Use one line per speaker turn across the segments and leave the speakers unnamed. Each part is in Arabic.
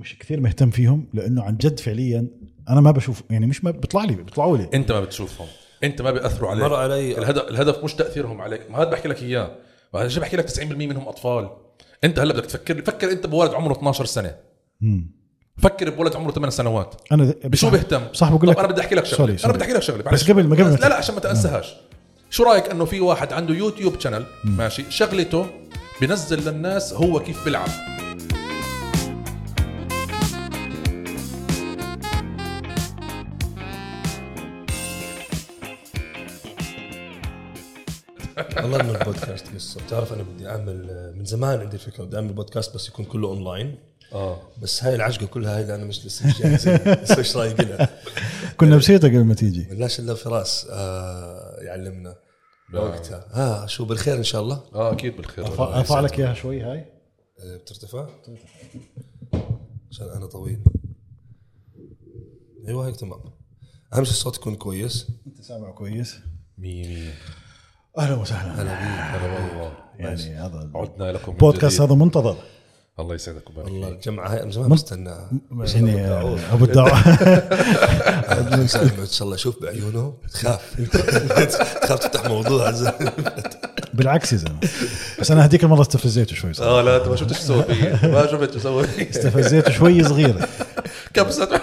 مش كثير مهتم فيهم لانه عن جد فعليا انا ما بشوف يعني مش ما بيطلعوا لي.
انت ما بتشوفهم انت ما بيأثروا عليك.
مر علي
الهدف مش تأثيرهم عليك. ما هذا بحكي لك اياه وهذا بحكي لك 90% منهم اطفال. انت هلا بدك تفكر انت بولد عمره 12 سنه فكر بولد عمره 8 سنوات
انا
بشو بيهتم
صح بقول لك
انا بدي احكي لك شغله انا بدي احكي لك شغله
بس قبل ما
لا عشان ما تنساهاش. شو رايك انه في واحد عنده يوتيوب شانل ماشي شغلته بنزل للناس هو كيف بيلعب.
والله من البودكاست قصة. بتعرف أنا بدي أعمل من زمان عندي فكرة بدي أعمل بودكاست بس يكون كله أونلاين. بس هاي العجقة كلها هاي أنا مش لسه جاهز. بس إيش رأيك لها؟
كنا بسيطة قبل ما تيجي.
بلاش إلا فراس يعلمنا وقتها. شو بالخير إن شاء الله.
أكيد بالخير.
أرفع لك إياها شوي هاي.
بترتفع عشان أنا طويل. أيوة هيك تمام. أهم شيء الصوت يكون كويس.
أنت سامع كويس.
100.
أهلا وسهلا.
هلا والله.
يعني هذا
عدنا لكم
بودكاست هذا منتظر.
الله يسعدكم.
والله الجمعة هاي من زمان مستنى.
يعني أبو الدعوة.
إن شاء الله أشوف بعيونه تخاف تفتح موضوع.
بالعكس يا زلمة بس أنا هديك المرة استفزيته شوي صراحة.
لا أنت ما شفتش سوى فيه ما شفت سوى
استفزيته شوي صغيرة.
كبسة.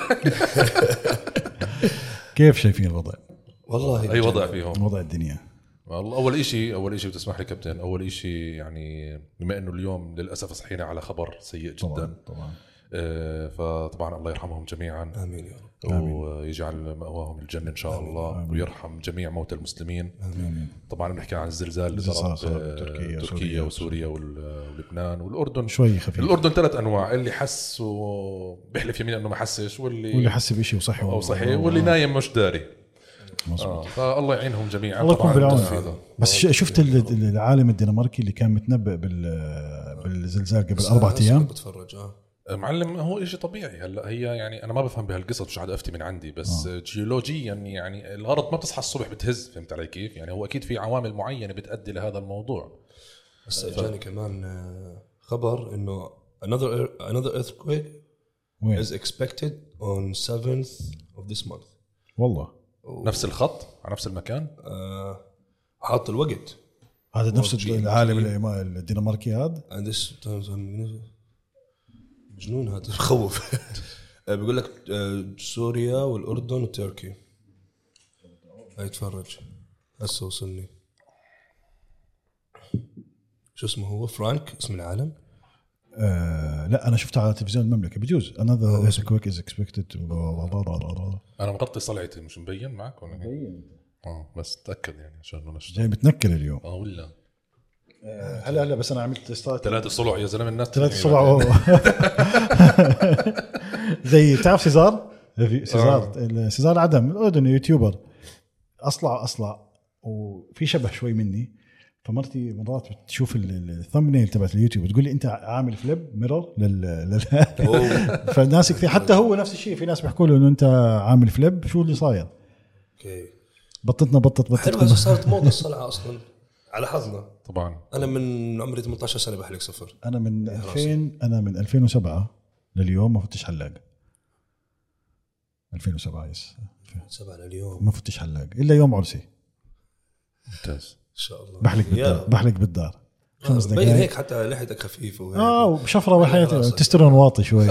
كيف شايفين الوضع؟
والله
أي وضع فيهم
وضع الدنيا.
والله أول إشي بتسمح لي كابتن. أول إشي يعني بما إنه اليوم للأسف صحينا على خبر سيء جدا
طبعا.
فطبعا الله يرحمهم جميعا.
آمين يا رب.
ويجعل مأواهم الجنة إن شاء الله. ويرحم جميع موتى المسلمين.
آمين.
طبعا بنحكي عن الزلزال اللي ضرب تركيا وسوريا ولبنان والأردن.
شوي خفيف.
الأردن 3 أنواع. اللي حس وبيحلف يمين إنه ما حسش واللي
حس بشيء وصحي
واللي نايم مش داري. فالله يعينهم جميعا.
الله يكون بالعون. بس شفت العالم الدنماركي اللي كان متنبأ بالزلزال قبل 4 أيام.
بتفرج
معلم هو إشي طبيعي. هلا هي يعني أنا ما بفهم بهالقصص مش قاعد أفتي من عندي بس جيولوجيا يعني الأرض ما بتصحى الصبح بتهز. فهمت علي كيف؟ يعني هو أكيد في عوامل معينة بتؤدي لهذا الموضوع.
بس جاني كمان خبر إنه another earthquake is expected on 7th of this month.
والله
نفس الخط على نفس المكان.
حاط الوقت
هذا نفس العالم الدنماركي هذا.
مجنون هذا بخوف. بيقول لك سوريا والأردن وتركيا. هاي تفرج هسه وصلني شو اسمه هو فرانك اسم العالم.
لا أنا شفتها على تلفزيون المملكة بجوز another earthquake is expected.
أنا مغطي صلعتي مش مبين معك ولا مبين. بس تأكد يعني عشان
جاي متنكر اليوم.
ولا
هلا بس أنا عملت
3 صلع يا زلمة الناس
3 صلع. زي تعرف سيزار عدم الأردني يوتيوبر أصلع وفي شبه شوي مني. فمرتي مرات بتشوف الثامبنيل تبعت اليوتيوب تقول لي انت عامل فليب ميرور فالناس كثير حتى هو نفس الشيء. في ناس بيحكوا له انه انت عامل فليب شو اللي صاير.
اوكي
بطت
حلوة صارت موضة الصلعة اصلا على حظنا.
طبعا
انا من عمري 18 سنة بحلق صفر.
انا من 2007 لليوم ما فتش حلاق. 2007
7 لليوم
ما فتش حلاق الا يوم عرسي.
ممتاز
ان شاء الله.
بحلق بالدار 5 دقائق.
باين هيك حتى لحيتك خفيفه وهيك.
وبشفره وحياتي تسترون واطي شوي.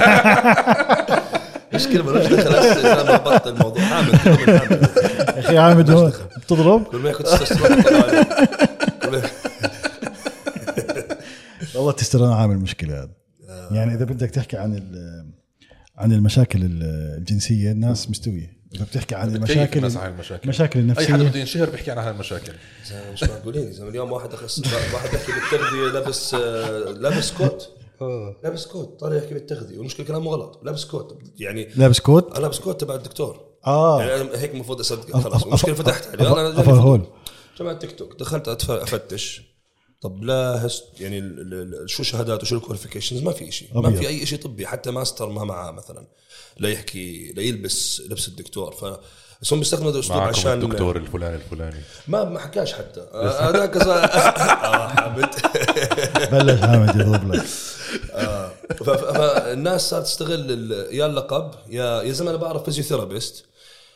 مشكله مالوش دخل. انا بطل الموضوع. حامد
اخي عامد بتضرب
كل ما كنت تسترون طلع
والله تسترون عامل مشكله هذا. يعني اذا بدك تحكي عن المشاكل الجنسيه الناس مستويه. إذا بتحكي عن المشاكل النفسية
أي حد بده ينشهر بيحكي عن هالمشاكل.
مش معقولين. زي اليوم واحد يحكي بالتغذية لابس كوت. لابس كوت طالع يحكي بالتغذية والمشكلة كلامه غلط. لابس كوت يعني
لابس كوت
تبع الدكتور. يعني هيك المفروض أصدق. خلاص المشكلة فتحت عليه. أنا
أفضل
جماعة تيك توك دخلت أفتش. طب لا يعني شو شهادات وشو الكواليفيكيشنز. ما في شيء. ما في أي شيء طبي. حتى ماستر ما معاه مثلا لا يحكي لا يلبس لبس الدكتور. فهم بيستخدموا هذا الأسلوب عشان
الدكتور الفلاني
ما حكاش حتى هذاك حامد
بلش حامد يضرب لك.
فالناس صارت تستغل يا اللقب يا زي ما انا بعرف فيزيوثيرابيست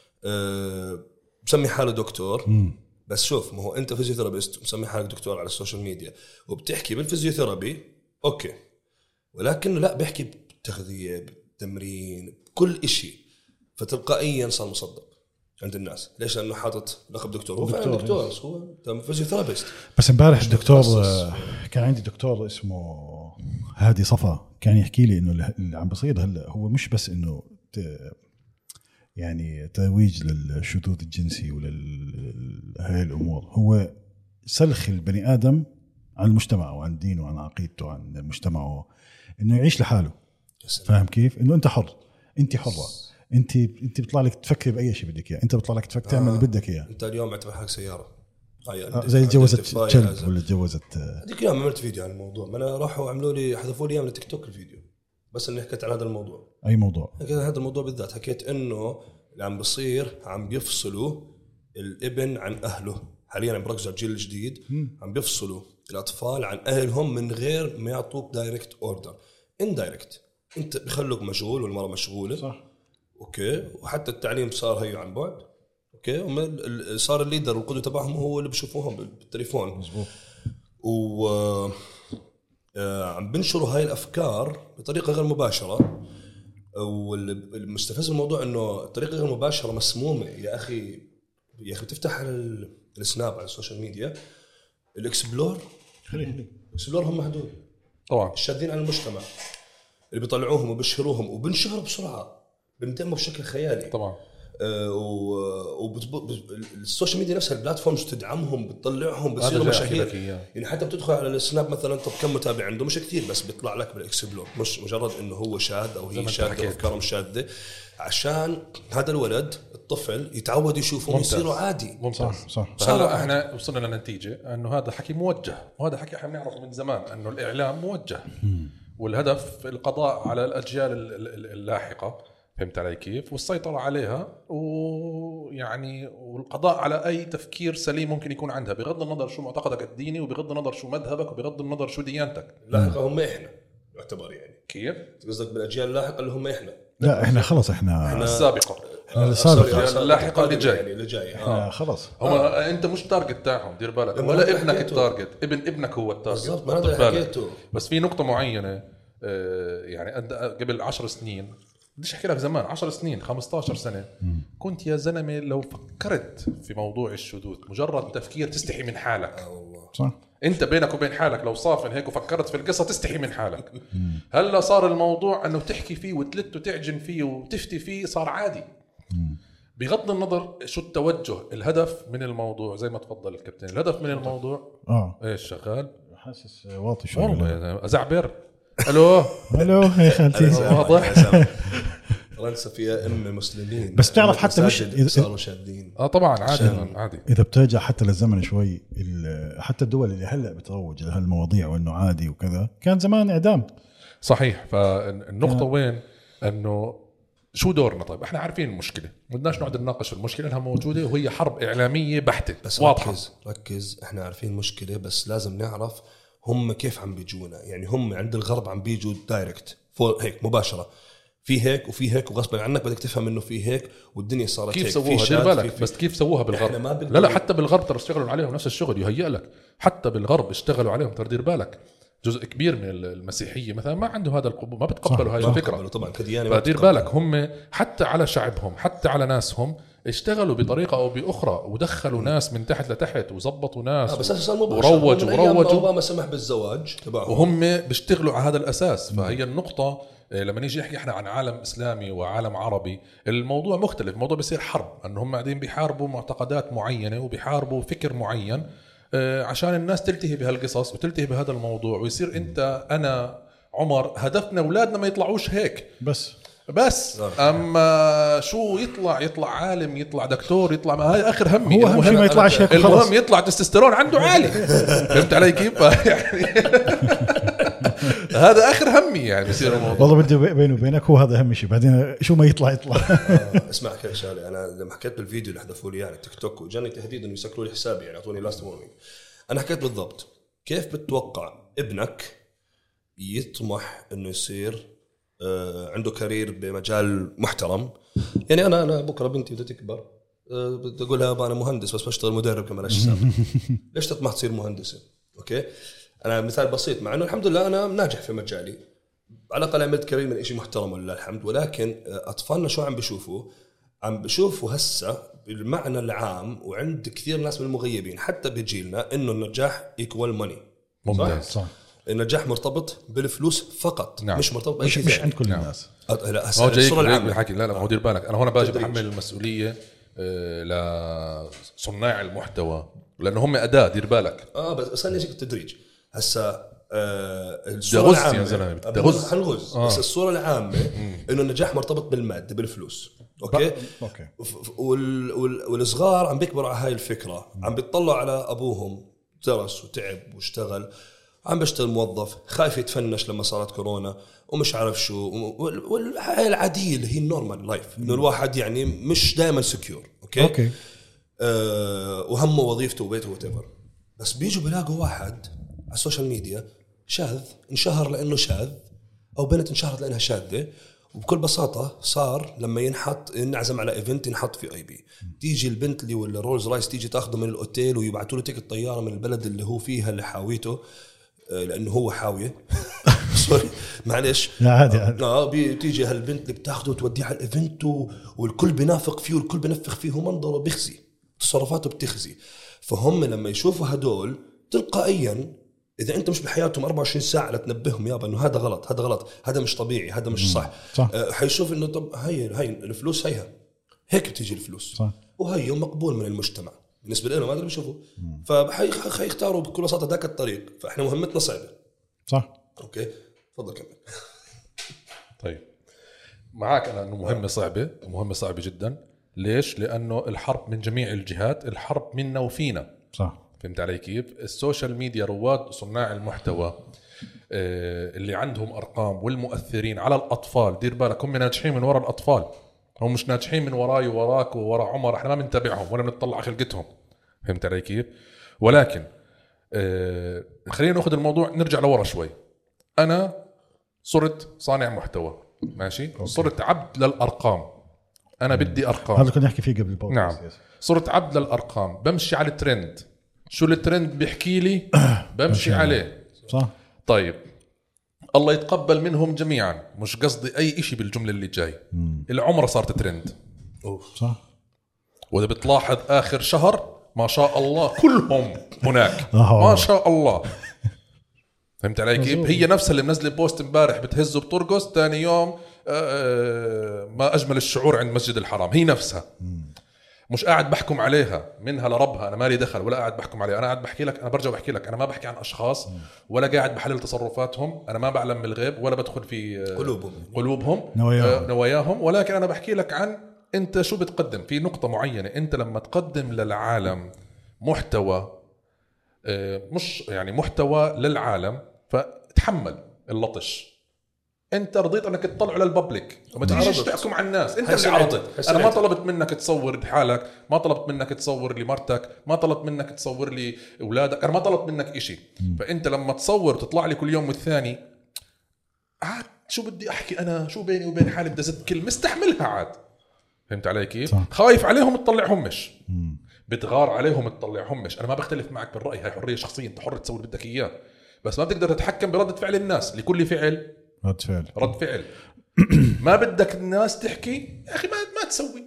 مسمي حاله دكتور. بس شوف، ما هو انت فيزيوثيرابيست مسمي حالك دكتور على السوشيال ميديا وبتحكي بالفيزيوثيرابي اوكي، ولكن لا بيحكي بالتغذيه بالتمرين بكل إشي، فتلقائيا صار مصدق عند الناس. ليش؟ لانه حاطط لقب دكتور. هو فعلا دكتور بس هو فيزيوثيرابيست.
بس امبارح الدكتور كان عندي دكتور اسمه هادي صفا كان يحكي لي انه اللي عم بصير هلا هو مش بس انه يعني ترويج للشذوذ الجنسي هاي الامور، هو سلخ البني ادم عن المجتمع وعن دينه وعن عقيدته وعن مجتمعه، انه يعيش لحاله. فاهم كيف؟ انه انت حر، انت حره، انت بيطلع لك تفكر باي شيء بدك اياه، انت بيطلع لك تفكر تعمل اللي بدك اياه.
انت اليوم اعتبر حالك سياره
زي تجوزت كلب ولا تجوزت.
هذيك اليوم عملت فيديو عن الموضوع، ما انا راحوا عملوا لي حذفوا لي من التيك توك الفيديو بس اني حكيت عن هذا الموضوع.
اي موضوع؟
حكيت عن هذا الموضوع بالذات، حكيت انه اللي عم بصير عم بيفصلوا الابن عن اهله. حاليا عم بركزوا على الجيل الجديد، عم بيفصلوا الاطفال عن اهلهم من غير ما يعطوك دايركت اوردر، اندايركت. انت بخلوك مشغول والمرأة مشغوله، صح؟ اوكي. وحتى التعليم صار هي عن بعد، اوكي. صار الليدر والقدوة تبعهم هو اللي بشوفوهم بالتليفون، مزبوط. عم بنشروا هاي الافكار بطريقه غير مباشره. والمستفز الموضوع انه الطريقه غير مباشره مسمومه. يا اخي تفتح على السناب على السوشيال ميديا الاكسبلور هم هدول
طبعا
الشادين عن المجتمع اللي بيطلعوهم وبشهروهم وبنشهروا بسرعه، بندموا بشكل خيالي
طبعا.
السوشيال ميديا نفسها البلاتفورمز تدعمهم، بتطلعهم، بصيروا مشاهير. يعني حتى بتدخل على السناب مثلا، طب كم متابع عنده؟ مش كتير، بس بيطلع لك بالاكسبلور، مش مجرد انه هو شاذ او هي شاذة او افكارهم شاذة، عشان هذا الولد الطفل يتعود يشوفهم يصيروا عادي.
صح. هلا احنا وصلنا لنتيجه انه هذا حكي موجه، وهذا حكي احنا بنعرفه من زمان انه الاعلام موجه والهدف القضاء على الاجيال اللاحقه. فهمت علي كيف؟ والسيطرة عليها ويعني والقضاء على أي تفكير سليم ممكن يكون عندها، بغض النظر شو معتقدك الديني وبغض النظر شو مذهبك وبغض النظر شو ديانتك.
لاحقة هم إحنا يعتبر، يعني
كيف؟
قصدك بالأجيال اللاحقة اللي هم إحنا؟
لا إحنا خلص إحنا
السابقة،
السابقة
اللاحقة اللي جاي،
يعني اللي جاي.
خلص.
أنت مش تارجت تاعهم، دير بالك، ولا ابنك التارجت، ابنك هو التارجت.
بالضبط، ما هذا اللي حكيته.
بس في نقطة معينة، يعني قبل 10 سنين، بديش احكي لك زمان، 10 سنين 15 سنة كنت يا زلمة لو فكرت في موضوع الشذوذ مجرد تفكير تستحي من حالك.
صح.
انت بينك وبين حالك لو صافن هيك وفكرت في القصة تستحي من حالك. هلا صار الموضوع انه تحكي فيه وتلت وتعجن فيه وتفتي فيه، صار عادي. بغض النظر شو التوجه، الهدف من الموضوع زي ما تفضل الكابتن، الهدف من الموضوع ايش شغال؟
حاسس واطي شوي
والله ازعبر. الو
يا خالتي.
واضح.
فرنسا فيها مسلمين،
بس تعرف حتى مش
صاروا شادين.
طبعا عادي.
اذا بترجع حتى للزمن شوي، حتى الدول اللي هلا بتروج لهالمواضيع وانه عادي وكذا، كان زمان اعدام.
صحيح. فالنقطه وين انه شو دورنا؟ طيب احنا عارفين المشكله، بدناش نقعد نناقش المشكله، انها موجوده وهي حرب اعلاميه بحته.
بس
واضحه.
ركز احنا عارفين المشكله، بس لازم نعرف هم كيف عم بيجونا. يعني هم عند الغرب عم بيجوا دايركت هيك مباشره، في هيك وفي هيك، وغصبا عنك بدك تفهم انه في هيك والدنيا صارت
كيف
هيك.
سووها؟ دير بالك. بس كيف سووها بالغرب؟ لا حتى بالغرب ترى اشتغلوا عليهم نفس الشغل، يهيئ لك. حتى بالغرب اشتغلوا عليهم، ترى دير بالك. جزء كبير من المسيحيه مثلا ما عنده هذا القبول، ما بتقبلوا هاي الفكره
طبعا كديانه.
فدير بالك هم حتى على شعبهم، حتى على ناسهم اشتغلوا بطريقه او باخرى، ودخلوا ناس من تحت لتحت وزبطوا ناس
بس
وروجوا
اوباما سمح بالزواج تبعهم،
وهم بيشتغلوا على هذا الاساس. فهي النقطه لما نيجي نحكي احنا عن عالم اسلامي وعالم عربي، الموضوع مختلف. الموضوع بيصير حرب، ان هم قاعدين بيحاربوا معتقدات معينه وبيحاربوا فكر معين عشان الناس تلتهي بهالقصص وتلتهي بهذا الموضوع، ويصير انت انا عمر هدفنا اولادنا ما يطلعوش هيك بس اما شو يطلع عالم، يطلع دكتور، يطلع ما هاي اخر همي.
هو اهم شيء ما يطلعش هيك،
المهم يطلع تستوستيرون عنده عالي. فهمت علي كيف؟ يعني هذا اخر همي يعني يصير الموضوع.
والله بدي بيني وبينك هو هذا اهم شيء، بعدين شو ما يطلع.
اسمع كل شغله، انا لما حكيت بالفيديو اللي حذفوا لي يعني تيك توك وجاني تهديد انه يسكروا لي حسابي، يعني اعطوني لاست وورنينج. انا حكيت بالضبط كيف بتتوقع ابنك يطمح انه يصير عنده كارير بمجال محترم. يعني انا بكره بنتي بدها تكبر بدي اقول لها انا مهندس بس بشتغل مدرب كمان الشباب. ليش تطمح تصير مهندسه؟ اوكي انا مثال بسيط، مع انه الحمد لله انا ناجح في مجالي، على الاقل عملت كارير من شيء محترم ولله الحمد. ولكن اطفالنا شو عم بشوفوا هسه بالمعنى العام، وعند كثير ناس من المغيبين حتى بجيلنا انه النجاح ايكوال ماني.
صح.
النجاح مرتبط بالفلوس فقط.
نعم.
مش مرتبط
مش عند كل الناس.
لا
هو جاي بالحكي. لا هو دير بالك، انا هون باجي بحمل المسؤوليه لصناع المحتوى لانه هم اداه. دير بالك
بس خليني اشيك التدريج هسه. الصوره العامه هنغز بس الصوره العامه انه النجاح مرتبط بالماده بالفلوس. اوكي والصغار عم بيكبروا على هاي الفكره، عم بيطلعوا على ابوهم درس وتعب واشتغل، عم بشتغل موظف، خايف يتفنش لما صارت كورونا ومش عارف شو، والحياه العاديه اللي هي النورمال لايف، انه الواحد يعني مش دائما سكيور. اوكي وهمه وظيفته وبيته وتفر. بس بيجوا بيلاقوا واحد على السوشيال ميديا شاذ انشهر لانه شاذ، او بنت انشهرت لانها شاذه، وبكل بساطه صار لما ينعزم على ايفنت ينحط في اي بي، تيجي البنت اللي ولا رولز رايس تيجي تاخذه من الاوتيل ويبعثوا له تيكت طياره من البلد اللي هو فيها اللي حاويته، لانه هو حاويه سوري معلش عادي. بتيجي هالبنت اللي بتاخذه وتوديه على الايفنت والكل بينافق فيه والكل بنفخ فيه ومنظره بيخزي، تصرفاته بتخزي. فهم لما يشوفوا هدول تلقائيا إذا أنت مش بحياتهم 24 ساعة لتنبههم يابا إنه هذا غلط، هذا مش طبيعي، هذا مش صح. حيشوف إنه طب هاي الفلوس هيك بتيجي الفلوس صح. وهي مقبول من المجتمع بالنسبة لنا، ما أدري بيشوفوا، فحيختاروا بكل بساطة ذاك الطريق. فإحنا مهمتنا صعبة
صح.
أوكي تفضل كمل.
طيب معاك أنا إنه مهمة صعبة جدا. ليش؟ لأنه الحرب من جميع الجهات، الحرب منا وفينا. صح. فهمت علي كيف؟ السوشيال ميديا رواد صناع المحتوى اللي عندهم أرقام والمؤثرين على الأطفال، دير بالك هم ناجحين من وراء الأطفال، هم مش ناجحين من وراي وراك ووراء عمر، احنا ما بنتابعهم ولا بنطلع خلقتهم. فهمت علي كيف؟ ولكن خلينا نأخذ الموضوع نرجع لورا شوي. أنا صرت صانع محتوى ماشي، صرت عبد للأرقام، أنا بدي أرقام.
هذا كنا نحكي فيه قبل البودكاست.
نعم صرت عبد للأرقام، بمشي على الترند، شو الترند بيحكي لي بمشي عليه. صح. طيب الله يتقبل منهم جميعا، مش قصدي أي إشي بالجملة اللي جاي. العمرة صارت ترند.
صح.
وإذا بتلاحظ آخر شهر ما شاء الله كلهم هناك ما شاء الله. فهمت علي كيف؟ هي نفسها اللي منزل بوست امبارح بتهزه بترقص، تاني يوم ما أجمل الشعور عند مسجد الحرام. هي نفسها، مش قاعد بحكم عليها منها لربها، أنا مالي دخل ولا قاعد بحكم عليها. أنا قاعد بحكي لك، أنا برجع بحكي لك، أنا ما بحكي عن أشخاص ولا قاعد بحلل تصرفاتهم، أنا ما بعلم بالغيب ولا بدخل في قلوبهم نواياهم، ولكن أنا بحكي لك عن أنت شو بتقدم في نقطة معينة. أنت لما تقدم للعالم محتوى مش يعني محتوى للعالم، فتحمل اللطش. انت رضيت انك تطلع للببليك وما تجيش تحكم على الناس، انت اللي عرضت. انا ما طلبت منك تصور حالك، ما طلبت منك تصور لي مرتك، ما طلبت منك تصور لي اولادك، انا ما طلبت منك اشي. فانت لما تصور تطلع لي كل يوم والثاني، عاد شو بدي احكي انا، شو بيني وبين حالي بدي ازت كلمه مستحملها عاد. فهمت علي كيف؟ خايف عليهم تطلعهمش، بتغار عليهم تطلعهمش. انا ما بختلف معك بالراي، هاي حريه شخصيه، انت حر تسوي بدك اياه، بس ما بتقدر تتحكم برده فعل الناس. لكل فعل رد فعل. ما بدك الناس تحكي يا اخي ما تسوي.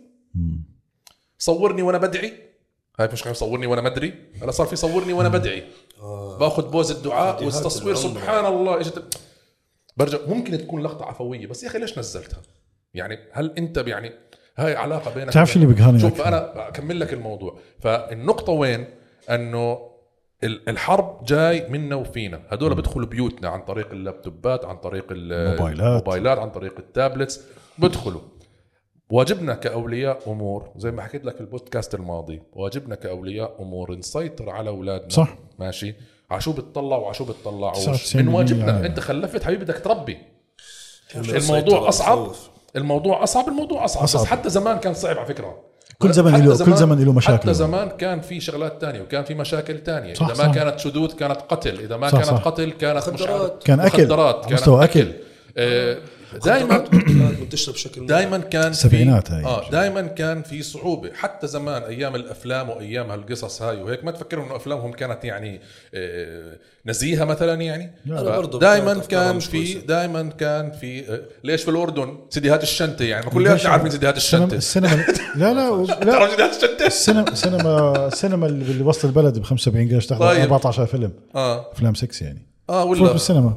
صورني وانا بدعي، هاي مش خايف صورني وانا مدري، انا صار في صورني وانا بدعي، باخذ بوز الدعاء والتصوير سبحان الله اجت برجع. ممكن تكون لقطه عفويه، بس يا اخي ليش نزلتها؟ يعني هل انت يعني هاي علاقه بينك؟
تعرف شو اللي بقهرني؟
شوف انا اكمل لك الموضوع. فالنقطه وين؟ انه الحرب جاي منا وفينا. هدول بدخلوا بيوتنا عن طريق اللابتوبات، عن طريق الموبايلات، عن طريق التابلتس، بدخلوا. واجبنا كأولياء أمور زي ما حكيت لك في البودكاست الماضي، واجبنا كأولياء أمور نسيطر على أولادنا. صح. ماشي. عشو بتطلعوا وعشو بتطلعوا من واجبنا يعني. أنت خلفت حبيبي بدك تربي. الموضوع أصعب. بس حتى زمان كان صعب على فكرة.
كل زمن له مشاكل.
حتى زمان كان في شغلات تانية وكان في مشاكل تانية.
صح
إذا ما
صح.
كانت شذوذ كانت قتل، إذا ما
صح
كانت
صح.
قتل كانت
مخدرات.
كان أكل
كانت
أكل.
منتشرة بشكل
دائما كان
السبعينات هاي
دائما كان في صعوبة. حتى زمان أيام الأفلام وأيام هالقصص هاي وهيك ما تفكروا إنه أفلامهم كانت يعني نزيهة مثلا يعني. دائما كان في ليش في الأردن سيديهات الشنطة يعني ما كلنا عارفين سيديهات الشنطة.
السينما
تعرف سيديهات الشنطة؟
السينما اللي وسط البلد ب 75 قرش تحضر 14 فيلم أفلام 6 يعني
ولا
بالسينما.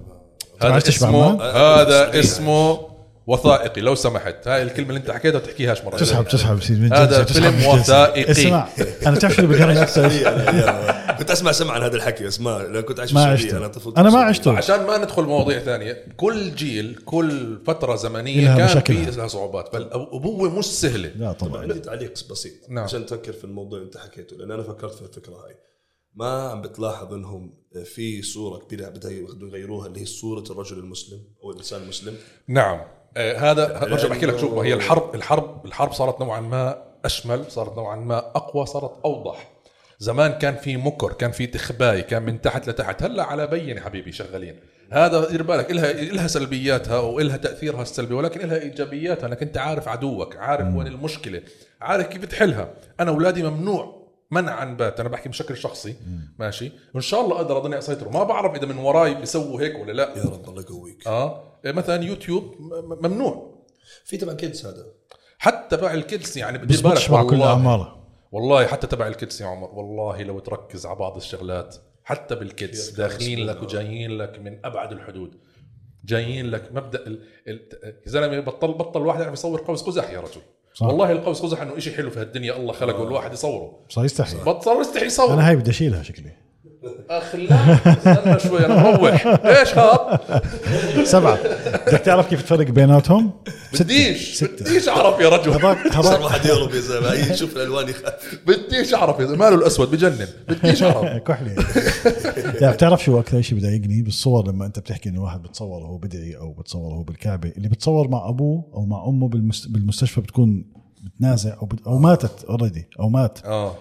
هذا اسمه وثائقي لو سمحت. هاي الكلمة اللي انت حكيتها تحكيهاش مرة.
تسحب
هذا فيلم وثائقي.
اسمع أنا تعرف اللي بقرني أكثر
كنت أسمع عن هذا الحكي. اسمع لو كنت عايش في
السعودية
أنا طفل
أنا ما عشته.
عشان ما ندخل مواضيع ثانية. كل جيل كل فترة زمنية كان في لها صعوبات. فالأبوة مش سهلة.
لا طبعا.
عندي تعليق بسيط عشان تفكر في الموضوع اللي انت حكيته لأن أنا فكرت في الفكرة هاي. ما عم بتلاحظ انهم في صوره كبيره بدها يغيروها اللي هي صوره الرجل المسلم او الانسان المسلم.
نعم هذا برجع بحكي لك شو هي الحرب صارت نوعا ما اشمل، صارت نوعا ما اقوى، صارت اوضح. زمان كان في مكر، كان في تخباي، كان من تحت لتحت. هلا على بين حبيبي شغالين. هذا دير بالك إلها سلبياتها وإلها تأثيرها السلبي ولكن إلها إيجابياتها انك انت عارف عدوك، عارف وين المشكله، عارف كيف تحلها. انا اولادي ممنوع منعا بات، انا بحكي بشكل شخصي ماشي، وان شاء الله اقدر اضلني اسيطر. ما بعرف اذا من وراي بيسووا هيك ولا لا.
يا رب الله يقويك.
مثلا يوتيوب ممنوع
في تبع كيدز. هذا
حتى تبع الكيدز يعني
بدي بالك
والله حتى تبع الكيدز يا عمر. والله لو تركز على بعض الشغلات حتى بالكيدز داخلين لك وجايين لك من ابعد الحدود. جايين لك مبدا زلمه بطل واحد يعرف يصور قوس قزح يا رجل. صح. والله القوس قزح انه إشي حلو في هالدنيا الله خلقه الواحد يصوره.
صار يستحي.
بطل يستحي يصور.
انا هاي بدي اشيلها شكلي.
لا استنى شوي انا مروح. ايش هذا
7 بدك تعرف كيف تفرق بيناتهم؟
بديش اعرف يا رجل.
صار واحد يهرب يا زلمه يشوف الالوان يخاف.
بديش اعرف يا ماله الاسود بجنن. بديش اعرف
كحلي. لا بتعرف شو اكثر شيء بضايقني بالصور لما انت بتحكي انه واحد بتصور وهو بدعي او بتصور وهو بالكعبه، اللي بتصور مع ابوه او مع امه بالمستشفى بتكون بتنازع او ماتت اوريدي او مات.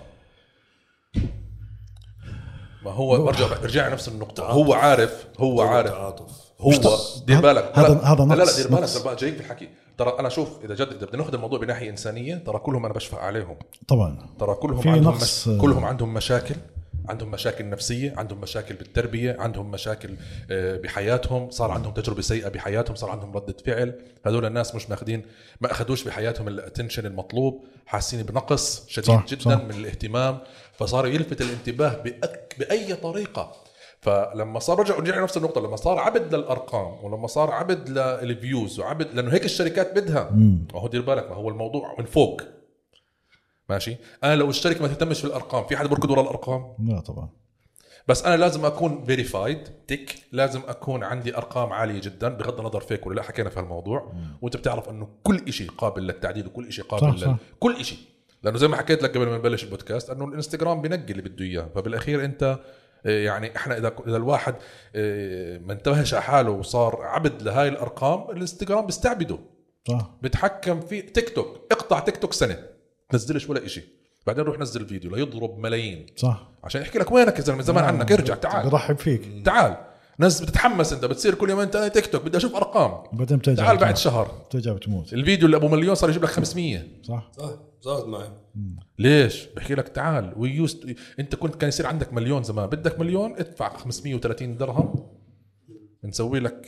ما هو رجع نفس النقطة. هو عارف هو دير بالك.
هذا
لا دير بالك جايك في الحكي. ترى أنا شوف إذا بدنا ناخذ الموضوع بناحية إنسانية، ترى كلهم أنا بشفق عليهم
طبعا.
ترى كلهم عندهم مشاكل، عندهم مشاكل نفسية، عندهم مشاكل بالتربية، عندهم مشاكل بحياتهم، صار عندهم تجربة سيئة بحياتهم، صار عندهم ردة فعل. هذول الناس مش ما أخذوش بحياتهم الاتنشن المطلوب، حاسين بنقص شديد جدا من الاهتمام، فصار يلفت الانتباه بأي طريقة. فلما صار رجع نفس النقطة، لما صار عبد للأرقام ولما صار عبد للفيوز وعبد لأنه هيك الشركات بدها. وهو دير بالك ما هو الموضوع من فوق ماشي. أنا لو الشركة ما تهتمش في الأرقام في حد بركض وراء الأرقام؟
لا طبعا.
بس أنا لازم أكون verified تك، لازم أكون عندي أرقام عالية جدا بغض النظر فيك ولا لا. حكينا في هالموضوع وأنت بتعرف أنه كل إشي قابل للتعديل وكل إشي قابل
صح.
كل إشي. لأنه زي ما حكيت لك قبل ما نبلش البودكاست أنه الانستغرام بينقل اللي بده إياه. فبالأخير أنت يعني إحنا إذا الواحد ما انتبهش على حاله وصار عبد لهاي الأرقام، الانستغرام بيستعبده. بتحكم في تيك توك، اقطع تيك توك سنة تنزلش ولا إشي، بعدين روح نزل الفيديو لا يضرب ملايين. صح. عشان يحكي لك وينك يا زلمه من زمان عنك، ارجع تعال
برحب فيك
تعال نزل. بتتحمس انت بتصير كل يوم انت تيك توك بدي اشوف ارقام،
بعدين
تعال بعد شهر
ترجع بتموت.
الفيديو اللي ابو مليون صار يجيب لك 500.
صح
صارت معي.
ليش بحكي لك تعال انت كان يصير عندك مليون زمان، بدك مليون ادفع 530 درهم نسوي لك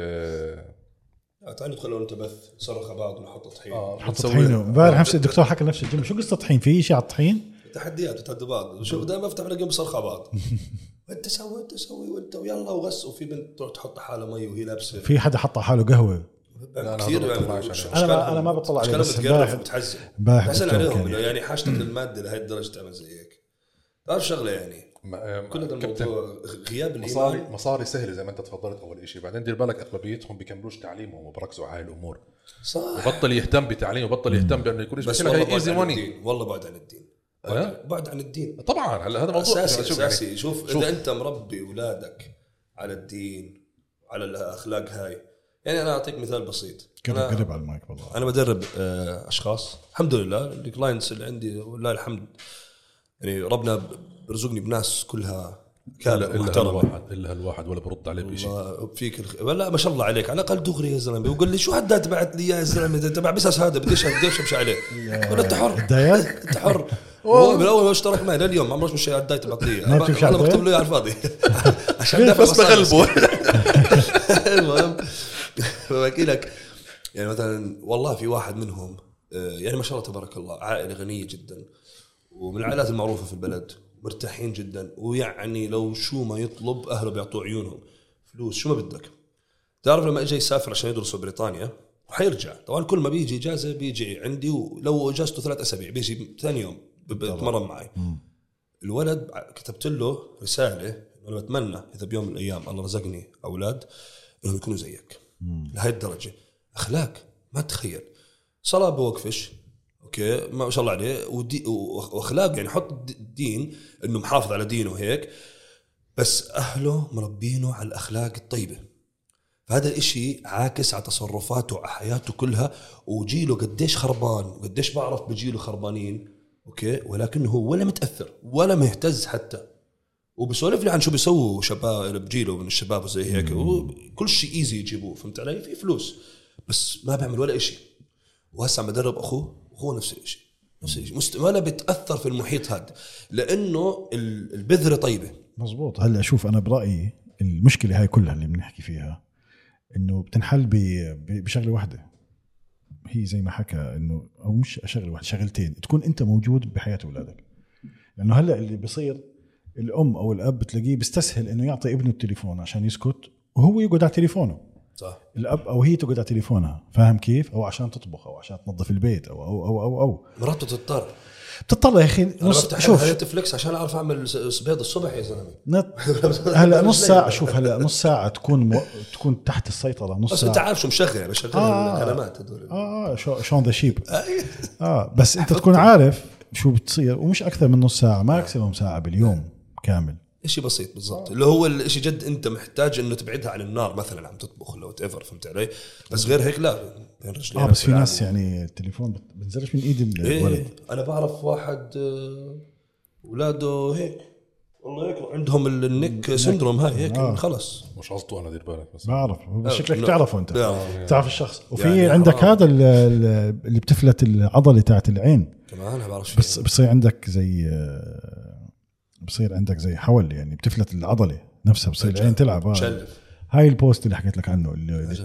تعال ندخل انت بث صرخه بعض ونحط طحين.
حط طحين. امبارح نفس الدكتور حكى نفس الجمله. شو قصه الطحين؟ في شيء على الطحين؟
تحديات بتهدى بعض. شوف دائما افتح نلاقيهم صرخه بعض. انت سوي وانت ويلا وغس. وفي بنت تروح تحط حالها مي وهي لابسه.
في حدا حط حاله قهوه
كثير.
انا ما بطلع عليه بس
بتحزن حسن عليهم يعني حاجتك للماده لهي الدرجه تعمل زي هيك. تعرف شغله يعني كل هذا الموضوع غياب الايمان.
مصاري سهله زي ما انت تفضلت اول شيء، بعدين دير بالك اغلبيتهم بيكملوش تعليمهم وبركزوا على هاي الامور. صح. بطل يهتم بتعليمه وبطل يهتم بانه يكون
بس ايزي ماني. والله بعد عن الدين. بعد عن الدين
طبعا. هلا هذا موضوع
اساسي. يعني شوف اذا انت مربي اولادك على الدين على الاخلاق هاي، يعني انا اعطيك مثال بسيط.
قرب على المايك والله.
انا بدرب اشخاص الحمد لله، الكلاينتس اللي عندي والله الحمد، يعني ربنا برزقني بناس كلها كامل محترم
الا الواحد ولا برد عليه بشيء
فيك ولا ما شاء الله عليك على الاقل دغري يا زلمه. وقال لي شو هدات بعت لي يا زلمه تبع بساس هذا بديش امشي عليه. قلت انت حر انت حر. هو من اول ما اشترك معي لليوم عمرش مش هداي تبعت لي، انا بكتب له على الفاضي عشان
بس بغلبه.
المهم بحكي لك يعني مثلا والله في واحد منهم يعني ما شاء الله تبارك الله عائله غنيه جدا ومن العائلات المعروفه في البلد، مرتاحين جدا، ويعني لو شو ما يطلب اهله بيعطوا عيونهم فلوس شو ما بدك. تعرف لما اجى يسافر عشان يدرس بريطانيا وحيرجع، طبعا كل ما بيجي اجازه بيجي عندي، ولو اجازته 3 أسابيع بيجي ثاني يوم بتمرن معي. الولد كتبت له رساله انا بتمنى اذا بيوم من الايام الله رزقني اولاد انهم يكونوا زيك لهي الدرجه، اخلاق ما تخيل، صلاه بوقفش اوكي ما شاء الله عليه، واخلاق يعني حط الدين انه محافظ على دينه وهيك، بس اهله مربينه على الاخلاق الطيبه. فهذا الاشي عاكس على تصرفاته وعلى حياته كلها، وجيله قديش خربان وقديش بعرف بجيله خربانين اوكي، ولكنه هو ولا متاثر ولا مهتز حتى، وبسولف لي عن شو بيسووا شباب بجيله من الشباب وزي هيك، وكل شيء ايزي يجيبوه، فهمت علي؟ في فلوس بس ما بيعمل ولا اشي. وهسه عم بدرب اخوه نفس الشيء ولا بتأثر في المحيط هذا، لأنه البذرة طيبة.
مزبوط. هلا شوف أنا برأيي المشكلة هاي كلها اللي بنحكي فيها إنه بتنحل بشغلة واحدة، هي زي ما حكى إنه أو مش شغلة واحدة، شغلتين، تكون أنت موجود بحياة أولادك. لأنه هلا اللي بيصير الأم أو الأب بتلاقيه بيستسهل إنه يعطي ابنه التليفون عشان يسكت وهو يقعد على تليفونه.
صح.
الأب أو هي تقعد على تليفونها، فاهم كيف؟ أو عشان تطبخ أو عشان تنظف البيت أو
مراته
تضطر يا أخي.
شوف نتفليكس عشان أعرف أعمل بيض الصبح يا زلمة.
هلا نص ساعة، شوف هلا نص ساعة تكون تحت السيطرة، نص
بس
ساعة.
أنت عارف شو مشغل يعني بشغل الكلمات هذول.
شون ذا شيب. بس أنت تكون عارف شو بتصير، ومش أكثر من نص ساعة، ماكسيموم ساعة باليوم كامل.
إشي بسيط بالضبط اللي هو الإشي جد أنت محتاج إنه تبعدها عن النار مثلا عم تطبخ لو تيفر، فهمت علي؟ بس غير هيك لا بين رجلين.
بس في ناس يعني التليفون بنزلش من إيد الولد.
أنا بعرف واحد أولاده هيك والله هيك عندهم النك سندروم هاي هيك خلص.
مش قصده أنا دير بالك بس
بعرف شكلك تعرفه أنت تعرف الشخص. وفي يعني عندك هذا اللي بتفلت العضلة تاعت العين
كمان أنا بعرف
بس بصير عندك زي حول يعني بتفلت العضلة نفسها، بصير العين تلعب. هاي البوست اللي حكيت لك عنه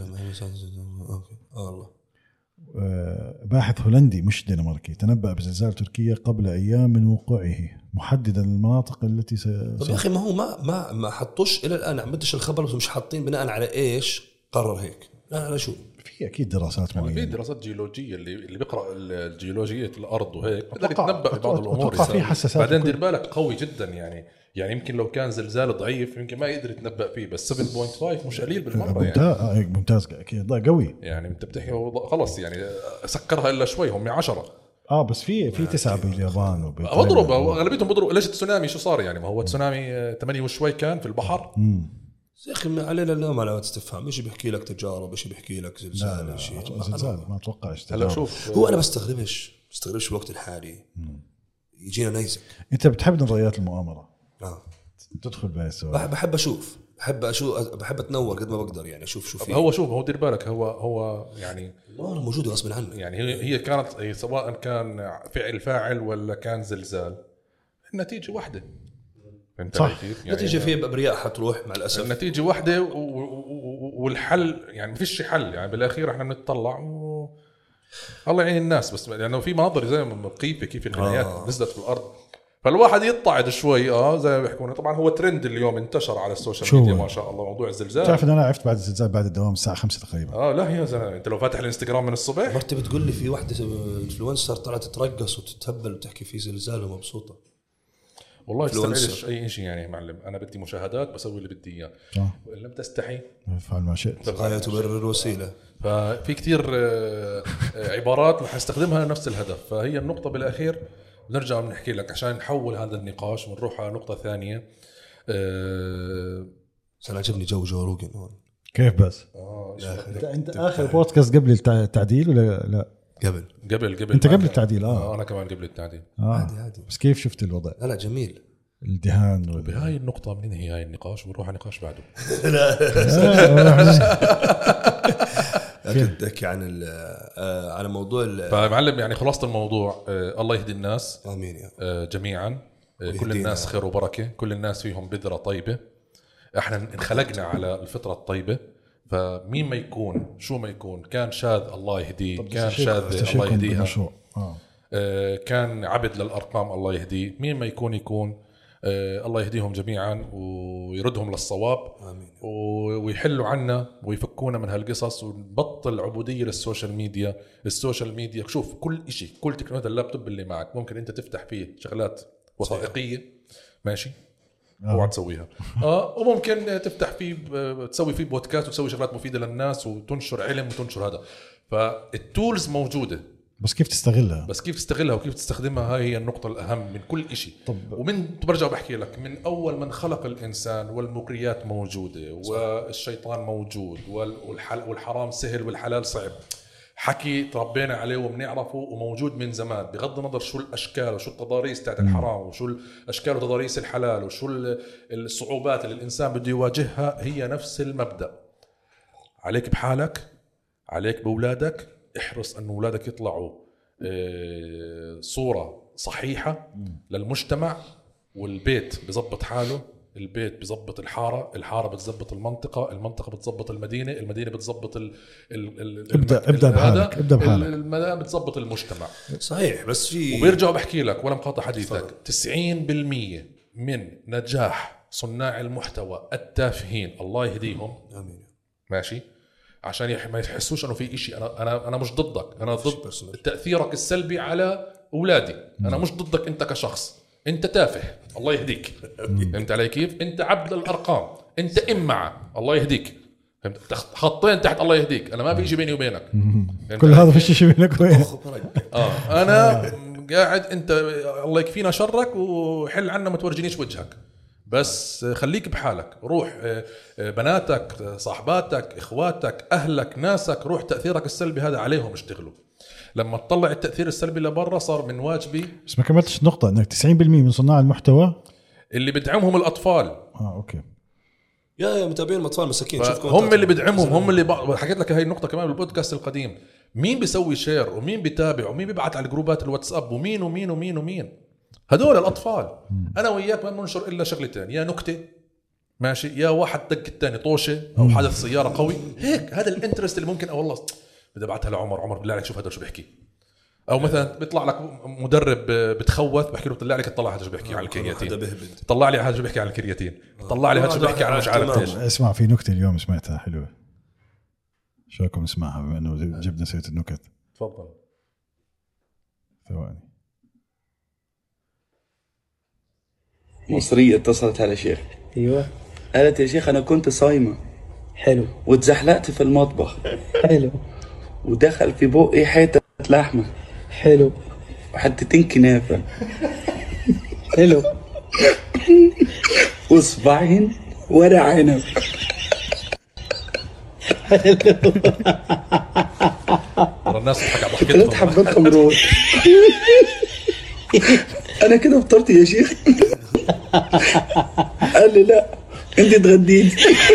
الله.
باحث هولندي مش دنماركي تنبأ بزلزال تركيا قبل أيام من وقوعه محددا المناطق التي
طب يا أخي ما هو ما حطوش إلى الآن، عم بدش الخبر بس مش حاطين بناء على إيش قرر هيك. لا شو
في أكيد دراسات معينة،
في دراسات جيولوجية اللي بيقرأ الجيولوجية الأرض وهيك بقدر يتنبأ ببعض الأمور. بعدين دير بالك قوي جدا يعني يمكن لو كان زلزال ضعيف يمكن ما يقدر يتنبأ فيه، بس 7.5 مش قليل بالمرة يعني.
ممتاز أكيد قوي
يعني أنت بتحكي خلص يعني سكرها إلا شوي هم 10.
بس في 9 باليابان
بضرب أغلبيتهم بضرب. ليش التسونامي شو صار يعني؟ ما هو التسونامي 8 وشوي كان في البحر.
يا أخي علينا اليوم على استفهام، إيش بيحكي لك تجارب، إيش بيحكي لك زلزال، شيء
زلزال ما أتوقعش.
هلا شوف
هو أنا بستغربش الوقت الحالي يجينا نيزك.
أنت بتحب نظريات المؤامرة؟ تدخل بهاي السؤال.
بحب أشوف بحب أتنور قد ما بقدر يعني أشوف شو فيه.
هو دير بالك هو يعني
موجود غصب عنه يعني.
هي كانت سواء كان فاعل ولا كان زلزال النتيجة واحدة.
صح.
يعني نتيجة فيه بأبرياء حتروح مع الأسف.
النتيجة واحدة والحل يعني ما فيش حل يعني بالأخير احنا بنتطلع الله يعين الناس، بس لأنه يعني في مناظر زي ما مخيفة كيف النهايات نزلت في الأرض، فالواحد يتطعد شوي زي ما بيحكون. طبعا هو ترند اليوم انتشر على السوشيال ميديا ما شاء الله موضوع الزلزال.
تعرف ان انا عرفت بعد الزلزال بعد الدوام الساعه 5 تقريبا.
لا يا زلمه انت لو فاتح الانستغرام من الصبح
مرتي بتقول لي في واحده انفلونسر طلعت تترقص وتتهبل وتحكي في زلزال ومبسوطه. والله
استمعلش اي شيء يعني معلم، انا بدي مشاهدات بسوي اللي بدي اياه وان لم تستحي
فعل ما شئت،
الغاية تبرر الوسيله.
ففي كتير عبارات رح استخدمها لنفس الهدف. فهي النقطه بالاخير نرجع بنحكي لك عشان نحول هذا النقاش ونروح على نقطة ثانية.
أنا عجبني جو روجن هون
كيف بس
انت
اخر بودكاست قبل التعديل ولا لا؟
قبل
انت قبل التعديل.
انا كمان قبل التعديل.
عادي.
بس كيف شفت الوضع؟
لا جميل.
الدهان
بهاي النقطة من هي هاي النقاش ونروح على نقاش بعده.
بدك عن على موضوع
فمعلم يعني خلاصة الموضوع الله يهدي الناس
آمين يا
جميعا. كل الناس خير وبركة، كل الناس فيهم بذرة طيبة. احنا انخلقنا على الفطرة الطيبة، فمين ما يكون شو ما يكون كان شاذ الله يهديه، كان شاذ الله يهديها، كان عبد للأرقام الله يهديه، مين ما يكون الله يهديهم جميعا ويردهم للصواب.
آمين.
ويحلوا عنا ويفكونا من هالقصص ونبطل عبودية للسوشيال ميديا. السوشيال ميديا شوف كل إشي، كل تكنولوجيا اللابتوب اللي معك ممكن أنت تفتح فيه شغلات وثائقية ماشي اوعى تسويها وممكن تفتح فيه تسوي فيه بودكاست وتسوي شغلات مفيدة للناس وتنشر علم وتنشر هذا. فالتولز موجودة،
بس كيف تستغلها
وكيف تستخدمها هاي هي النقطة الأهم من كل إشي. ومن برجع بحكي لك من أول من خلق الإنسان والمغريات موجودة والشيطان موجود والحرام سهل والحلال صعب، حكي تربينا عليه وبنعرفه وموجود من زمان بغض النظر شو الأشكال وشو التضاريس تاعت الحرام وشو الأشكال وتضاريس الحلال وشو الصعوبات اللي الإنسان بده يواجهها. هي نفس المبدأ. عليك بحالك، عليك بأولادك، احرص أن أولادك يطلعوا صورة صحيحة للمجتمع. والبيت بيزبط حاله، البيت بيزبط الحارة بتزبط المنطقة بتزبط المدينة بتزبط
ابدأ بحالك
المدينة بتزبط المجتمع.
صحيح. بس في
وبيرجع بحكي لك ولا مقاطع حديثك 90% من نجاح صناع المحتوى التافهين الله يهديهم.
آمين.
ماشي عشان ما يحسوش انه في إشي. انا مش ضدك، انا ضد تأثيرك السلبي على اولادي. انا مش ضدك انت كشخص، انت تافه الله يهديك. فهمت علي كيف؟ انت عبد الارقام، انت امعة الله يهديك. فهمت؟ خطين تحت الله يهديك. انا ما في شيء بيني وبينك.
كل هذا في شيء بينك وبين
انا قاعد انت الله يكفينا شرك وحل عنا ما تورجينيش وجهك. بس خليك بحالك، روح بناتك، صاحباتك، اخواتك، اهلك، ناسك، روح تأثيرك السلبي هذا عليهم اشتغلوا. لما تطلع التأثير السلبي لبرا صار من واجبي.
بس ما كملتش نقطة انك 90% من صناع المحتوى
اللي بدعمهم الأطفال.
اوكي
يا متابعين الأطفال مساكين.
هم اللي بدعمهم، هم اللي حكيت لك هاي النقطة كمان بالبودكاست القديم. مين بيسوي شير ومين بيتابع ومين بيبعت على الجروبات الواتساب ومين ومين ومين ومين. هدول الأطفال. أنا وياك ما بننشر إلا شغلتين، يا نكتة ماشي، يا واحد دق التاني طوشة أو حدث سيارة قوي هيك. هذا الانترست اللي ممكن والله بدي ابعتها لعمر بالله عليك شوف هذا شو بيحكي. او مثلا بيطلع لك مدرب بتخوث بحكي له طلع لك اطلع هذا شو بيحكي عن الكرياتين، طلع لي هذا شو بيحكي عن الكرياتين، طلع لي هذا شو بيحكي عن مش عارف ايش.
اسمع في نكتة اليوم سمعتها حلوة، شو رايكم نسمعها بما انه جبنا سيرة النكت؟
تفضل.
ثواني.
مصرية اتصلت على شيخ.
ايوه.
قالت يا شيخ انا كنت صايمة.
حلو.
واتزحلقت في المطبخ.
حلو.
ودخل في بقي حتة لحمة.
حلو.
وحتتين كنافة.
حلو.
وصباعين ورق عنب.
الناس تضحك على ضحكتهم.
3 حبات تمرون. انا كده فطرت يا شيخ. قال لي لا انت اتغديتي.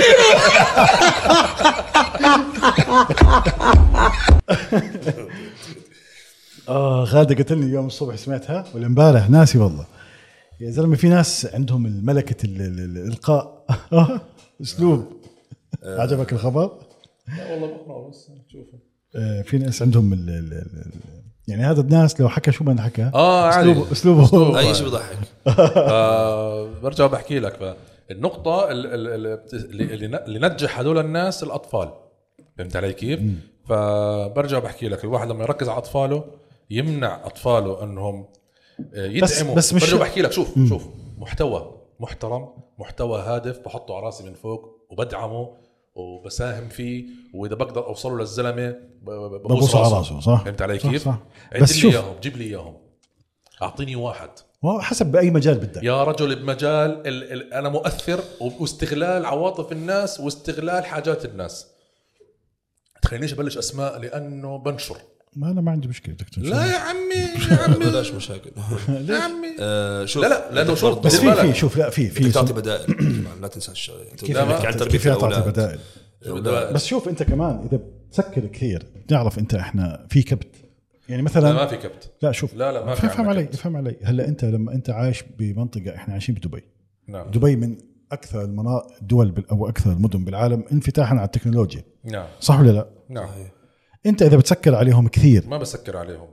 غادة قتلني اليوم الصبح سمعتها ولا امبارح ناسي والله. يا زلمة في ناس عندهم الملكة الإلقاء. اسلوب. عجبك الخبر؟
لا والله بقرأ بس شوفه.
في ناس عندهم يعني هذا الناس لو حكى شو ما حكى
اسلوبه اي شيء بضحك.
برجع بحكي لك النقطة اللي نجح هذول الناس الأطفال. فهمت علي كيف؟ فبرجع بحكي لك الواحد لما يركز على أطفاله يمنع أطفاله أنهم يدعموا. بس برجع بحكي لك شوف محتوى محترم، محتوى هادف، بحطه على راسي من فوق وبدعمه وبساهم فيه، وإذا بقدر أوصله للزلمة
ببوس على راسه. صح.
فهمت علي كيف؟
صح.
بس شوف جيب لي إياهم، أعطيني واحد
هو حسب باي مجال بدك
يا رجل بمجال انا مؤثر واستغلال عواطف الناس واستغلال حاجات الناس. تخلينيش ابلش اسماء لانه بنشر.
ما انا ما عندي مشكله دكتور.
لا يا عمي
بلاش مشاكل
يا عمي.
شوف
لا لانه شوف
بس في شوف لا في
تعطي بدائل لا تنسى الشغله.
كيف تعطي بدائل. بس شوف انت كمان اذا بتسكر كثير بتعرف انت احنا في كبت يعني مثلا.
ما في كبت.
لا شوف
لا ما في.
فهم علي هلا انت لما انت عايش بمنطقه احنا عايشين بدبي.
نعم.
دبي من اكثر الدول او اكثر المدن بالعالم انفتاحا على التكنولوجيا.
نعم.
صح ولا لا؟
نعم.
انت اذا بتسكر عليهم كثير.
ما بسكر عليهم.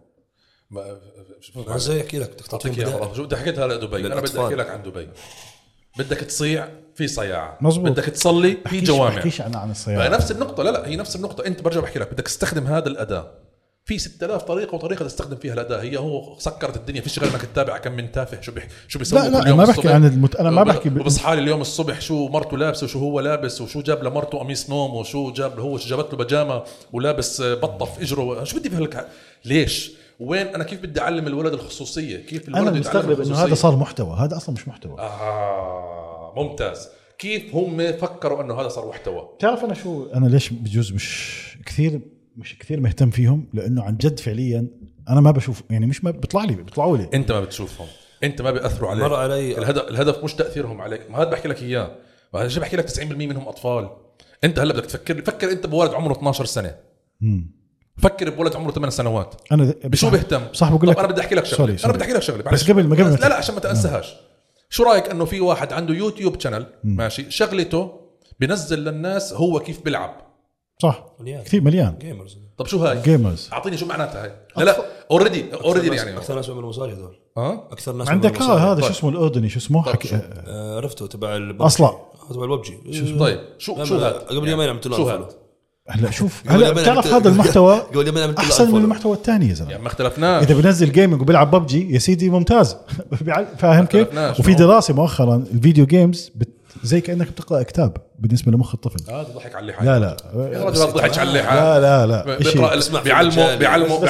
زي احكي لك
تعطيك اياها. شو بدي حكيتها لدبي. انا بدي احكي لك عن دبي. بدك تصيع في صياعه.
مزبوط.
بدك تصلي في جوامع.
احكيش عن الصياعه.
نفس النقطه. لا هي نفس النقطه. انت برجع بحكي لك بدك تستخدم هذا الاداء في 6000 طريقه وطريقه تستخدم فيها الاداء. هي هو سكرت الدنيا. فيش غير انك تتابع كم من تافه شو بيسوي.
لا ما بحكي عن انا ما بحكي
بصحى لي اليوم الصبح شو مرته لابسه وشو هو لابس وشو جاب لمرته قميص نوم وشو جاب هو شو جابت له بيجامه ولابس بطه في اجره. شو بدي بهلك ليش وين انا كيف بدي اعلم الولد الخصوصيه كيف الولد
انا مستغرب انه هذا صار محتوى. هذا اصلا مش محتوى.
ممتاز. كيف هم فكروا انه هذا صار محتوى.
تعرف انا شو انا ليش بجوز مش كثير مهتم فيهم لانه عن جد فعليا انا ما بشوف يعني مش ما بيطلعوا لي.
انت ما بتشوفهم. انت ما بيأثروا عليك.
مر علي
الهدف مش تأثيرهم عليك. ما هذا بحكي لك اياه. ما هذا بحكي لك 90% منهم اطفال. انت هلا بدك فكر انت بولد عمره 12 سنه. فكر بولد عمره 8 سنوات.
انا
بشو بهتم.
صح بقول لك
انا بدي احكي لك شغله. انا بدي احكي لك شغله
بس قبل ما
لا عشان ما تنساهاش. شو رايك انه في واحد عنده يوتيوب شانل ماشي شغلته بينزل للناس هو كيف بيلعب.
صح كثير مليان
جيمرز.
طب شو هاي
جيمرز
اعطيني شو معناتها هاي. لا اوريدي يعني
اكثر ناس بيعملوا مصاري هذول. اكثر ناس
عندك هذا شو اسمه الاردني شو اسمه
عرفته تبع
اصلا
تبع الببجي.
طيب شو هذا
قبل يومين عملت له
شو
هلا شوف هلا بتعرف هذا المحتوى احسن من المحتوى الثاني يا زلمه.
يعني ما اختلفناش.
اذا بنزل جيمنج وبيلعب ببجي يا سيدي ممتاز. فاهم كيف. وفي دراسه مؤخرا الفيديو جيمز زي كانك بتقرا كتاب بالنسبه لمخ الطفل.
هذا ضحك على اللحى.
لا
يا رجل ضحك على اللحى.
لا
بيقرا بيعلموا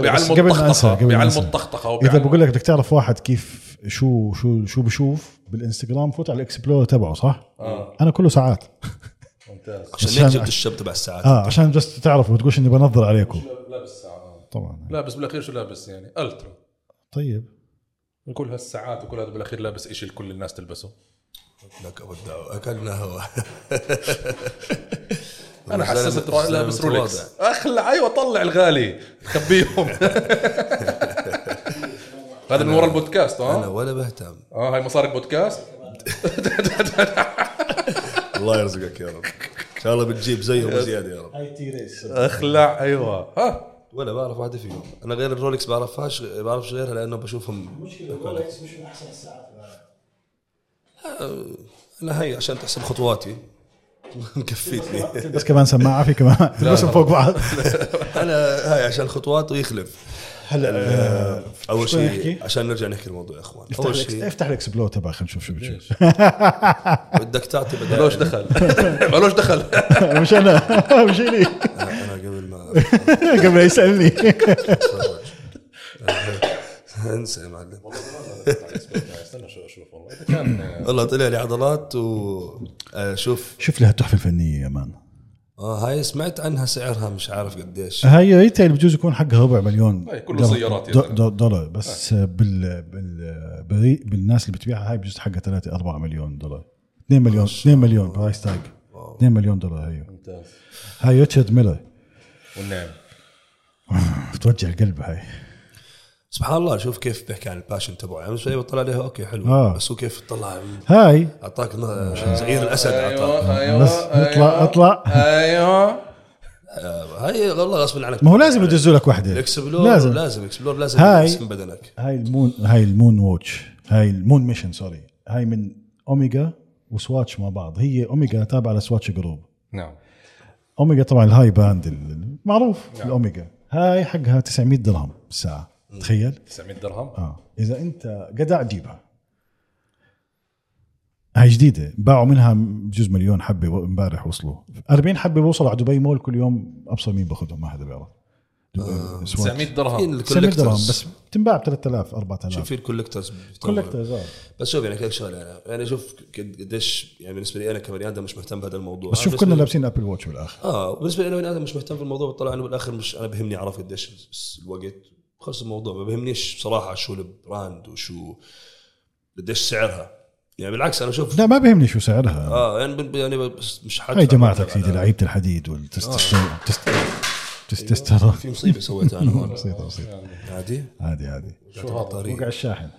الطخطخه.
اذا بقول لك بدك تعرف واحد كيف شو بشوف بالانستغرام فوت على الاكسبلور تبعه صح. انا كله ساعات
ممتاز عشان جبت الشب تبع الساعات.
عشان بس تعرف ما تقولش اني بنظر عليكم.
لابس ساعه
طبعا
لابس بالاخير شو لابس يعني الترا.
طيب
كل هالساعات وكل هذا بالاخير لابس إشي كل الناس تلبسه.
لك اكلنا هوا.
انا حسست لابس رولكس. اخلع ايوه طلع الغالي خبيهم. هذا من ورا البودكاست.
انا ولا بهتم.
هاي مصاري البودكاست.
الله يرزقك يا رب ان شاء الله بتجيب زيهم وزياده يا رب.
اي تي ريس
اخلع ايوه.
ولا بعرف واحده فيهم. انا غير الرولكس بعرفش غيرها لانه بشوفهم.
الرولكس مش من احسن الساعات.
انا هي عشان تحسب خطواتي مكفيتني.
بس كمان سماعه في كمان بس فوق بعض.
انا هاي عشان خطوات ويخلف.
هلا
اول شيء عشان نرجع نحكي الموضوع يا اخوان.
اول شيء افتح الاكسبلور تبع خلينا نشوف شو بتشوف.
بدك تعطي
مالوش دخل. مالوش دخل.
مش انا مش لي.
انا قبل
ما يسالني
انسى يا معلم.
استنى شوف والله كان
والله طلع لي عضلات شوف
لها تحفه فنيه يا مان.
هاي سمعت عنها سعرها مش عارف قديش.
هاي ريتيل بجوز يكون حقها $250,000
هاي كله سيارات
دولار بس. بالناس اللي بتبيعها هاي بجوز حقها $3-4 مليون. 2 مليون برايس تاج. $2 مليون هي.
ممتاز.
هاي ريتشارد ميلر
والنعم.
توجع القلب هاي.
سبحان الله. شوف كيف بيحكي عن الباشن تبعه. يعني شوي بطلع عليها اوكي حلو. بس هو كيف طلع
هاي
اعطاك زعير الاسد.
أيوة.
بس اطلع
ايوه
هاي والله غصب عنك.
ما هو لازم يدزوا لك واحده.
لازم اكسبلور لازم اسم بدنك.
هاي المون ووتش. هاي المون ميشن سوري. هاي من اوميجا وسواتش مع بعض. هي اوميجا تابعه لسواتش جروب.
نعم.
اوميجا طبعا الهاي باند المعروف. نعم. الاوميجا هاي حقها $900 بالساعه. تخيل
$900.
اذا انت قدع جيبها. هاي جديده باعوا منها بجوز 1,000,000 حبه امبارح. وصلوا 40 حبه بوصلوا على دبي مول كل يوم. ابصر مين باخذهم ما حدا بيعرف.
900 درهم
900 درهم بس تنباع ب 3000
شوف
4000
في الكولكترز
كولكترز.
شوف يعني كيف شغله يعني شوف قديش يعني بالنسبه لي انا كبني ادم مش مهتم بهذا الموضوع.
بس شوف كنا لابسين ابل واتش بالاخر.
بالنسبه لي انا بني ادم مش مهتم في الموضوع طلع انه بالاخر مش انا بهمني اعرف قديش بس الوقت خلص الموضوع ما بهمنيش بصراحه شو البراند وشو قديش سعرها يعني بالعكس انا شوف
لا ما بيهمني شو سعرها
يعني بس مش حد
هاي جماعتك سيدي لعيبه الحديد تستستر
في مصيبه سويتها انا هون
بسيطه عادي
شو هذا
وقع الشاحن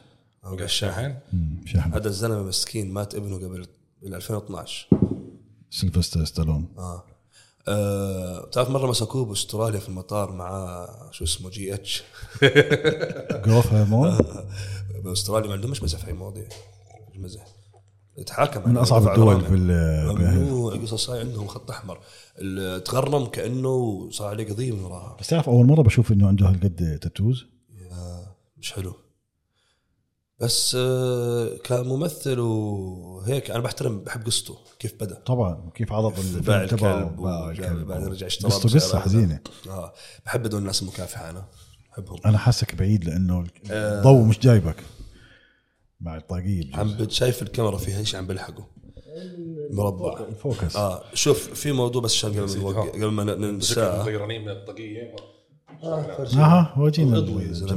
هذا الزلمه مسكين مات ابنه قبل 2012
سيلفستر ستالون.
تعرف مره مسكوه باستراليا في المطار مع شو اسمه جي اتش
جروث هرمون
باستراليا ما عندهمش مزح في هاي المواضيع مزح يتحاكم
من اصعب الدول في
قصص هاي عندهم خط احمر تغرم كانه صار عليه قضيه من وراها.
بس تعرف اول مره بشوف انه عنده هالقد تاتوز
مش حلو بس كممثل وهيك انا بحب قصته كيف بدا
طبعا كيف عضب
الفيلم تبعه بعد رجع اشترى
قصه حزينه.
بحب هدول الناس المكافحه انا بحبهم.
انا حاسك بعيد لانه الضوء مش جايبك مع الطاقية
عم شايف الكاميرا فيها ايش عم بلحقه مربع
الفوكس.
شوف في موضوع بس عشان قبل ما ننسى
غيرانين من الطاقية
وجينا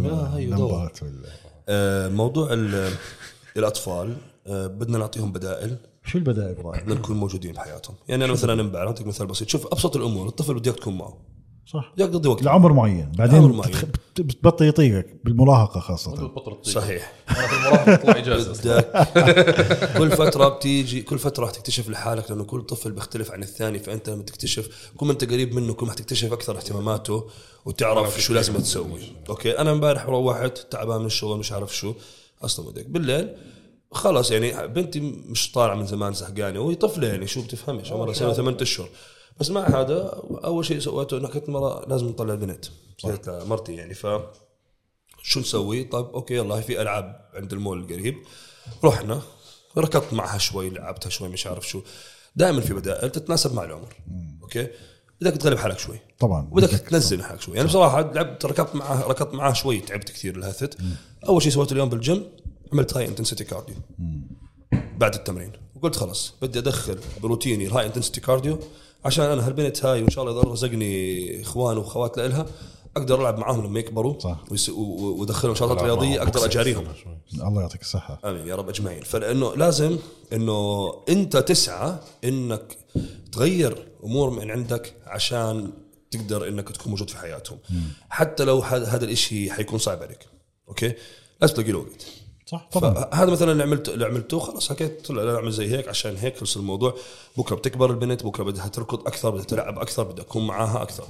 موضوع الأطفال بدنا نعطيهم بدائل.
شو البدائل؟
بدنا نكون موجودين بحياتهم. يعني أنا مثلا امبارح أعطيك مثال بسيط. شوف أبسط الأمور الطفل بدك تكون معه
صح
بدك تقضي وقت
لعمر معين بعدين بتبطل يطيقك بالمراهقة خاصة.
صحيح
أنا في المراهقة أطلع إجازة
كل فترة بتيجي كل فترة راح تكتشف لحالك لأنه كل طفل بيختلف عن الثاني. فأنت لما تكتشف كل ما أنت قريب منه كل ما تكتشف أكثر اهتماماته وتعرف شو لازم تسوي. أوكي أنا امبارح روحت تعبان من الشغل مش عارف شو أصلا بدك بالليل خلاص يعني بنتي مش طالعة من زمان زهقانة وهي طفلة يعني شو بتفهمش عمرها سنة 8 أشهر. بس مع هذا أول شيء سويته إنه كنت مرة لازم نطلع البنت قلت مرتي يعني شو نسوي طيب أوكي يلا في ألعاب عند المول القريب رحنا ركضت معها شوي لعبتها شوي مش عارف شو. دائما في بدائل تتناسب مع العمر. أوكي بدك تغلب حالك شوي
طبعا
بدك تنزل حالك شوي. يعني بصراحة لعبت ركضت معها شوي تعبت كثير الهثت. أول شيء سويته اليوم بالجيم عملت هاي انتنسيتي كارديو بعد التمرين وقلت خلاص بدي أدخل بروتيني الهاي انتنسيتي كارديو عشان أنا هالبنت هاي وإن شاء الله إذا رزقني إخوان وخوات لإلها أقدر ألعب معهم لما يكبروا ودخلهم شاطات رياضية أقدر أجاريهم.
الله يعطيك الصحة
آمين يا رب أجمعين. فلأنه لازم إنه أنت تسعى إنك تغير أمور من عندك عشان تقدر إنك تكون موجود في حياتهم. حتى لو هذا الإشي حيكون صعب عليك أوكي لازم تلاقي له وقت.
صح طبعا.
هذا مثلا اللي عملته خلاص حكيت طلع اعمل زي هيك عشان هيك خلص الموضوع. بكره بتكبر البنت بكره بدها تركض اكثر بدها تلعب اكثر بدها اكون معاها اكثر.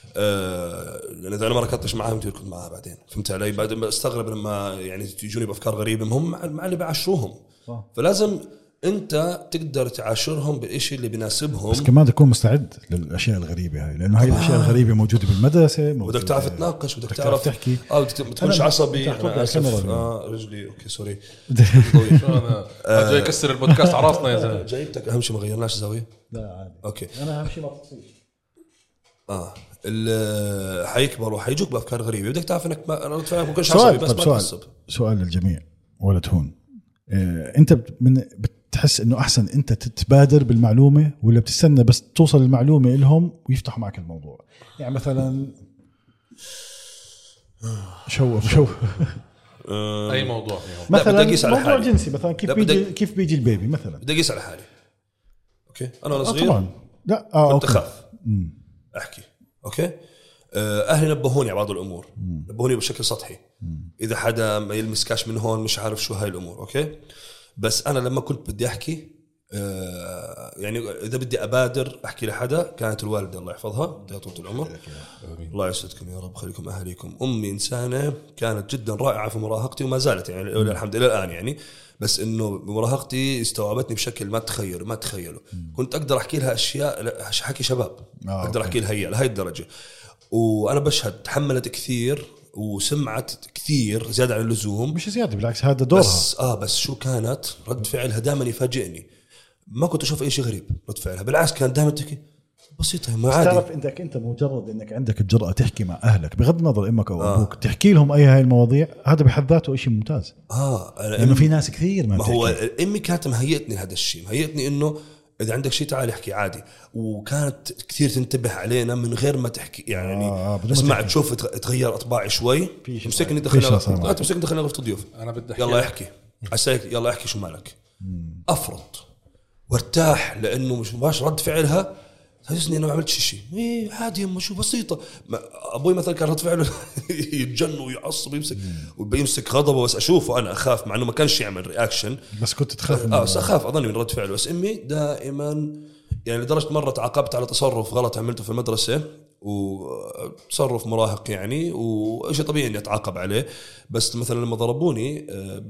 لان اذا انا ما ركضتش معاها بدي اركض معاها بعدين فهمت علي. بعدين بستغرب لما يعني تجوني بافكار غريبه هم مع اللي بعاشروهم. فلازم انت تقدر تعاشرهم بالشيء اللي بيناسبهم
بس كمان تكون مستعد للاشياء الغريبه هاي لانه هاي الاشياء الغريبه موجوده بالماده
بدك تعرف تناقش بدك تعرف
تحكي
ما تكونش عصبي. رجلي اوكي سوري
انا جاي يكسر البودكاست على راسنا يا زلمه.
جايبتك اهم شيء ما غيرناش زاويه.
لا عادي
اوكي
انا اهم شيء ما تصير
حيكبروا حيجوك بافكار غريبه بدك تعرف انك ما تكونش عصبي بس ما تعصب.
سؤال للجميع ولا تهون انت بتحس انه احسن انت تتبادر بالمعلومه ولا بتستنى بس توصل المعلومه لهم ويفتحوا معك الموضوع؟ يعني مثلا شو
اي موضوع
مثلا موضوع جنسي مثلا كيف بيجي البيبي مثلا
بدي اقيس على حالي. اوكي انا وانا صغير
طبعا لا
كنت اخاف احكي اوكي اهلي نبهوني على بعض الامور نبهوني بشكل سطحي اذا حدا ما يلمسكاش من هون مش عارف شو هاي الامور اوكي. بس انا لما كنت بدي احكي يعني اذا بدي ابادر احكي لحدا كانت الوالده الله يحفظها يا طول العمر الله يسعدكم يا رب خليكم اهاليكم. امي انسانه كانت جدا رائعه في مراهقتي وما زالت يعني الحمد لله الان يعني. بس انه بمراهقتي استوعبتني بشكل ما تخيلوا. كنت اقدر احكي لها اشياء حكي شباب اقدر احكي لها هي لهي الدرجه. وانا بشهد تحملت كثير وسمعت كثير زيادة عن اللزوم.
مش زيادة بالعكس هذا دورها.
بس شو كانت رد فعلها دائما يفاجئني. ما كنت أشوف أي شيء غريب رد فعلها بالعكس كان دائما تحكي بسيطه ما عادي.
تعرف انت مجرد انك عندك الجرأة تحكي مع اهلك بغض النظر امك او ابوك تحكي لهم اي هاي المواضيع، هذا بحد ذاته شيء ممتاز. لانه في ناس كثير ما
هو امي كانت مهيئتني هذا الشيء، مهيئتني انه اذا عندك شيء تعال احكي عادي، وكانت كثير تنتبه علينا من غير ما تحكي يعني اسمع تشوف تغير اطباعي شوي مسكني دخلنا غرفه ضيوف،
انا بدي
يلا احكي عساك يلا احكي شو مالك. افرط وارتاح لانه مش رد فعلها حسسني انه ما عملتش شيء. ايه عادي يما شو بسيطه. ابوي مثلا كان رد فعله يتجن ويعصب ويمسك غضبه، بس اشوفه انا اخاف مع انه ما كانش يعمل رياكشن،
بس كنت تخاف
بس اخاف اظني من رد فعله. بس امي دائما يعني لدرجه مره تعاقبت على تصرف غلط عملته في المدرسه، وتصرف مراهق يعني، وشيء طبيعي اني اتعاقب عليه. بس مثلا لما ضربوني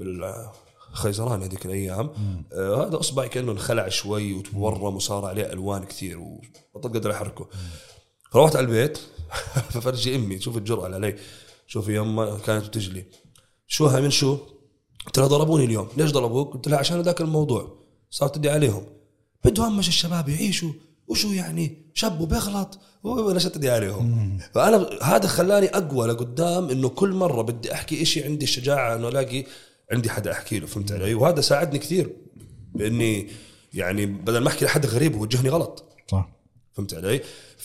خيزران هذيك الايام، هذا اصبعي كانه انخلع شوي وتورم وصار عليه الوان كثير وبطلت قادر احركه. فروحت على البيت ففرجي امي شوف الجرأة علي، شوفي يما كانت بتجلي شو هاي من شو، قلت لها ضربوني اليوم. ليش ضربوك؟ قلت لها عشان ذاك الموضوع صارت تدي عليهم، بدهم مش الشباب يعيشوا وشو يعني شاب وبيغلط ولا تدي عليهم. فانا هذا خلاني اقوى لقدام، انه كل مره بدي احكي إشي عندي الشجاعه انه الاقي عندي حدا احكي له. فهمت علي؟ وهذا ساعدني كثير باني يعني بدل ما احكي لحد غريب ووجهني غلط.
صح.
فهمت علي؟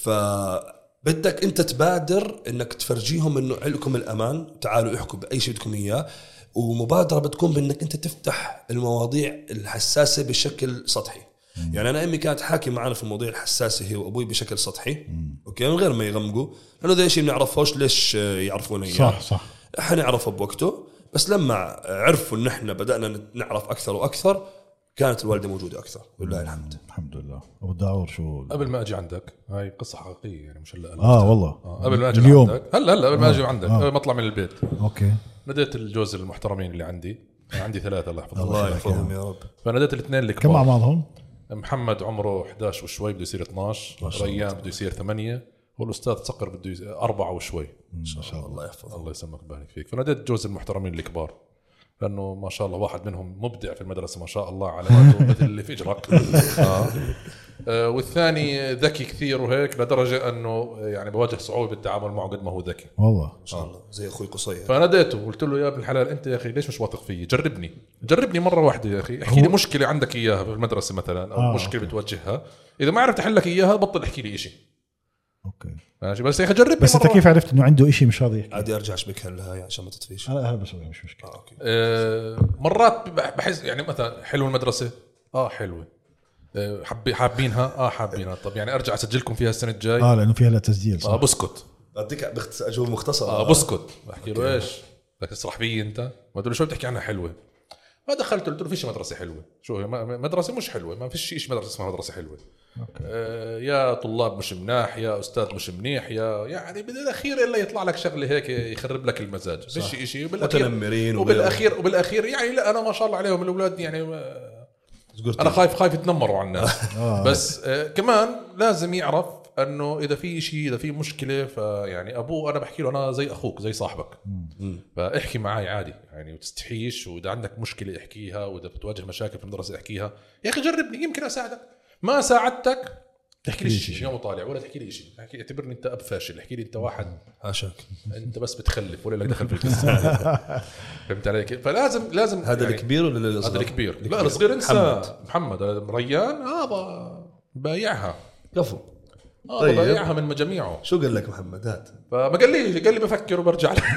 فبدك انت تبادر انك تفرجيهم انه عليكم الامان، تعالوا احكوا باي شيء بدكم اياه. ومبادره بتكون بانك انت تفتح المواضيع الحساسه بشكل سطحي. يعني انا امي كانت حاكي معنا في المواضيع الحساسه هي وابوي بشكل سطحي، اوكي، من غير ما يغمقوا، لانه ده شيء بنعرفوش ليش يعرفونا اياه.
صح
حنعرفه بوقته. بس لما عرفوا ان احنا بدأنا نعرف اكثر واكثر، كانت الوالده موجوده اكثر والله الحمد.
الحمد لله. ابو داور شو
قبل ما اجي عندك، هاي قصه حقيقيه يعني مش هلا
والله
قبل ما اجي
اليوم
عندك هلا قبل ما اجي عندك قبل ما اطلع من البيت،
اوكي،
ناديت الجوز المحترمين اللي عندي 3 الله يحفظهم
الله يحفظهم يا رب.
فناديت الاثنين اللي
كم اعمارهم؟
محمد عمره 11 وشوي بده يصير 12، ريان بده يصير 8، والأستاذ صقر بده 4 وشوي.
إن شاء الله يحفظه.
الله يسلمك ويبارك فيك. فناديت جوز المحترمين الكبار، لأنه ما شاء الله واحد منهم مبدع في المدرسة ما شاء الله، علاماته مثل اللي في إجرك. والثاني ذكي كثير وهيك لدرجة أنه يعني بواجه صعوبة بالتعامل معه قد ما هو ذكي.
والله
إن شاء الله زي أخوي قصير.
فناديته وقلت له يا ابن الحلال أنت يا أخي ليش مش واثق فيي؟ جربني مرة واحدة يا أخي، احكي لي مشكلة عندك إياها في المدرسة مثلا، أو مشكلة بتواجهها، إذا ما عرفت أحلك إياها بطل احكي لي إشي.
اوكي
ماشي، بس يا اخي جربني.
بس انت كيف عرفت انه عنده إشي مش راضي يحكي؟
عادي ارجع اشبك هلا عشان ما تطفيش.
انا بسويها مش مشكله.
اوكي.
مرات بحس يعني مثلا حلو المدرسه، حلوه، حابينها، حابينها. طب يعني ارجع اسجلكم فيها السنه الجاي؟
لانه فيها لا تسجيل. صح.
بسكت
بديك اجوبه مختصره.
بسكت بحكي له ايش بدك تسرح بي انت؟ ما تقول له شو بتحكي عنها حلوه؟ ما دخلت قلت له فيش مدرسه حلوه. شو هي مدرسه مش حلوه، ما فيش شيء مدرسه اسمها مدرسه حلوه. يا طلاب مش مناح، يا استاذ مش منيح، يعني بالاخير الا يطلع لك شغله هيك يخرب لك المزاج. فيش شيء وبالاخير يعني لا انا ما شاء الله عليهم الاولاد يعني انا خايف يتنمروا على الناس. بس كمان لازم يعرف انه اذا في شيء، اذا في مشكله، فيعني ابوه انا بحكي له انا زي اخوك زي صاحبك، فاحكي معي عادي يعني وتستحيش، واذا عندك مشكله احكيها، واذا بتواجه مشاكل في المدرسه احكيها. يا اخي جربني يمكن اساعدك. ما ساعدتك تحكي لي شيء يوم طالع ولا تحكي لي شيء، احكي اعتبرني انت اب فاشل، احكي لي انت واحد
عاشك
انت بس بتخلف ولا لك دخل في القصه. فهمت علي كيف؟ فلازم
هذا يعني الكبير ولا الصغير؟
هذا الكبير. لا الصغير انسى محمد ريان هذا بايعها
كفو.
طيب. بايعها من مجاميعه.
شو قال لك محمد؟ هات.
فما قال لي بفكر وبرجع لك.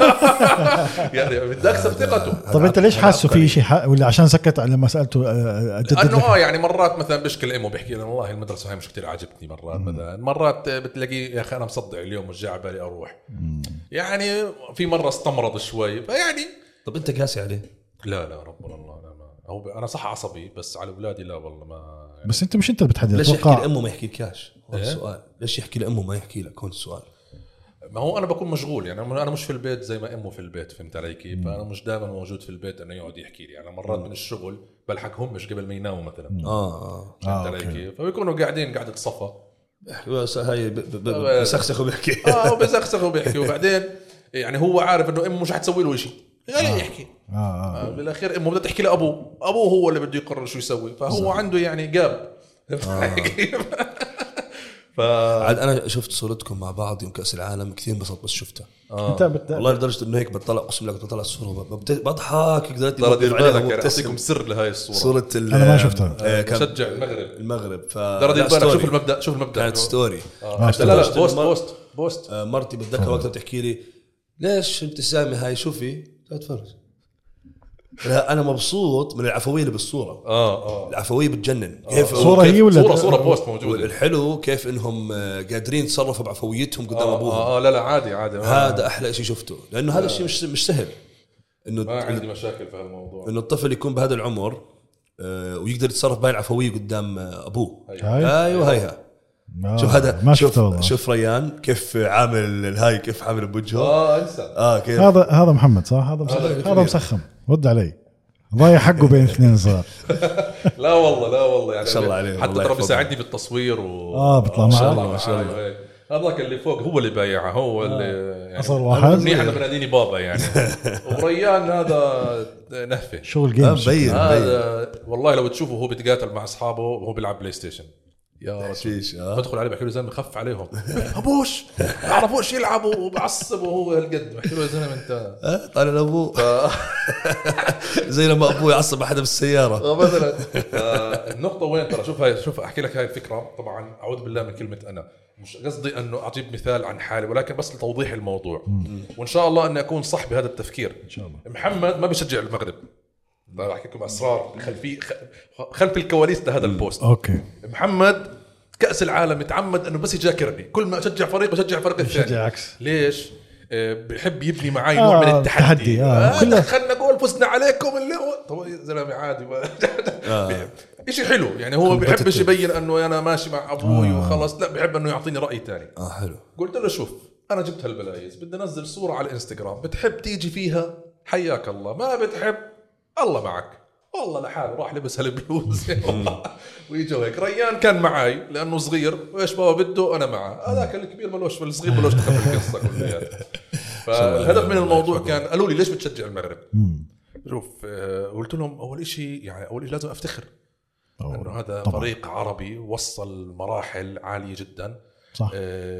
يعني بدي اكسب ثقته.
طب انت ليش حاسه في شيء ولا عشان سكت لما سالته؟
انه يعني مرات مثلا بشكل امه بيحكي لي والله المدرسه هاي مش كتير عجبتني. مرات بتلاقي يا اخي انا مصدع اليوم مش جاي على بالي اروح. يعني في مره استمرض شوي فيعني.
طب انت قاسي عليه؟
لا ربنا الله انا صح عصبي بس على اولادي لا والله ما يعني.
بس انت مش انت اللي بتحدد.
ليش يحكي لامه ما يحكيلكاش؟ هذا السؤال. ليش يحكي لامه ما يحكي لك؟ هون السؤال.
ما هو انا بكون مشغول يعني انا مش في البيت زي ما امه في البيت. فهمت علي كيف؟ فانا مش دائما موجود في البيت انه يقعد يحكي لي. يعني مرات من الشغل بلحقهم مش قبل ما يناموا مثلا. فهمت علي كيف؟ فبيكونوا قاعدين قاعده صفا
هاي بسخسخ وبيحكي.
بسخسخ وبيحكي. وبعدين يعني هو عارف انه امه مش حتسوي له شيء يعني يحكي. بالاخير امه بدها تحكي لابوه، ابوه هو اللي بده يقرر شو يسوي. فهو عنده يعني جاب.
عاد انا شفت صورتكم مع بعض يوم كاس العالم كثير انبسطت بس شفتها.
والله
لدرجه انه هيك بطلع اقسم لك بطلع الصوره بضحك قدرت
ترى دير بالك يعني اعطيكم سر لهاي الصوره.
صوره
انا ما شفتها.
مشجع المغرب
ترى
دير بالك شوف المبدا
كانت ستوري.
لا بوست
مرتي بتذكر وقتها بتحكي لي ليش ابتسامه هاي شوفي تتفرج. انا مبسوط من العفويه اللي بالصوره. العفويه بتجنن. كيف
صوره هي ولا
صوره بوست موجوده.
الحلو كيف انهم قادرين يتصرفوا بعفويتهم قدام ابوهم.
لا عادي
هذا احلى شيء شفته لانه هذا الشيء مش سهل انه
ما عندي مشاكل في هالموضوع
انه الطفل يكون بهذا العمر ويقدر يتصرف بهاي العفويه قدام ابوه. ايوه هيها شوف هذا
ما
شوف ريان كيف عامل الهاي كيف عامل بوجهه.
انسى
كيف
هذا محمد صح. هذا مسخم رد علي ضايع حقه بين اثنين صغار.
لا والله يعني
ما شاء الله عليه
حتى ترى بيساعدني بالتصوير
بيطلع معه
ما شاء الله.
هذاك اللي فوق هو اللي بايعه هو اللي يعني
اصل واحد
منيح انا بناديني بابا يعني. وريان هذا نهفه
شغل جيم
هذا والله لو تشوفه هو بيتقاتل مع اصحابه وهو بيلعب بلاي ستيشن يا رجل بدخل عليه بحكي له زلمه خف عليهم ابوش يعرفوش يلعبوا وبعصب وهو هالقد بحكي له يا زلمه انت
طالع لابوه زي لما ابوه يعصب احد بالسياره
مثلا. النقطه وين ترى شوف احكي لك هاي الفكره. طبعا اعوذ بالله من كلمه انا مش قصدي انه اجيب مثال عن حالي ولكن بس لتوضيح الموضوع وان شاء الله اني اكون صح بهذا التفكير ان شاء الله. محمد ما بيشجع المغرب. بدي احكي لكم اسرار خلف الكواليس لهذا البوست.
اوكي.
محمد كأس العالم يتعمد انه بس يجاكرني كل ما اشجع فريق بشجع الفريق الثاني.
عكس
ليش؟ بيحب يبني معي نوع من التحدي. خلنا نقول فزنا عليكم اللي هو طبعا زلمه عادي إشي حلو يعني. هو بيحبش يبين انه انا ماشي مع ابوي وخلص لا بيحب انه يعطيني رأي تاني.
حلو.
قلت له شوف انا جبت هالبلايز بدي انزل صورة على الانستغرام بتحب تيجي فيها حياك الله ما بتحب الله معك. والله لحاله راح لبس هالبلوز ويجوا هيك. ريان كان معي لانه صغير وايش بابا بده انا معه. هذاك الكبير ملوش الصغير ملوش دخل في القصه كلها. فالهدف من الموضوع كان قالوا لي ليش بتشجع المغرب. شوف قلت لهم اول شيء لازم افتخر انه هذا فريق عربي وصل مراحل عاليه جدا
صح.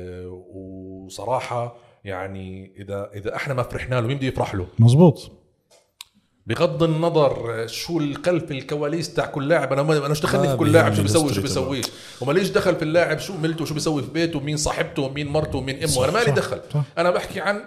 وصراحه يعني اذا احنا ما فرحنا له مين بده يفرح له.
مزبوط.
بغض النظر شو الخلف الكواليس تاع كل لاعب. انا مش دخلني في كل لاعب شو بيسوي شو بيسويش وما ليش دخل في اللاعب شو ملته شو بيسوي في بيته ومين صاحبته ومين مرته ومين امه. انا مالي دخل. انا بحكي عن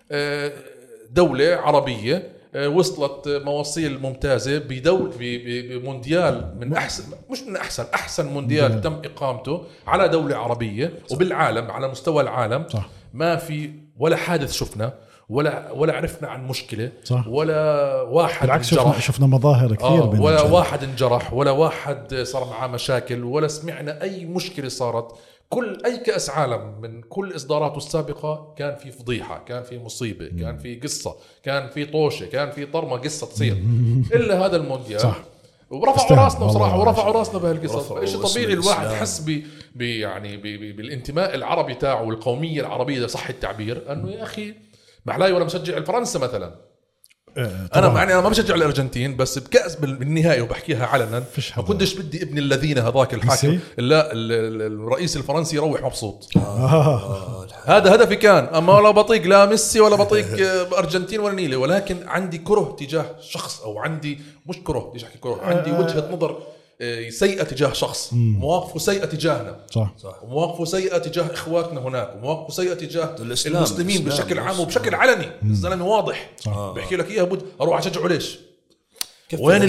دولة عربية وصلت مواصيل ممتازة بمونديال من أحسن مش من أحسن مونديال تم إقامته على دولة عربية وبالعالم على مستوى العالم. ما في ولا حادث شفنا ولا عرفنا عن مشكلة. ولا واحد
بالعكس شفنا مظاهر كثير
ولا واحد انجرح ولا واحد صار معاه مشاكل ولا سمعنا أي مشكلة صارت. كل أي كأس عالم من كل إصداراته السابقة كان في فضيحة كان في مصيبة كان في قصة كان في طوشة كان في طرمة قصة تصير إلا هذا المونديال. صح. ورفعوا راسنا بصراحة ورفعوا راسنا بهالقصص. إيش طبيعي الواحد حس يعني بالانتماء العربي تاعه والقومية العربية إذا صح التعبير أنه يا أخي محلاي ولا مشجع الفرنسا مثلا. انا ما بشجع الارجنتين بس بكأس بالنهايه وبحكيها علنا ما كنتش بدي ابن الذين هذاك الحاكم لا الرئيس الفرنسي يروح مبسوط. هذا هدفي كان. اما ولا بطيق لا ميسي ولا بطيق ارجنتين ولا نيله ولكن عندي كره تجاه شخص او عندي مش كره ليش احكي كره عندي وجهه نظر سيئة تجاه شخص. مواقفه سيئة تجاهنا صح. ومواقفه سيئة تجاه إخواتنا هناك ومواقفه سيئة تجاه المسلمين بشكل عام وبشكل علني. الزلمة واضح بيحكي لك إياه أروح أشجعه ليش وين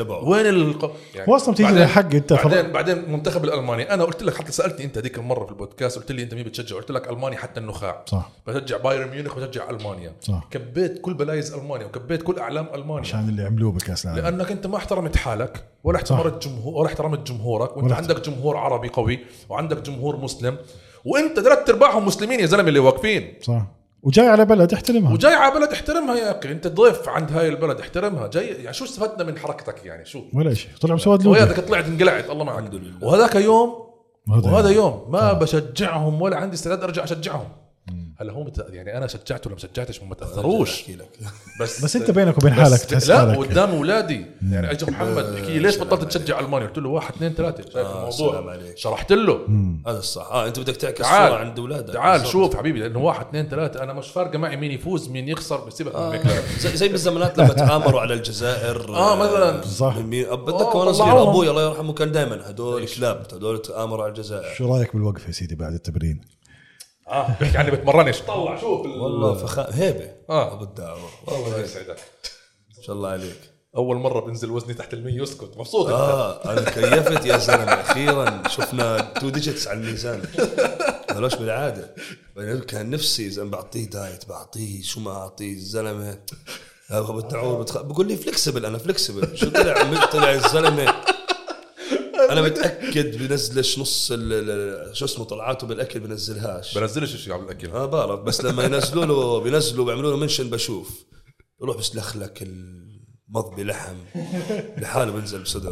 يعني اصلا تيجي لحق انت
بعدين منتخب الالماني انا قلت لك حتى سالتني انت هذيك المره في البودكاست قلت لي انت مين بتشجع قلت لك المانيا حتى النخاع صح. بشجع بايرن ميونخ وبشجع المانيا صح. كبيت كل بلايز المانيا وكبيت كل اعلام المانيا
عشان اللي عملوه بكاس العالم
لانك انت ما احترمت حالك ولا احترمت جمهورك وانت عندك جمهور عربي قوي وعندك جمهور مسلم وانت 3/4 مسلمين يا زلمه اللي واقفين
صح وجاي على بلد احترمها يا اخي. انت ضيف عند هاي البلد احترمها. جاي يعني شو استفدنا من حركتك يعني شو ولا شيء طلع مسود لوجه
وياك طلعت انقلعت الله معك. وهذاك يوم وهذا يوم ما بشجعهم ولا عندي استعداد ارجع اشجعهم. هلا هو يعني انا شجعته ولا ما شجعتش ما تاثروش،
بس انت بينك وبين حالك تحس
لا
حالك.
قدام اولادي يعني اجى محمد بحكي لي ليش بطلت تشجع المانيا؟ قلت له 1 2 3 شايف الموضوع، شرحت له
هذا الصح. انت بدك تعكس صوره عند اولادك.
تعال شوف حبيبي، لانه 1 2 3 انا مش فارقه معي مين يفوز مين يخسر، بسيبك من ميكلر.
زي بالزمانات لما تآمروا على الجزائر
مثلا
صح.
بدك وانا صغير ابوي الله يرحمه كان دائما هدول كلاب هدول تآمروا على الجزائر.
شو رايك بالوقفه يا سيدي بعد التمرين؟
بحكي عني بتمرنش طلع شوف
والله هيبه ابو الدعوه
والله يسعدك
ما شاء الله عليك.
اول مره بنزل وزني تحت 100 يسكت مبسوط
انا كيفت يا زلمه اخيرا شفنا 2 ديجيتس على الميزان بلاش بالعاده. كان نفسي زين بعطيه دايت بعطيه شو ما اعطيه الزلمه ابو الدعوه بقول لي فلكسبل انا فلكسبل شو طلع الزلمه انا متاكد بنزلش نص شو اسمه طلعاته بالاكل بنزلش
شيء على الاكل
بعرف بس لما بينزلوا بيعملوا له منشن بشوف يروح بسلخ لك المضبي لحم لحاله بنزل بصدر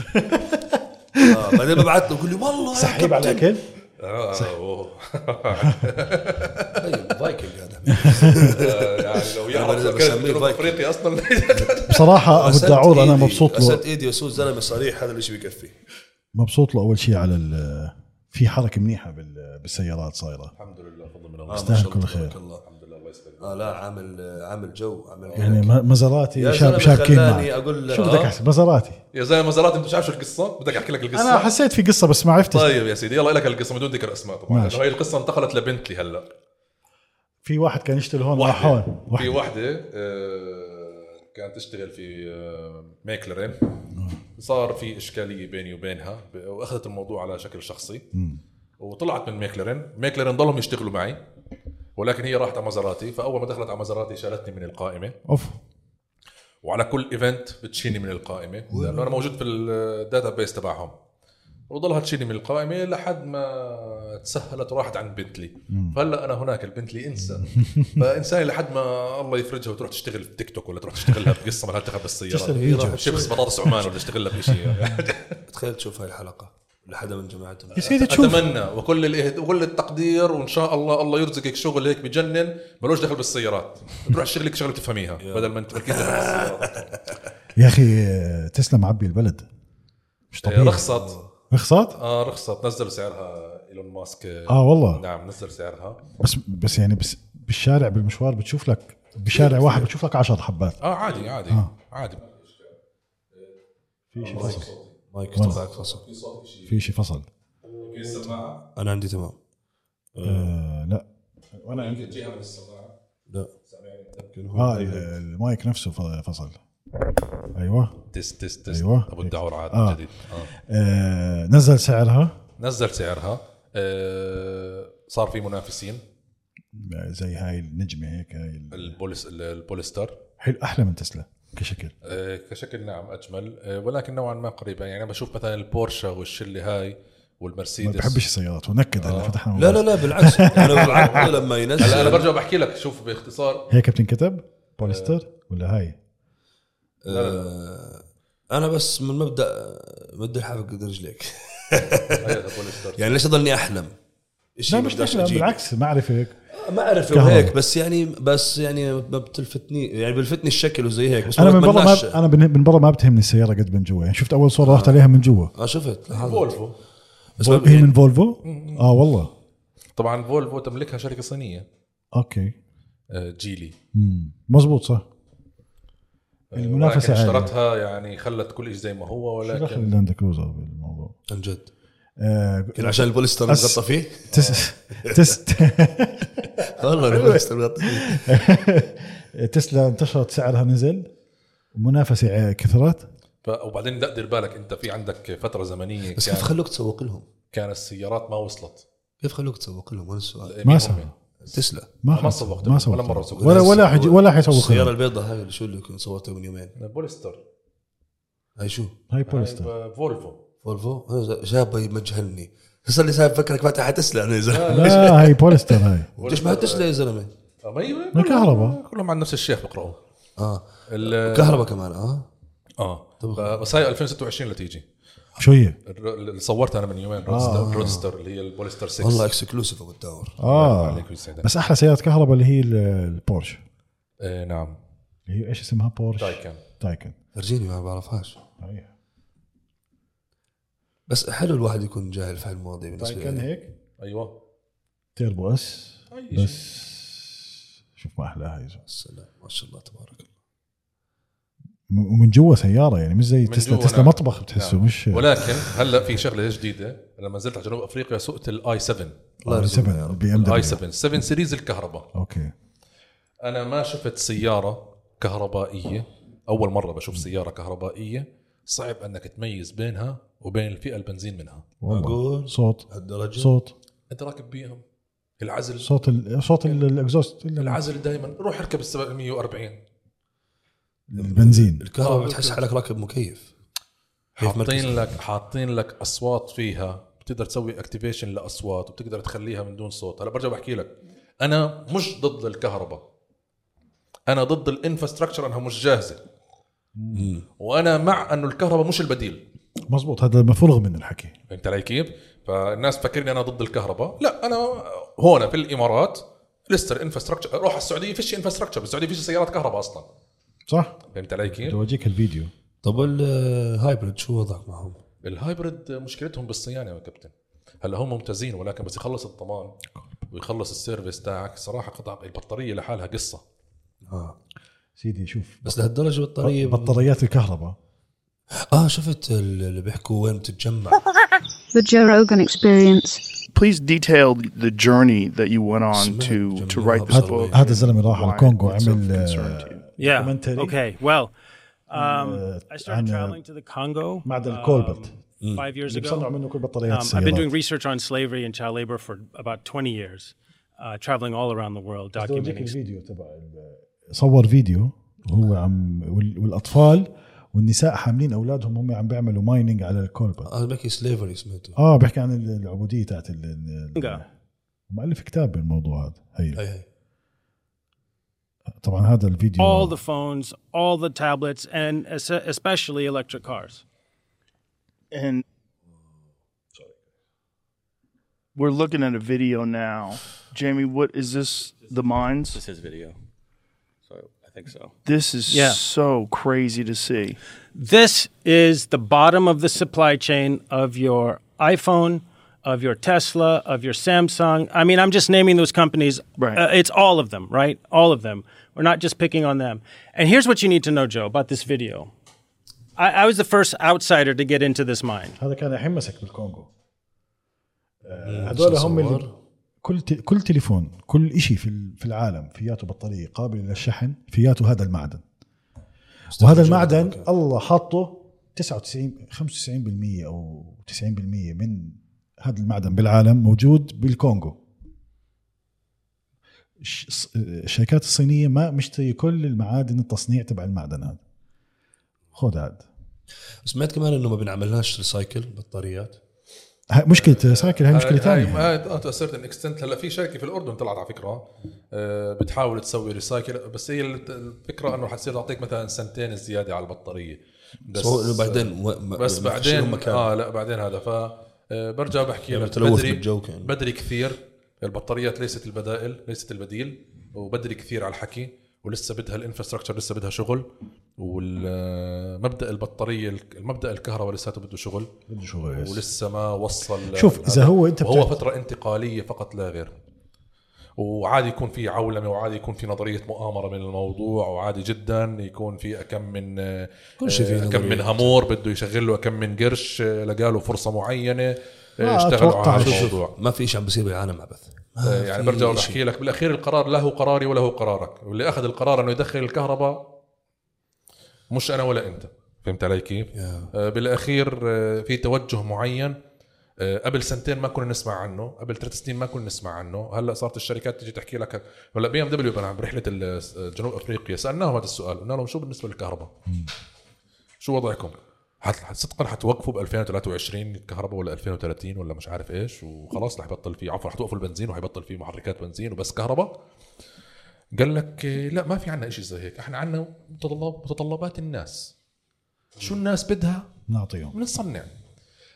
بعدين ببعث له يقول لي والله
سحيب على الاكل
فايكنج هذا
يعني لو يعرف افريقيا اصلا.
بصراحه ابو الداعور انا مبسوط له
اسد ايدي وسود زلمه صريح هذا الشيء بكفي.
مبسوط له اول شيء على في حركه منيحه بالسيارات صايره
الحمد لله فضل من الله
يستاهل كل خير
الحمد لله الله يسلمك.
لا عامل جو
يعني مزاراتي شابكين معي.
اقول
شو بدك احكي مزاراتي
يا زلمه مزاراتي انت مش عارف شو القصه بدك احكي لك القصه.
انا حسيت في قصه بس ما عرفتش.
طيب يا سيدي يلا لك القصه بدون ذكر اسماء طبعا لانه هي القصه انتقلت لبنتلي هلا.
في واحد كان يشتغل هون هون
في واحده كانت تشتغل في ميكلرين صار في اشكاليه بيني وبينها واخذت الموضوع على شكل شخصي وطلعت من ميكلرين ضلهم يشتغلوا معي ولكن هي راحت على مزاراتي. فاول ما دخلت على مزاراتي شالتني من القائمه وعلى كل ايفنت بتشيني من القائمه لانه انا موجود في الداتا بيس تبعهم وضلها تشيني من القائمه لحد ما تسهلت وراحت عند بنتلي. فهلا انا هناك البنتلي انسى فانساني لحد ما الله يفرجها وتروح تشتغل في تيك توك ولا تروح تشتغلها بقصه ما لها دخل بالسياره
هي راح
شيبس بطاطس عمان ولا تشتغلها بشيء.
تخيل تشوف هاي الحلقه لحد من جماعتهم
يا سيدي تشوف.
اتمنى وكل التقدير وان شاء الله يرزقك شغل هيك بجنن ملوش دخل بالسيارات تروح شغلك شغله تفهميها بدل ما انت تركز على السيارات.
يا اخي تسلا معبي البلد مش طبيعي.
رخصت نزل سعرها إيلون ماسك.
والله
نعم نزل سعرها
بس يعني بس بالشارع بالمشوار بتشوف لك بشارع واحد بتشوف لك 10 حبات.
عادي
في شيء فصل
مايك تبعك فصل
في شيء فصل
انا عندي تمام
لا وانا عندي
جهه من السماعه
لا
المايك نفسه فصل. ايوه
تست
أيوة.
ابو الدعور عاد جديد
نزل سعرها
صار في منافسين
زي هاي النجمه هيك هاي
البوليستر
حلو احلى من تسلا
كشكل نعم اجمل ولكن نوعا ما قريبه. يعني انا بشوف مثلا البورشه والشله هاي والمرسيدس
ما بحبش السيارات ونكد هلا فتحنا
لا بالعكس انا لما ينزل
هلا انا برجع بحكي لك شوف باختصار
هيك بتنكتب بوليستر ولا هاي
انا بس من مبدا الحافظ قد رجليك يعني ليش اضلني احلم
لا مش بالعكس ما اعرف هيك
وهيك بس يعني ما بتلفتني يعني بلفتني الشكل وزي هيك بس
انا من برا ما بتهمني السياره قد من جوا. يعني شفت اول صوره رحت عليها من جوا
شفت
فولفو
هي من فولفو والله
طبعا فولفو تملكها شركه صينيه
اوكي
جيلي
مزبوط صح. المنافسه
اشترتها
يعني خلت كل شيء زي ما هو ولكن
شو دخل اللاند كروزر بالموضوع
عن جد عشان البوليستر مغطى فيه والله البوليستر مغطى فيه.
تسلا انتشرت سعرها نزل ومنافسه كثرت
وبعدين دير بالك انت في عندك فتره زمنيه
بس كيف خلوك تسوق لهم
كان السيارات ما وصلت
كيف خلوك تسوق لهم؟ وين السؤال؟
ما سوى
تسلا
ما سوقت ولا مره سوقت
ولا حيسوق
السياره البيضاء هاي اللي شو اللي كنت صورتها من يومين
بوليستر
هاي شو
هاي بوليستر
فولفو جاب يمجهلني صار لي صار فكرك فاتحه تسلا انا يا زلمه
لا هاي بوليستر هاي
ليش ما تسلا يا زلمه
ما
كهرباء
كلهم عن نفس الشيخ بقراوا
الكهرباء كمان
بس هاي 2026 لتيجي
شو هي؟
اللي صورتها انا من يومين رودستر اللي هي البوليستر 6
والله اكسكلوسيف ابو الدور.
بس احلى سيارات كهرباء اللي هي البورش.
نعم
اللي هي ايش اسمها؟ بورش تايكن.
فرجيني ما بعرفهاش. بس حلو الواحد يكون جاهل في المواضيع بالنسبه لي.
تايكن هيك
ايوه
تيربو اس بس شوف ما احلاها.
السلام ما شاء الله تبارك الله.
ومن جوا سياره يعني مش زي تسلا مطبخ بتحسه.
نعم.
مش
ولكن هلا في شغله جديده. لما نزلت على جنوب افريقيا سوقت الاي 7
بي ام
اي 7 سيريز الكهرباء.
اوكي
انا ما شفت سياره كهربائيه. اول مره بشوف سياره كهربائيه صعب انك تميز بينها وبين الفئه البنزين منها.
معقول
صوت
هالدرجه؟
صوت
انت راكب بي ام العزل
صوت الاكزوست
العزل دايما روح اركب ال 140
البنزين.
الكهرباء بتحس حالك راكب مكيف.
حاطين لك اصوات فيها بتقدر تسوي اكتيفيشن لاصوات وبتقدر تخليها من دون صوت. هلا برجع بحكي لك انا مش ضد الكهرباء. انا ضد الانفراستراكشر انها مش جاهزه. وانا مع انه الكهرباء مش البديل.
مزبوط هذا مفروغ من الحكي.
فهمت علي كيف؟ فالناس فكرني انا ضد الكهرباء. لا انا هون في الامارات لسه الانفراستراكشر. روح السعوديه فيش انفراستراكشر. بالسعوديه فيش سيارات كهرباء اصلا.
صح.
فهمت علي كيف؟
بورجيك الفيديو.
طب الهايبريد شو وضعك معهم؟
الهايبريد مشكلتهم بالصيانه يا كابتن. هلا هم ممتازين ولكن بس يخلص الضمان ويخلص السيرفيس تاعك صراحه قطع البطاريه لحالها قصه.
سيدي شوف
بس لهالدرجه
بطاريات الكهرباء.
شفت اللي بيحكوا وين بتتجمع.
The Joe Rogan Experience.
Please detail the journey that you went on to write this book.
هذا الزلمه راح على الكونغو عمل
Yeah. Okay. Well, I started traveling to the Congo.
معدن الكولبرت
5 years ago.
منه كل بطاريات
I've been doing research on slavery and child labor for about 20 years, traveling all around the world, documenting.
الفيديو تبع صور فيديو هو عم والأطفال والنساء حاملين أولادهم هم عم بيعملوا مايننج على الكولبرت.
بحكي سليفري سمعته.
بحكي عن العبودية تاعت مؤلف كتاب بالموضوع هذا. هي طبعا هذا الفيديو.
All the phones, all the tablets, and especially electric cars.
And we're looking at a video now. Jamie, what is this? The mines?
This is video. So I think so.
This is so crazy to see.
This is the bottom of the supply chain of your iPhone, of your Tesla, of your Samsung. I mean, I'm just naming those companies.
Right.
It's all of them, right? All of them. We're not just picking on them. And here's what you need to know, Joe, about this video. I was the first outsider to get into this mine.
هذا كان يحمسك بالكونغو. هذول هم اللي كل تليفون كل إشي في العالم فياته بطارية قابل للشحن فياته هذا المعدن. وهذا المعدن الله حاطه 95% أو 90% من هذا المعدن بالعالم موجود بالكونغو. الشركات الصينية ما مشتري كل المعادن التصنيع تبع المعدن هذا. خذ هذا.
سمعت كمان إنه ما بنعملناش ريسايكل بطاريات.
مشكلة سايكل هاي مشكلة ثانية.
هاي تأثرت الإكستنت. هلا في شركة في الأردن طلعت على فكرة بتحاول تسوي ريسايكل. بس هي الفكرة إنه حتصير تعطيك مثلا سنتين زيادة على البطارية.
بس بعدين
لا بعدين هذا برجع بحكي لك بدري كثير. البطاريات ليست البديل وبدري كثير على الحكي ولسه بدها الانفراستراكشر لسه بدها شغل. والمبدأ البطارية المبدأ الكهرباء لساته بده شغل ولسه ما وصل.
شوف إذا هو
فترة انتقالية فقط لا غير. وعادي يكون في عولمة وعادي يكون في نظرية مؤامرة من الموضوع وعادي جدا يكون في أكم من همور بده يشغل له أكم من قرش لقاله فرصة معينة اشتغلوا على الموضوع.
ما في شيء عم بيصير بالعالم عبث.
يعني برجع بحكي لك بالأخير القرار له قراري وله قرارك. واللي أخذ القرار أنه يدخل الكهرباء مش أنا ولا أنت. فهمت علي كيف؟ بالأخير في توجه معين. قبل سنتين ما كنا نسمع عنه. قبل 3 سنين ما كنا نسمع عنه. هلأ صارت الشركات تيجي تحكي لك. ولا بي ام دبليو كان برحلة جنوب أفريقيا سألناهم هذا السؤال قلنا لهم شو بالنسبة للكهرباء شو وضعكم؟ صدقا حتوقفوا ب 2023 الكهرباء ولا 2030 ولا مش عارف ايش وخلاص رح يبطل فيه عفوا حتوقفوا البنزين وحيبطل فيه محركات بنزين وبس كهرباء. قال لك لا ما في عنا إشي زي هيك. احنا عنا متطلبات الناس. شو الناس بدها
نعطيهم
بنصنع.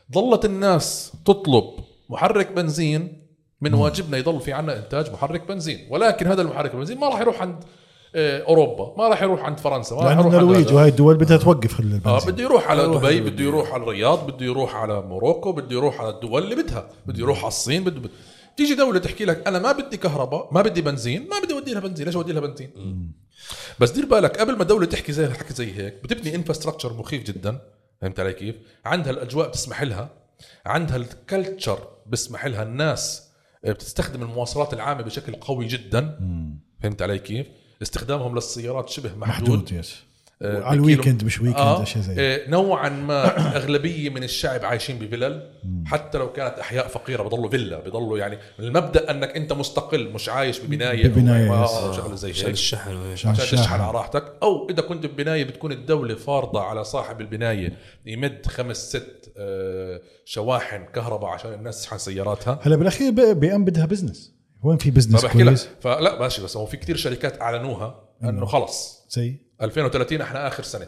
ظلت الناس تطلب محرك بنزين، من واجبنا يضل في عنا إنتاج محرك بنزين، ولكن هذا المحرك البنزين ما راح يروح عند أوروبا، ما راح يروح عند فرنسا، ما راح يروح عند
النرويج وهاي الدول بدها توقف البنزين.
بده يروح على دبي، بده يروح على الرياض، بده يروح على موروكو، بده يروح على الدول اللي بدها، بده يروح على الصين. بده تيجي دولة تحكي لك أنا ما بدي كهرباء، ما بدي بنزين، ما بدي أودي لها بنزين، ليش أودي لها بنزين؟ بس دير بالك قبل ما دولة تحكي زي حكي زي هيك بتبني انفراستراكشر مخيف جدا. فهمت علي كيف؟ عندها الأجواء بتسمح لها، عندها الكالتشر بسمح لها، الناس بتستخدم المواصلات العامة بشكل قوي جدا. فهمت علي كيف؟ استخدامهم للسيارات شبه محدود.
يس. على الويكند مش ويكند اشياء زي
نوعا ما اغلبيه من الشعب عايشين بفلل، حتى لو كانت احياء فقيره بضلوا فيلا، بضلوا يعني المبدا انك انت مستقل مش عايش ببنايه شغله زي هيك عشان تشحن على راحتك، او اذا كنت ببنايه بتكون الدوله فارضه على صاحب البنايه يمد 5-6 شواحن كهرباء عشان الناس تشحن سياراتها.
هلا بالاخير بيقام بدها بزنس، وين في بزنس كويس؟
فلا ماشي، بس هو في كتير شركات اعلنوها انه خلص
زي
2030 احنا اخر سنه.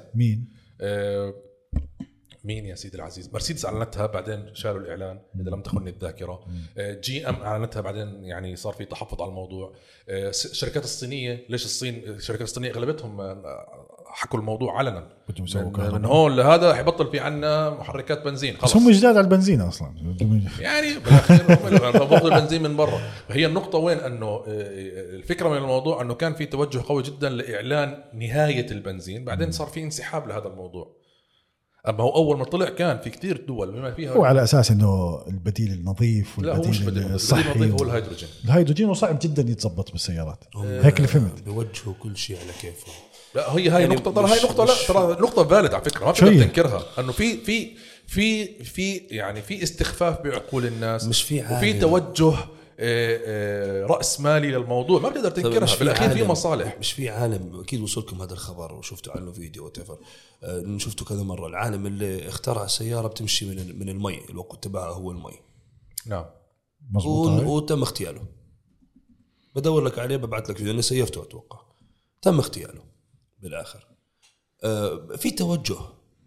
مين يا سيدي العزيز؟ مرسيدس اعلنتها بعدين شالوا الاعلان اذا لم تخني الذاكره. جي ام اعلنتها بعدين يعني صار في تحفظ على الموضوع. الشركات الصينيه، ليش الصين الشركات الصينيه اغلبتهم حكوا الموضوع علنا من هون لهذا حيبطل في عنا محركات بنزين خلاص.
بس هم جداد على البنزين اصلا
يعني باخذ البنزين من برا. هي النقطه وين انه الفكره من الموضوع انه كان في توجه قوي جدا لاعلان نهايه البنزين، بعدين صار في انسحاب لهذا الموضوع. اما هو اول ما طلع كان في كتير دول بما فيها
هو على اساس انه البديل النظيف والبديل الصحي
هو الهيدروجين.
الهيدروجين وصعب جدا يتضبط بالسيارات، هيك اللي فهمت.
بيوجهوا كل شيء على كيفه.
لا هي هاي يعني نقطه، ترى هاي نقطه، لا ترى نقطه فاليد على فكره، ما بتقدر تنكرها انه في يعني في استخفاف بعقول الناس،
مش في
وفي توجه رأس مالي للموضوع، ما بتقدر تنكرها. بالاخير في مصالح.
مش في عالم، اكيد وصلكم هذا الخبر وشفتوا عنه فيديو وتفر، شفتوا كذا مره، العالم اللي اخترع سياره بتمشي من المي، الوقود تبعها هو المي.
نعم
مظبوط.
وتم اغتياله. بدور لك عليه، ببعث لك فيديو، انا سيفته اتوقع. تم اغتياله بالاخر. في توجه.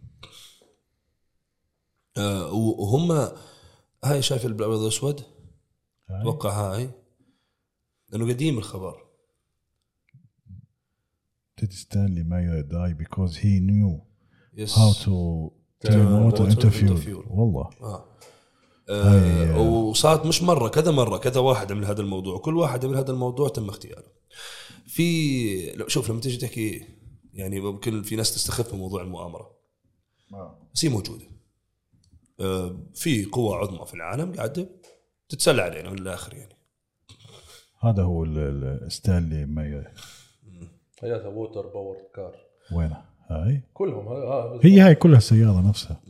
وهم هاي شايف الابيض والاسود، اتوقع هاي لانه قديم الخبر.
Did Stanley Meyer die because he knew how to turn into fuel؟ والله
وصارت مش مرة، كذا واحد عمل هذا الموضوع، كل واحد عمل هذا الموضوع تم اغتياله. في شوف لما تيجي تحكي يعني ممكن في ناس تستخف بموضوع المؤامرة، بس هي موجودة. في قوة عظمى في العالم قاعدة تتسلى علينا من الآخر يعني.
هذا هو ستانلي ماير.
هي ووتر باور كار
وينها هاي؟
كلهم
هي كلها السيارة نفسها.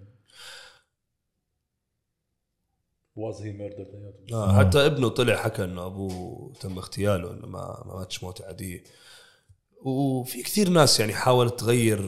was he murdered؟
حتى ابنه طلع حكى انه ابوه تم اغتياله، انه ما ماتش موت عادية. وفي كثير ناس يعني حاولت تغير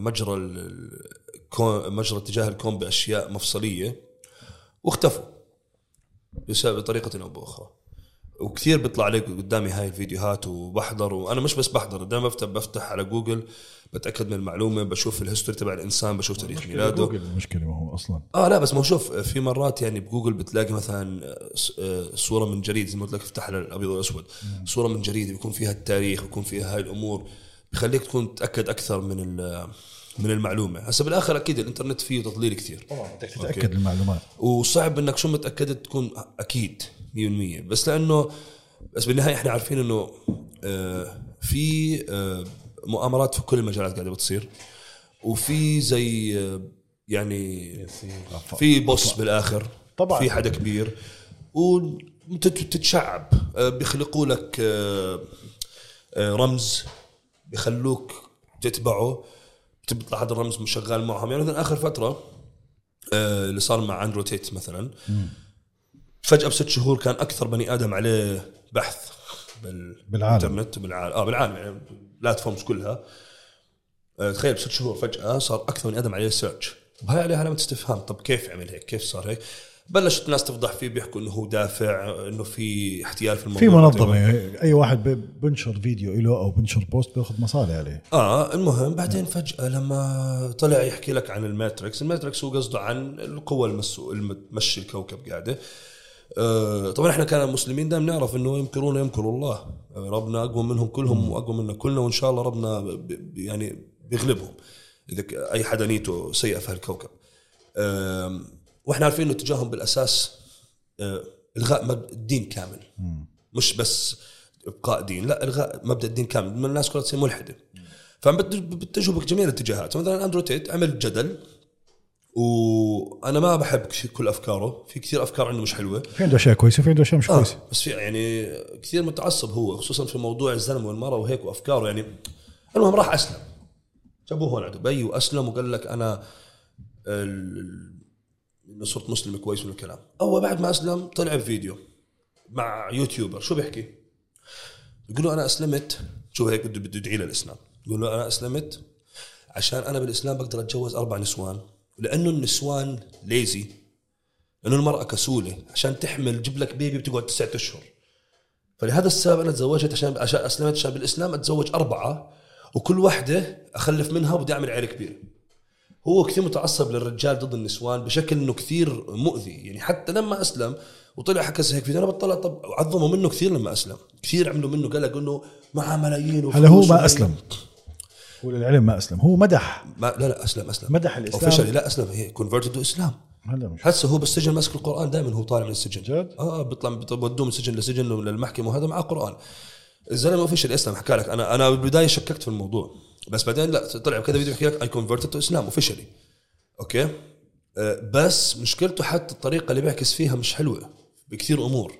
مجرى اتجاه الكون باشياء مفصلية واختفوا بطريقة او باخرى. وكثير بيطلع عليك قدامي هاي الفيديوهات وبحضر، وانا مش بس بحضر، دائما بفتح على جوجل بتاكد من المعلومه، بشوف الهيستوري تبع الانسان، بشوف تاريخ ميلاده.
جوجل المشكله ما هو اصلا
لا بس ما هو شوف، في مرات يعني بجوجل بتلاقي مثلا صوره من جريده، زي ما قلت لك افتح على الابيض والاسود، صوره من جريده بيكون فيها التاريخ، بيكون فيها هاي الامور، بخليك تكون تاكد اكثر من المعلومه. هسه بالاخر اكيد الانترنت فيه تضليل كثير
طبعا بدك تتاكد المعلومات،
وصعب انك شو متاكد تكون اكيد 100%. بس لانه بالنهايه احنا عارفين انه في مؤامرات في كل المجالات قاعده بتصير، وفي زي يعني في بوس بالاخر طبعا، في حدا كبير وتتشعب، بيخلقوا لك رمز بيخلوك تتبعه، بتطلع هذا الرمز مش شغال معهم. يعني مثلا اخر فتره اللي صار مع أندرو تيت مثلا، فجأة ب6 شهور كان أكثر بني آدم عليه بحث بالإنترنت بالعالم يعني البلاتفورمز كلها. تخيل ب6 شهور فجأة صار أكثر بني آدم عليه سيرش، وهي عليها علامة استفهام. طب كيف عمل هيك؟ كيف صار هيك؟ بلشت الناس تفضح فيه، بيحكوا انه هو دافع، انه في احتيال في الموضوع،
في منظمه اي واحد بنشر فيديو له او بنشر بوست بياخذ مصاري عليه.
المهم بعدين فجأة لما طلع يحكي لك عن الماتريكس هو قصده عن القوة المتمشي الكوكب قاعدة. طبعا احنا كان المسلمين دائما نعرف انه يمكرون يمكر الله، ربنا اقوى منهم كلهم واقوى منا كلنا، وان شاء الله ربنا يعني بيغلبهم اذا اي حدا نيته سيئة في هالكوكب. واحنا عارفين انه اتجاههم بالاساس الغاء مبدأ الدين كامل، مش بس ابقاء دين، لا الغاء مبدأ الدين كامل، من الناس كلها تصير ملحده. فبتجوا بجميع الاتجاهات. مثلا اندرو تيت عمل جدل، وانا ما بحب كل افكاره، في كثير افكار عنده مش حلوه،
في عنده اشياء كويسه وفي عنده اشياء مش كويسه،
بس في يعني كثير متعصب هو، خصوصا في موضوع الزلمه والمراه وهيك وافكاره. يعني المهم راح اسلم، جابوه هون على دبي واسلم وقال لك انا انه صرت مسلم كويس من الكلام. اول بعد ما اسلم طلع بفيديو مع يوتيوبر، شو بيحكي؟ بيقول له انا اسلمت، شو هيك بده يدعي للاسلام، بيقول له انا اسلمت عشان انا بالاسلام بقدر اتجوز 4 نسوان، ولانه النسوان ليزي، لانه المراه كسوله، عشان تحمل جيب لك بيبي بتقعد 9 أشهر، فلهذا السبب انا تزوجت عشان اسلمت، عشان بالاسلام اتزوج 4 وكل واحدة اخلف منها وبدي اعمل عائله كبيره. هو كثير متعصب للرجال ضد النسوان بشكل انه كثير مؤذي. يعني حتى لما اسلم وطلع حكى هيك فيديو، انا بطلع طب عظموا منه كثير لما اسلم، كثير عملوا منه قال لك انه معه ملايين.
هلا هو ما اسلم، هو للعلم ما اسلم، هو مدح
لا اسلم
مدح الاسلام
اوفيشلي، لا اسلم، هي كونفرتد تو اسلام. هسه هو بالسجن ماسك القران دائما، هو طالع من السجن
جد؟
بيطلع بودوه من سجن لسجن وللمحكمه، وهذا مع قران. الزلمه اوفيشلي اسلم، حكى لك انا بالبدايه شككت في الموضوع، بس بعدين لا طلع بكذا فيديو يحكي لك اي كونفرتد تو اسلام اوفيشلي. اوكي بس مشكلته حتى الطريقه اللي بيعكس فيها مش حلوه بكثير امور.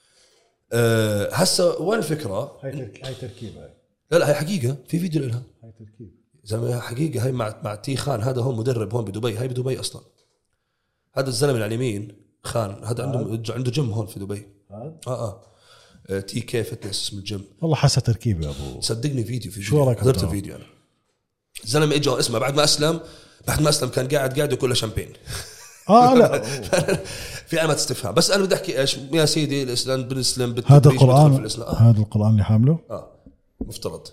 هسه وين الفكره؟
هاي تركيبه،
لا هاي حقيقه، في فيديو لها،
هاي تركيبه
زلمه حقيقه. هاي مع تي خان، هذا هون مدرب هون بدبي، هاي بدبي اصلا. هذا الزلمه اللي على اليمين خان، هذا عنده جيم هون في دبي. تي كي فتنس اسم الجيم.
والله حاسه تركيبه يا ابو،
صدقني فيديو
شو رايك؟
حضرت الفيديو انا. الزلمه اجى اسمه بعد ما اسلم كان قاعد وكله شامبين.
لا
في علامات استفهام. بس انا بدي احكي ايش يا سيدي، الاسلام بنسلم
هذا القران، هذا القران اللي حامله
مفترض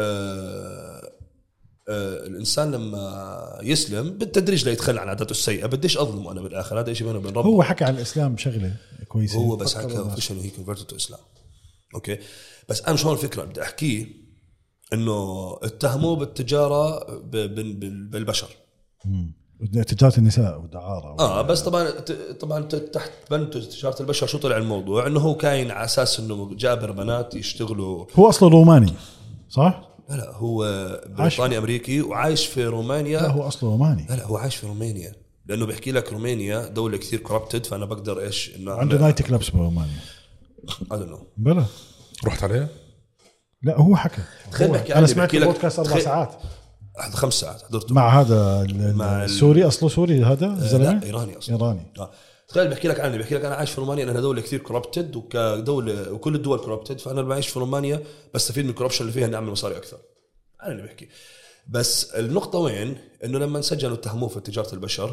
الانسان لما يسلم بالتدريج لا يتخلى عن عاداته السيئه. بديش اظلمه انا بالاخر، هذا شيء بينه وبين ربه.
هو حكى عن الاسلام شغله كويسه،
هو بس حكى اوفيشال هي كونفرتد تو اسلام. اوكي بس انا شو الفكره بدي احكيه، انه اتهموه بالتجاره بالبشر،
تجاره النساء والدعاره.
بس طبعا تحت بند تجاره البشر شو طلع الموضوع؟ انه هو كاين على اساس انه جابر بنات يشتغلوا.
هو اصله روماني صح؟
لا هو بريطاني امريكي وعايش في رومانيا.
لا هو اصله روماني.
لا هو عايش في رومانيا، لانه بيحكي لك رومانيا دوله كثير كوربتد، فانا بقدر ايش انه
عنده نايت كلابس برومانيا. بلا
رحت عليه؟
لا
هو حكى،
انا سمعت
بودكاست 4 ساعات
5 ساعات حضرته
مع هذا السوري، اصله سوري هذا زلمه.
لا ايراني اصلا،
ايراني.
تخيل بحكي لك انا عايش في رومانيا، انها دوله كثير كوربتد، وكدوله وكل الدول كوربتد، فانا لما عايش في رومانيا بستفيد من الكوربشن اللي فيها، اني اعمل مصاري اكثر. انا اللي بحكي. بس النقطه وين؟ انه لما انسجنوا اتهموه في تجاره البشر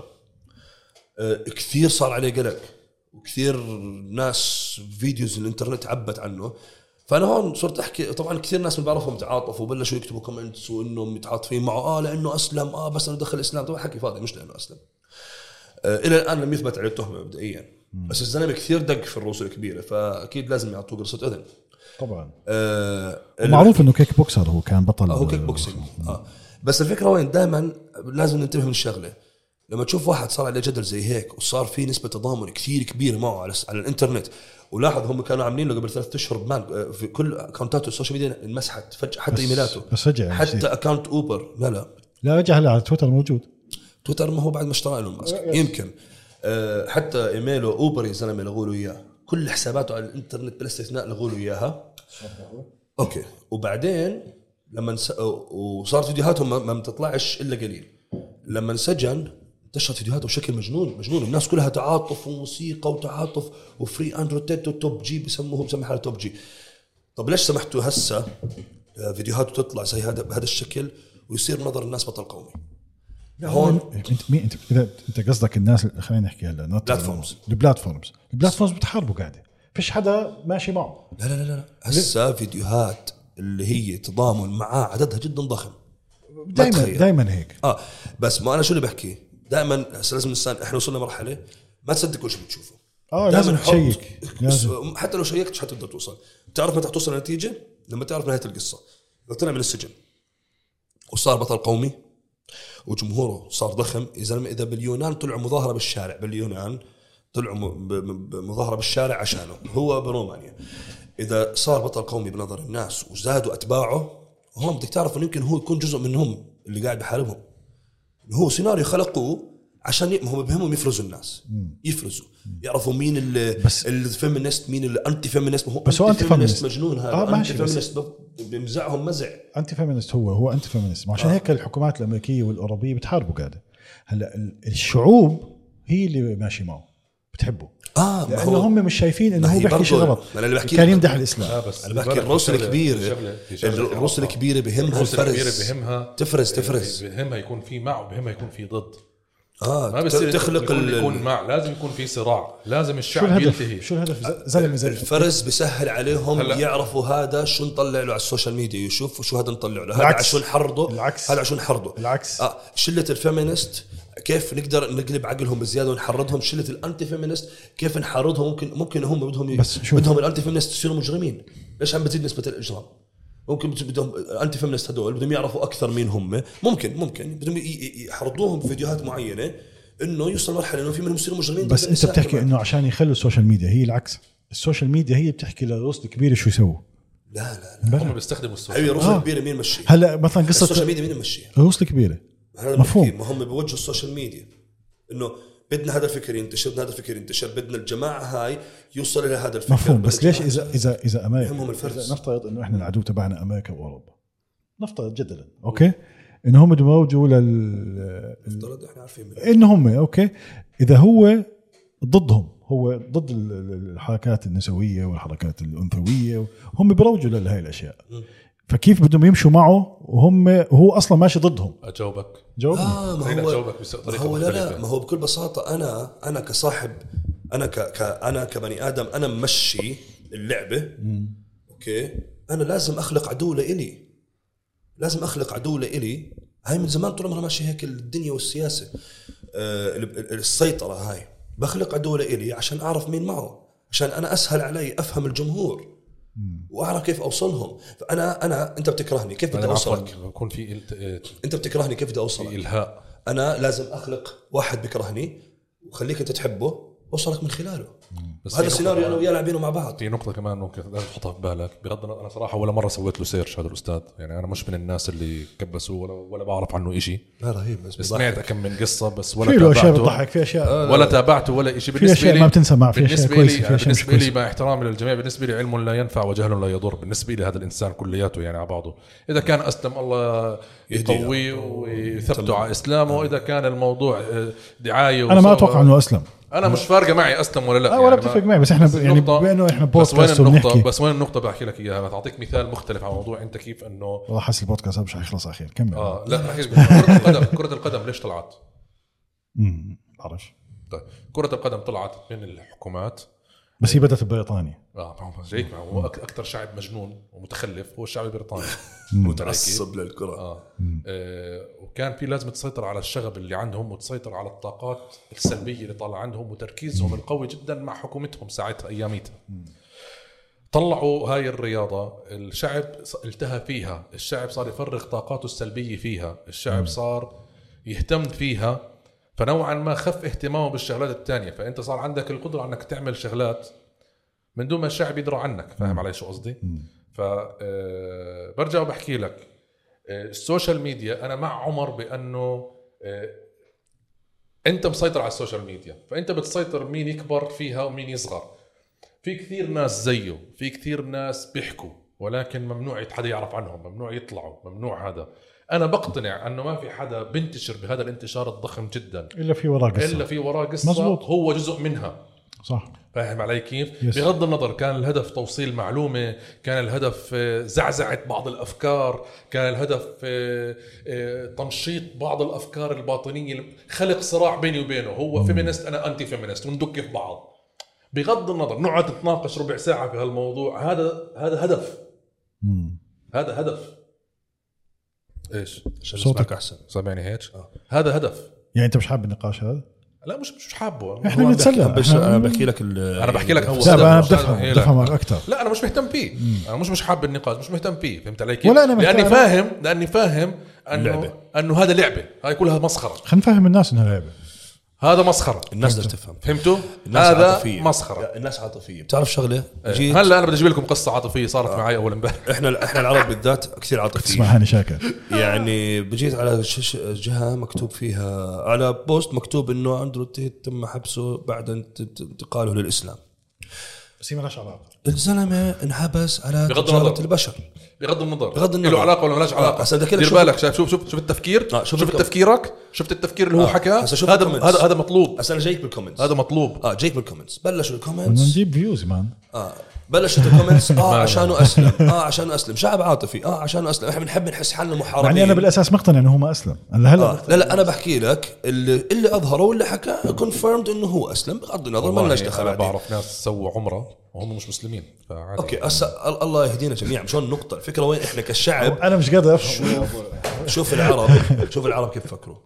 كثير صار عليه قلق، وكثير ناس فيديوز الانترنت عبت عنه. فانا هون صرت احكي، طبعا كثير ناس من بعرفهم تعاطفوا وبلشوا يكتبوا كومنتس وانهم متعاطفين معه، لانه اسلم، بس انا دخل الاسلام. طبعا حكي فاضي، مش لانه اسلم. الى الان لم يثبت عليه التهمه مبدئيا، بس الزلمه كثير دق في الروس الكبيره، فاكيد لازم يعطوه قرصه اذن.
طبعا معروف انه كيك بوكسر، هو كان بطل،
هو كيك بوكسينج. بس الفكره وين؟ دائما لازم ننتبه من الشغله، لما تشوف واحد صار عليه جدل زي هيك وصار في نسبه تضامن كثير كبيره معه على الانترنت، ولاحظ هم كانوا عاملين له قبل 3 أشهر بان في كل اكونتاته السوشيال ميديا، انمسحت فجاه، حتى ايميلاته،
بس رجع
حتى اكونت اوبر لا
رجع. هلا على تويتر موجود.
تويتر ما هو بعد ما اشترى له يمكن حتى ايميله اوبر يا زلمه لغوا له اياه، كل حساباته على الانترنت بلا استثناء لغوا له اياها. اوكي وبعدين لما وصارت فيديوهاتهم ما بتطلعش الا قليل. لما انسجن انتشرت فيديوهاته بشكل مجنون، الناس كلها تعاطف وموسيقى وتعاطف وفري اندرو تيتو توب جي، بسموه بسمي حاله توب جي. طب ليش سمحتوا هسه فيديوهاته تطلع زي هذا بهذا الشكل ويصير نظر الناس بطل قومي؟ هون
انت مين انت اذا انت قصدك الناس، خلينا نحكي هلا البلاتفورمز بتحاربوا قاعده، فيش حدا ماشي معه.
لا هسه فيديوهات اللي هي تضامن معاه عددها جدا ضخم
دائما هيك.
بس ما انا شو اللي بحكي دائما لازم الانسان، احنا وصلنا مرحله ما تصدق كل شيء بتشوفه.
لازم تشيك،
حتى لو شيكت مش حتقدر توصل. تعرف متى توصل لنتيجه؟ لما تعرف نهايه القصه. لو طلع من السجن وصار بطل قومي وجمهوره صار ضخم، إذا باليونان طلعوا مظاهرة بالشارع، باليونان طلعوا مظاهرة بالشارع عشانه، هو برومانيا إذا صار بطل قومي بنظر الناس وزادوا أتباعه، هم بدك تعرف إنه يمكن هو يكون جزء منهم اللي قاعد بحاربهم. هو سيناريو خلقوه عشان هم بهمهم يفرزوا الناس، يفرزوا يعرفوا مين الفيمينست مين الانتي فيمينست.
بس هو انتي فيمينست
مجنون هذا. انتي فيمينست بمزعهم مزع. انتي
فيمينست هو انتي فيمينست. عشان هيك الحكومات الامريكيه والاوروبيه بتحاربوا قاعده. هلا الشعوب هي اللي ماشي معه بتحبه، لانه هم مش شايفين انه هو بيحكي شيء غلط. كان يمدح الاسلام.
انا بحكي الروس الكبيره بهمها الفرز،
بهمها
تفرز
بهمها يكون في مع وبهمها يكون في ضد.
ما
بصير
تخلق
يكون مع، لازم يكون في صراع، لازم الشعب ينتهي.
شو الهدف؟ زلمه
الفرز بيسهل عليهم يعرفوا هذا شو نطلع له على السوشيال ميديا، يشوفوا شو هذا نطلع له، هذا عشان نحرضه، هذا عشان نحرضه.
العكس
شلة الفيمينست كيف نقدر نقلب عقلهم بزياده ونحرضهم. شلة الانتي فيمينست كيف نحرضهم. ممكن هم بدهم الانتي فيمينست يصيروا مجرمين. ليش عم بتزيد نسبه الاجرام؟ ممكن بدهم انتي فيمينست هذول بدهم يعرفوا اكثر مين هم. ممكن بدهم يحرضوهم بفيديوهات معينه انه يوصل مرحله انه في منهم يصيروا مجرمين.
بس انت بتحكي انه عشان يخلوا السوشيال ميديا هي العكس. السوشيال ميديا هي بتحكي للروس الكبيره شو يسووا.
لا
هم بيستخدموا السوشيال
ميديا. الروس الكبيره مين مشي؟
هلا مثلا قصه
السوشيال ميديا مين مشي؟
الروس الكبيره مفهوم.
ما هم بوجهوا السوشيال ميديا انه بدنا هذا الفكر ينتشر، بدنا الجماعه هاي يوصل الى هذا الفكر.
مفهوم. بس ليش اذا امريكا، نفترض انه احنا العدو تبعنا امريكا واوروبا، نفترض جدلا اوكي انه هم يتوجهوا
نفترض احنا عارفين
انه هم اوكي، اذا هو ضدهم، هو ضد الحركات النسويه والحركات الانثويه، هم بيروجوا لهي الاشياء، فكيف بدهم يمشوا معه وهو اصلا ماشي ضدهم؟
اجاوبك
ما هو بكل بساطه انا كصاحب، انا كبني ادم، انا ممشي اللعبه اوكي، انا لازم اخلق عدو لإلي. هاي من زمان طول عمرها ماشي هيك الدنيا والسياسه. السيطره هاي بخلق عدو لإلي عشان اعرف مين معه، عشان انا اسهل علي افهم الجمهور واعرف كيف اوصلهم. فانا انت بتكرهني كيف بدي اوصلك؟
يكون في
انت بتكرهني كيف بدي اوصلك؟
الهاء.
انا لازم اخلق واحد بكرهني وخليك انت تحبه اوصلك من خلاله. هذا السيناريو انا وياه لاعبينه مع بعض.
في نقطه كمان ممكن لازم تحطها في بالك، بغض النظر انا صراحه ولا مره سويت له سيرش هذا الاستاذ، يعني انا مش من الناس اللي كبسوه ولا بعرف عنه إشي.
لا رهيب. بس
سمعت كم من قصه بس
ولا تابعته. في اشياء بتضحك، في اشياء
ولا تابعته ولا إشي.
بالنسبه لي ما بتنسى معه. في اشياء كويسه،
بالنسبه لي مع احترامي للجميع، بالنسبه لي علم لا ينفع وجهل لا يضر. بالنسبه لي هذا الانسان كلياته يعني على بعضه، اذا كان اسلم الله يقويه ويثبته على اسلامه، اذا كان الموضوع دعايه
انا ما اتوقع انه اسلم.
انا مش فارقه معي اسلم ولا لا
يعني ولا بتفرق معي، بس احنا يعني بانه احنا بودكاست وبنحكي.
بس وين النقطه بحكي لك اياها، تعطيك مثال مختلف عن موضوع انت كيف انه
والله حاسس البودكاست مش حيخلص اخير. كمل.
لا كره القدم ليش طلعت؟
بعرفش.
طيب كره القدم طلعت من الحكومات،
بس هي بدأت ببريطانيا.
هيك هو اكثر شعب مجنون ومتخلف هو الشعب البريطاني
متعصب للكره.
وكان في لازم تسيطر على الشغب اللي عندهم وتسيطر على الطاقات السلبيه اللي طالعه عندهم وتركيزهم القوي جدا مع حكومتهم ساعتها اياميتها. طلعوا هاي الرياضه، الشعب التهى فيها، الشعب صار يفرغ طاقاته السلبيه فيها، الشعب صار يهتم فيها، فنوعا ما خف اهتمامه بالشغلات التانية. فأنت صار عندك القدرة أنك تعمل شغلات من دون ما الشعب يدروا عنك. فاهم علي شو قصدي؟ برجع وبحكي لك السوشيال ميديا، أنا مع عمر بأنه أنت مسيطر على السوشيال ميديا، فأنت بتسيطر مين يكبر فيها ومين يصغر. في كثير ناس زيه، في كثير ناس بيحكوا ولكن ممنوع حدا يعرف عنهم، ممنوع يطلعوا، ممنوع هذا. أنا بقتنع أنه ما في حدا بنتشر بهذا الانتشار الضخم جدا
إلا في وراه قصة.
مزبوط. هو جزء منها.
صح.
فاهم علي كيف؟ بغض النظر كان الهدف توصيل معلومة، كان الهدف زعزعة بعض الأفكار، كان الهدف تنشيط بعض الأفكار الباطنية، خلق صراع بيني وبينه، هو فيمينست أنا أنتي فيمينست وندك في بعض. بغض النظر نقعد نتناقش ربع ساعة في هالموضوع، هذا هدف. هذا هدف. إيش؟
صوتك
أحسن.
سامعني هيك؟ هذا هدف.
يعني أنت مش حابب النقاش هذا؟
لا مش حابه.
احنا بنتسلى.
انا بحكي لك
هو
انا بفهمك اكثر.
لا انا مش مهتم فيه. انا مش حابب النقاش، مش مهتم فيه. فهمت علي كيف؟ لاني فاهم انه هذا لعبه، هاي كلها مسخره.
خلينا نفهم الناس انها لعبه.
هذا مسخره.
الناس بدها تفهم.
فهمتوا؟ هذا مسخره.
الناس عاطفيه. بتعرف شغله؟
هلا انا بدي اجيب لكم قصه عاطفيه صارت معي اول امبارح.
احنا العرب بالذات كثير عاطفيه.
اسمع هاني شاكر.
يعني بجيت على جهه مكتوب فيها على بوست مكتوب انه اندرو تيت تم حبسه بعد انتقاله للاسلام.
بس هي مالهاش علاقه.
الزلمه انحبس على تجاره البشر.
بغض النظر له علاقه ولا مالهاش علاقه. دير بالك. شوف التفكير. شوف تفكيرك. شفت التفكير اللي هو حكاه. هذا مطلوب.
انا جايك بالكومنتس.
هذا مطلوب.
جايك بالكومنتس. بلشوا الكومنتس.
نجيب فيوز مان.
بلشت الكومنتس عشانه اسلم. عشانه اسلم. شعب عاطفي. عشانه اسلم. احنا بنحب نحس حالنا محاربين.
يعني انا بالاساس مقتنع انه هو ما اسلم.
لا انا بحكي لك اللي اظهره واللي حكى كونفيرمد انه هو اسلم بغض النظر ما لناش دخل.
انا بعرف ناس سووا عمره وهم مش مسلمين فعادي.
اوكي الله يهدينا جميعا. مشان النقطه الفكره وين احنا كالشعب.
انا مش قادر افهم.
شوف العرب كيف فكروا.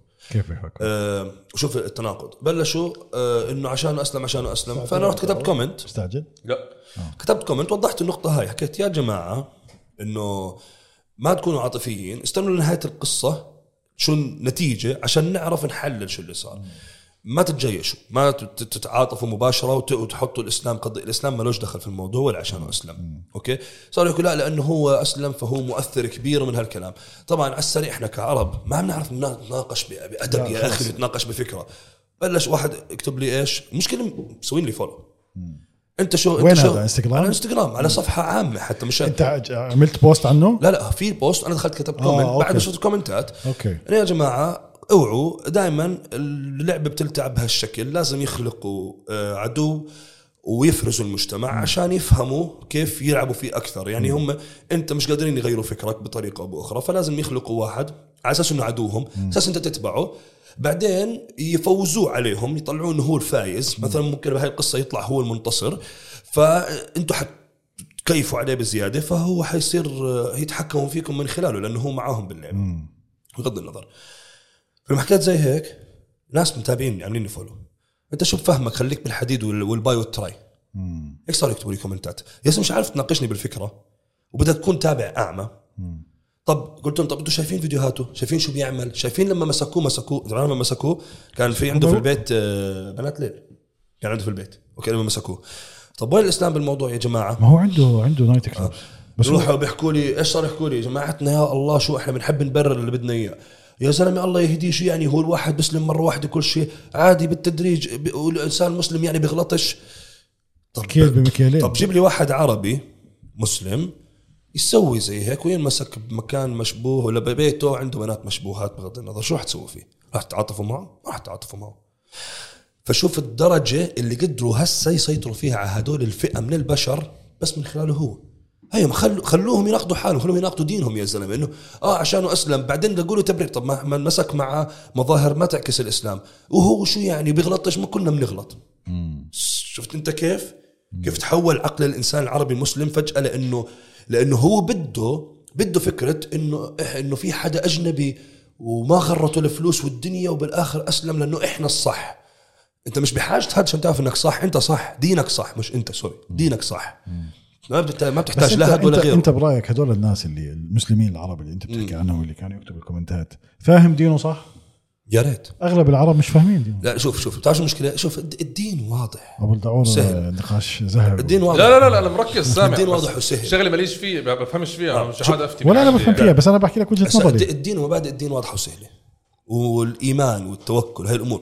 شوف التناقض. بلشوا انه عشان اسلم. فانا رحت كتبت كومنت.
مستعجل؟
لا
كتبت كومنت وضحت النقطه هاي. حكيت يا جماعه انه ما تكونوا عاطفيين، استنوا لنهايه القصه شو النتيجه عشان نعرف نحلل شو اللي صار. ما تتجيشوا، ما تتعاطفوا مباشره وتحطوا الاسلام مالوش دخل في الموضوع ولا عشانه اسلم. اوكي صاروا يقولوا لا لانه هو اسلم فهو مؤثر كبير من هالكلام. طبعا على السريع احنا كعرب ما بنعرف نتناقش بادب يا اخي، نتناقش بفكره. بلش واحد يكتب لي ايش المشكله، مسوين لي فولو. انت شو
هذا
انستغرام على صفحه عامه حتى مش
انت عملت بوست عنه؟
لا في بوست انا دخلت كتبت كومنت بعد ما شفت الكومنتات. يا جماعه اوعوا دائما اللعبه بتلتعب بهالشكل، لازم يخلقوا عدو ويفرزوا المجتمع عشان يفهموا كيف يلعبوا فيه اكثر. يعني هم انت مش قادرين يغيروا فكرك بطريقه او باخرى، فلازم يخلقوا واحد على اساس انه عدوهم، اساس انت تتبعه، بعدين يفوزوا عليهم، يطلعون انه هو الفايز. مثلا ممكن بهاي القصه يطلع هو المنتصر، فانتوا حتكيفوا عليه بزياده، فهو حيصير يتحكموا فيكم من خلاله لانه هو معاهم باللعبه. بغض النظر لما حكيت زي هيك ناس متابعين عاملين فولو. انت شو بفهمك، خليك بالحديد والباي والتراي. هيك صار يكتبوا لي كومنتات. يا مش عارف تناقشني بالفكره وبدك تكون تابع اعمى. طب قلت لهم طب انتوا شايفين فيديوهاته، شايفين شو بيعمل، شايفين لما مسكوه كان في عنده في البيت بنات ليل، كان عنده في البيت. اوكي لما مسكوه، طب وين الاسلام بالموضوع يا جماعه؟
ما هو عنده نايت كلاب.
بس روحوا بيحكوا لي ايش صار، يحكوا لي يا جماعتنا يا الله شو احنا بنحب نبرر اللي بدنا اياه. يا زلمه الله يهديه، شو يعني هو الواحد بسلم مره واحده كل شيء عادي بالتدريج، والانسان مسلم يعني بيغلطش. طب جيب لي واحد عربي مسلم يسوي زي هيك وينمسك بمكان مشبوه ولا ببيته عنده بنات مشبوهات، بغض النظر شو راح تسوي فيه؟ راح تتعاطفوا معه؟ راح تتعاطفوا معه. فشوف الدرجه اللي قدروا هسه يسيطروا فيها على هدول الفئه من البشر بس من خلاله هو. هيهم خلوهم يناقضوا حالهم، خلوهم يناقضوا دينهم يا زلمه، انه عشانه اسلم. بعدين يقولوا تبرير. طب ما مسك مع مظاهر ما تعكس الاسلام، وهو شو يعني بيغلطش؟ ما كنا بنغلط. شفت انت كيف تحول عقل الانسان العربي المسلم فجاه، لانه هو بده فكره انه في حدا اجنبي وما غرته الفلوس والدنيا وبالاخر اسلم لانه احنا الصح. انت مش بحاجه هذا عشان تعرف انك صح، انت صح، دينك صح، مش انت دينك صح. ما بتحتاج لا هذا ولا غيره.
انت برايك هدول الناس اللي المسلمين العرب اللي انت بتحكي عنهم اللي كانوا يكتبوا الكومنتات فاهم دينه صح؟
يا ريت.
اغلب العرب مش فاهمين دينه.
لا شوف بتعرف المشكله، شوف الدين واضح.
ابو الدعوره نقاش زهر.
الدين واضح.
لا انا مركز سامع.
الدين واضح وسهل.
شغله ماليش فيه بفهمش فيها، مش حدا افتي
ولا انا بفهم فيها، بس انا بحكي لك وجهه نظري.
الدين ومبادئ الدين واضحه وسهله، والايمان والتوكل هاي الامور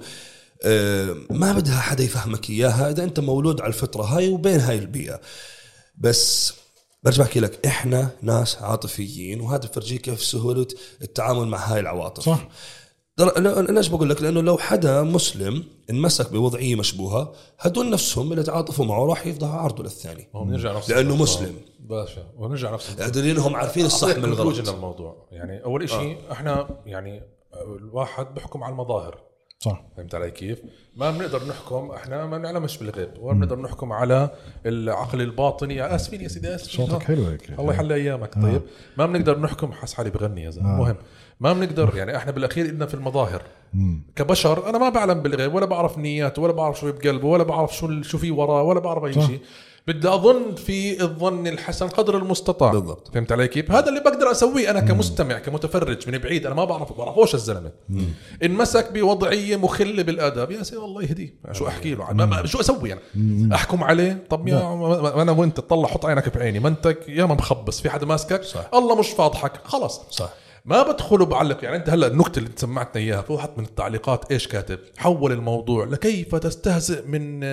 ما بدها حدا يفهمك اياها اذا انت مولود على الفطره هاي وبين هاي البيئه. بس برجع بحكي لك احنا ناس عاطفيين، وهذا فرجيك كيف سهوله التعامل مع هاي العواطف.
صح.
ليش بقول لك؟ لانه لو حدا مسلم انمسك بوضعيه مشبوهه هدول نفسهم اللي تعاطفوا معه راح يفضحوا عرضه للثاني لانه مسلم
باشا. ونرجع نفس
لانهم عارفين الصح من الغلط.
الموضوع يعني اول شيء احنا يعني الواحد بحكم على المظاهر
صح.
فهمت علي كيف؟ ما بنقدر نحكم، احنا ما بنعلمش بالغيب ولا بنقدر نحكم على العقل الباطني. يا اسفين يا سيدي اسفين،
صوتك حلو هيك،
الله يحلي ايامك. طيب ما بنقدر نحكم، حس حالي بغني يا زلمه. المهم ما بنقدر يعني احنا بالاخير إلنا في المظاهر كبشر. انا ما بعلم بالغيب ولا بعرف نياته ولا بعرف شو بقلبه ولا بعرف شو في وراه ولا بعرف اي شيء. بدي اظن في الظن الحسن قدر المستطاع.
بالضبط.
فهمت علي كيف؟ هذا اللي بقدر اسويه انا كمستمع كمتفرج من بعيد. انا ما بعرفوش الزلمه انمسك بوضعيه مخله بالاداب، يا سيدي الله يهديه. شو احكي له؟ شو اسوي انا؟ احكم عليه؟ طب يا انا وانت تطلع حط عينك بعيني، ما انت يا ما مخبص في حدا ماسكك. صح. الله مش فاضحك خلاص.
صح.
ما بدخل بعلق. يعني انت هلا النكته اللي سمعتنا اياها في واحد من التعليقات ايش كاتب؟ حول الموضوع لكيف تستهزئ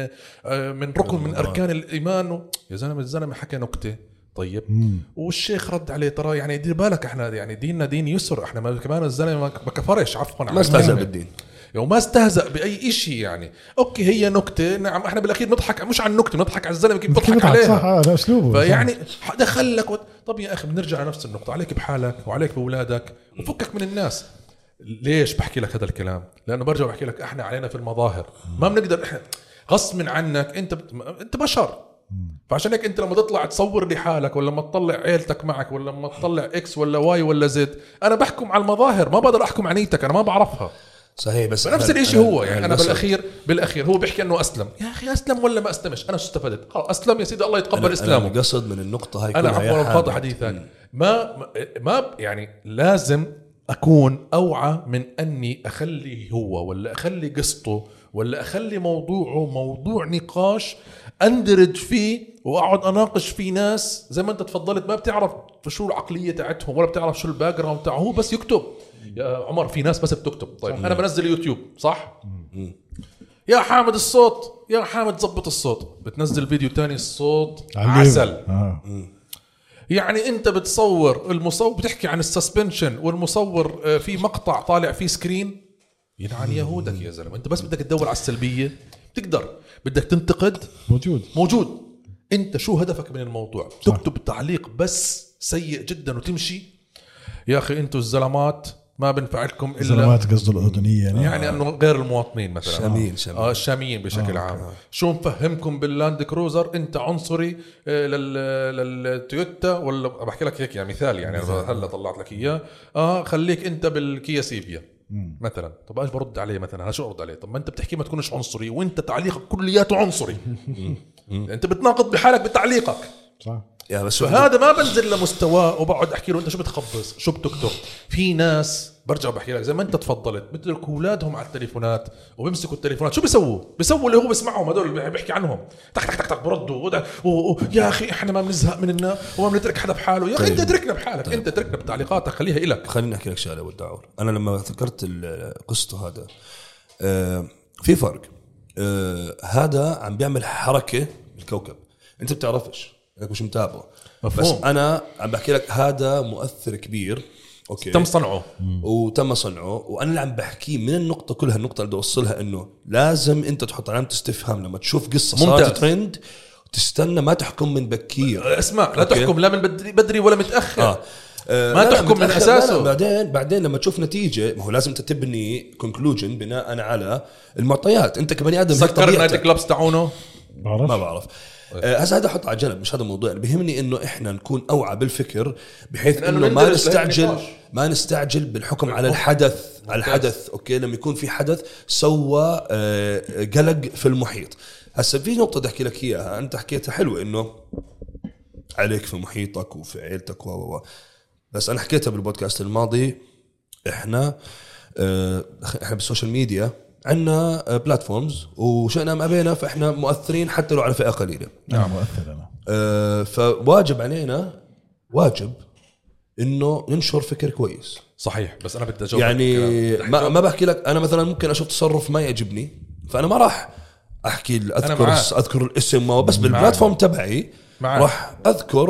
من ركن من اركان الايمان. يا زلمه الزلمه حكى نكته طيب والشيخ رد عليه ترى يعني دير بالك احنا يعني ديننا دين يسر، احنا ما كمان الزلمه ما كفرش عفوا
ما استهزأ بالدين
يعني ما استهزأ بأي إشي. يعني أوكي هي نكتة، نعم احنا بالأخير نضحك مش على النكتة، نضحك على الزلمة كيف بضحك عليها.
صح هذا أسلوبه.
فيعني دخلك طب يا أخي بنرجع على نفس النقطة، عليك بحالك وعليك بأولادك وفكك من الناس. ليش بحكي لك هذا الكلام؟ لأنه برجع بحكي لك احنا علينا في المظاهر ما بنقدر احنا غصب عنك. انت بشر، فعشان هيك انت لما تطلع تصور لحالك ولا لما تطلع عيلتك معك ولا لما تطلع اكس ولا واي ولا زد، انا بحكم على المظاهر ما بقدر احكم عن نيتك، انا ما بعرفها.
صحيح. بس
نفس الاشي هو يعني انا بالاخير هو بيحكي انه اسلم. يا اخي اسلم ولا ما اسلمش؟ انا استفدت اسلم يا سيدي الله يتقبل اسلامه.
انا قصد من النقطه هاي
انا عفوا قاطع حديثك. ما يعني لازم اكون اوعى من اني اخلي هو ولا اخلي قصته ولا اخلي موضوعه موضوع نقاش اندرج فيه واقعد اناقش فيه ناس زي ما انت تفضلت ما بتعرف شو العقليه تاعتهم ولا بتعرف شو الباك جراوند تاعه، هو بس يكتب. يا عمر في ناس بس بتكتب. طيب انا بنزل يوتيوب صح؟ يا حامد الصوت، يا حامد زبط الصوت، بتنزل فيديو تاني الصوت عسل. يعني انت بتصور المصور بتحكي عن السسبنشن والمصور في مقطع طالع فيه سكرين. يلعن يهودك يا زلمه. انت بس بدك تدور على السلبيه تقدر، بدك تنتقد موجود. انت شو هدفك من الموضوع؟ تكتب تعليق بس سيء جدا وتمشي. يا اخي انتوا الزلمات ما بنفعلكم الا
الزلمات قصده الاردنيه
يعني انه غير المواطنين مثلا الشاميين بشكل عام. شو نفهمكم باللاند كروزر انت عنصري للتويوتا ولا بحكي لك هيك يعني مثال يعني هلا طلعت لك اياه خليك انت بالكيا سيفيا مثلا. طب ايش برد عليه مثلا؟ انا شو ارد عليه؟ طب ما انت بتحكي ما تكونش عنصري وانت تعليقك كلياته عنصري. انت بتناقض بحالك بتعليقك. صح. فهذا ما بنزل لمستواه وبقعد احكي له انت شو بتخبص شو بتكتب. في ناس برجع بحكي لك زي ما انت تفضلت بتركوا اولادهم على التليفونات وبيمسكوا التليفونات. شو بيسووا اللي هو بيسمعهم هذول اللي بيحكي عنهم تك تك تك تك بردوا يا اخي احنا ما بنزهق من الناس وما بنترك حدا بحاله. يا اخي انت اتركنا بحالك. انت اتركنا بتعليقاتك خليها إلك.
خليني احكي لك شغله والدعور. انا لما ذكرت قصته هذا في فرق. هذا عم بيعمل حركه بالكوكب انت بتعرفش انك مش متابعه. بس انا عم بحكي لك هذا مؤثر كبير. اوكي
تم صنعه
وانا اللي عم بحكيه من النقطه كلها النقطه اللي بدي اوصلها انه لازم انت تحط علامه استفهام لما تشوف قصه صارت ترند وتستنى ما تحكم من بكير.
اسمع لا تحكم لا من بدري ولا متاخر. ما تحكم من اساسه.
بعدين لما تشوف نتيجه ما هو لازم تبني كونكلوجن بناء على المعطيات. انت كبني ادم
سكر نايت كلابس تاعونه
ما بعرف. هذا حط على جنب مش هذا الموضوع. اللي بيهمني انه احنا نكون اوعى بالفلفل بحيث انه ما نستعجل بالحكم على الحدث. اوكي لما يكون في حدث سوى قلق في المحيط. هسه في نقطه بدي احكي لك اياها انت حكيتها حلوه انه عليك في محيطك وفي عيلتك بس انا حكيتها بالبودكاست الماضي. احنا بالسوشيال ميديا عندنا بلاتفورمز وشئنا ما أبينا فإحنا مؤثرين حتى لو على فئة قليلة.
نعم مؤثر.
فواجب علينا إنه ننشر فكر كويس.
صحيح. بس أنا بدي أجاوب
يعني ما بحكي لك أنا مثلا ممكن أشوف تصرف ما يعجبني فأنا ما راح أحكي أذكر الاسم بس بالبلاتفورم تبعي راح أذكر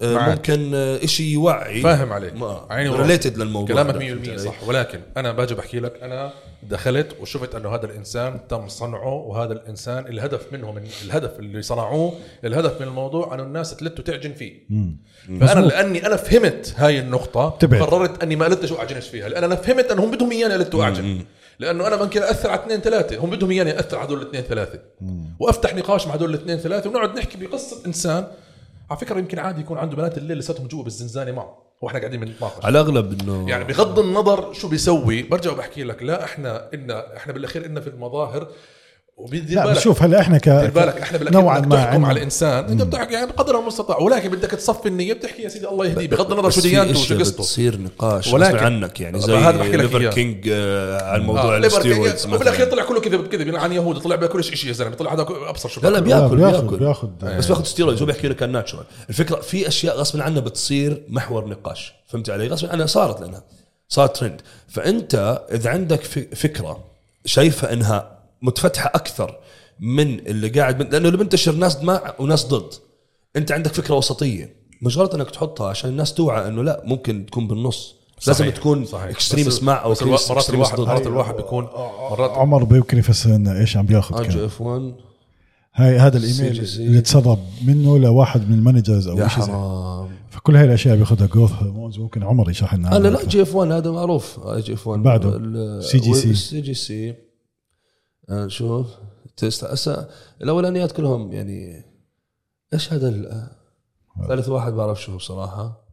ممكن إشي يوعي
فاهم عليك
عيني ريليتد للموضوع
كلامك 100% صح. ولكن أنا باجي بحكي لك أنا دخلت وشفت أنه هذا الإنسان تم صنعه وهذا الإنسان الهدف منه من الهدف اللي صنعوه الهدف من الموضوع أنه الناس تلتوا تعجن فيه. فأنا لأني أنا فهمت هاي النقطة قررت أني ما قلتش أعجنش فيها لأن أنا فهمت أنهم بدهم إياني قلتوا أعجن لأنه أنا ممكن أثر على 2-3 هم بدهم إياني أثر على دول 2-3 وأفتح نقاش مع دول 2-3 ونقعد نحكي بقصة إنسان على فكرة يمكن عادي يكون عنده بنات الليل لساتهم جوا بالزنزانة معه واحنا قاعدين بنتناقش
على الاغلب انه
يعني بغض النظر شو بيسوي برجع بحكي لك لا احنا بالاخير إننا في المظاهر وبيدي بالك
شوف هلا احنا
بالك احنا نوعا ما تحكم على الانسان انت بتحكي يعني قدر المستطاع ولكن بدك تصفي النية بتحكي يا سيدي الله يهديه بغض النظر شو ديانته وشو قصته
تصير نقاش ولكن عنك يعني زي ليفر كينج على الموضوع الستيرويدز
وبالاخير طلع كله كذب عن يهود طلع بياكلش شيء يا زلمه طلع هذا ابصر شو
لا بياكل بس بياخذ ستيرويدز وبيحكي لك الناتشورال الفكره في اشياء غصب عنها بتصير محور نقاش فهمت علي غصب عنها صارت لانها صارت ترند فانت اذا عندك فكره شايفه انها متفتحه اكثر من اللي قاعد لانه اللي بنتشر ناس مع وناس ضد انت عندك فكره وسطيه مش غلط انك تحطها عشان الناس توعى انه لا ممكن تكون بالنص لازم تكون اكستريمست مع او
مرات الواحد بيكون مرات
عمر بيمكن يفسر لنا ايش عم بياخذ
IGF-1
هاي هذا الايميل اللي تسرب منه لواحد من المانجرز او شيء فكل هاي الاشياء بياخذها جروث هرمونز ممكن عمر يشرح لنا
لا IGF-1 هذا معروف IGF-1
بعده CGC
شوف تست الاولانيات كلهم يعني ايش هذا ثالث واحد بعرف شو بصراحه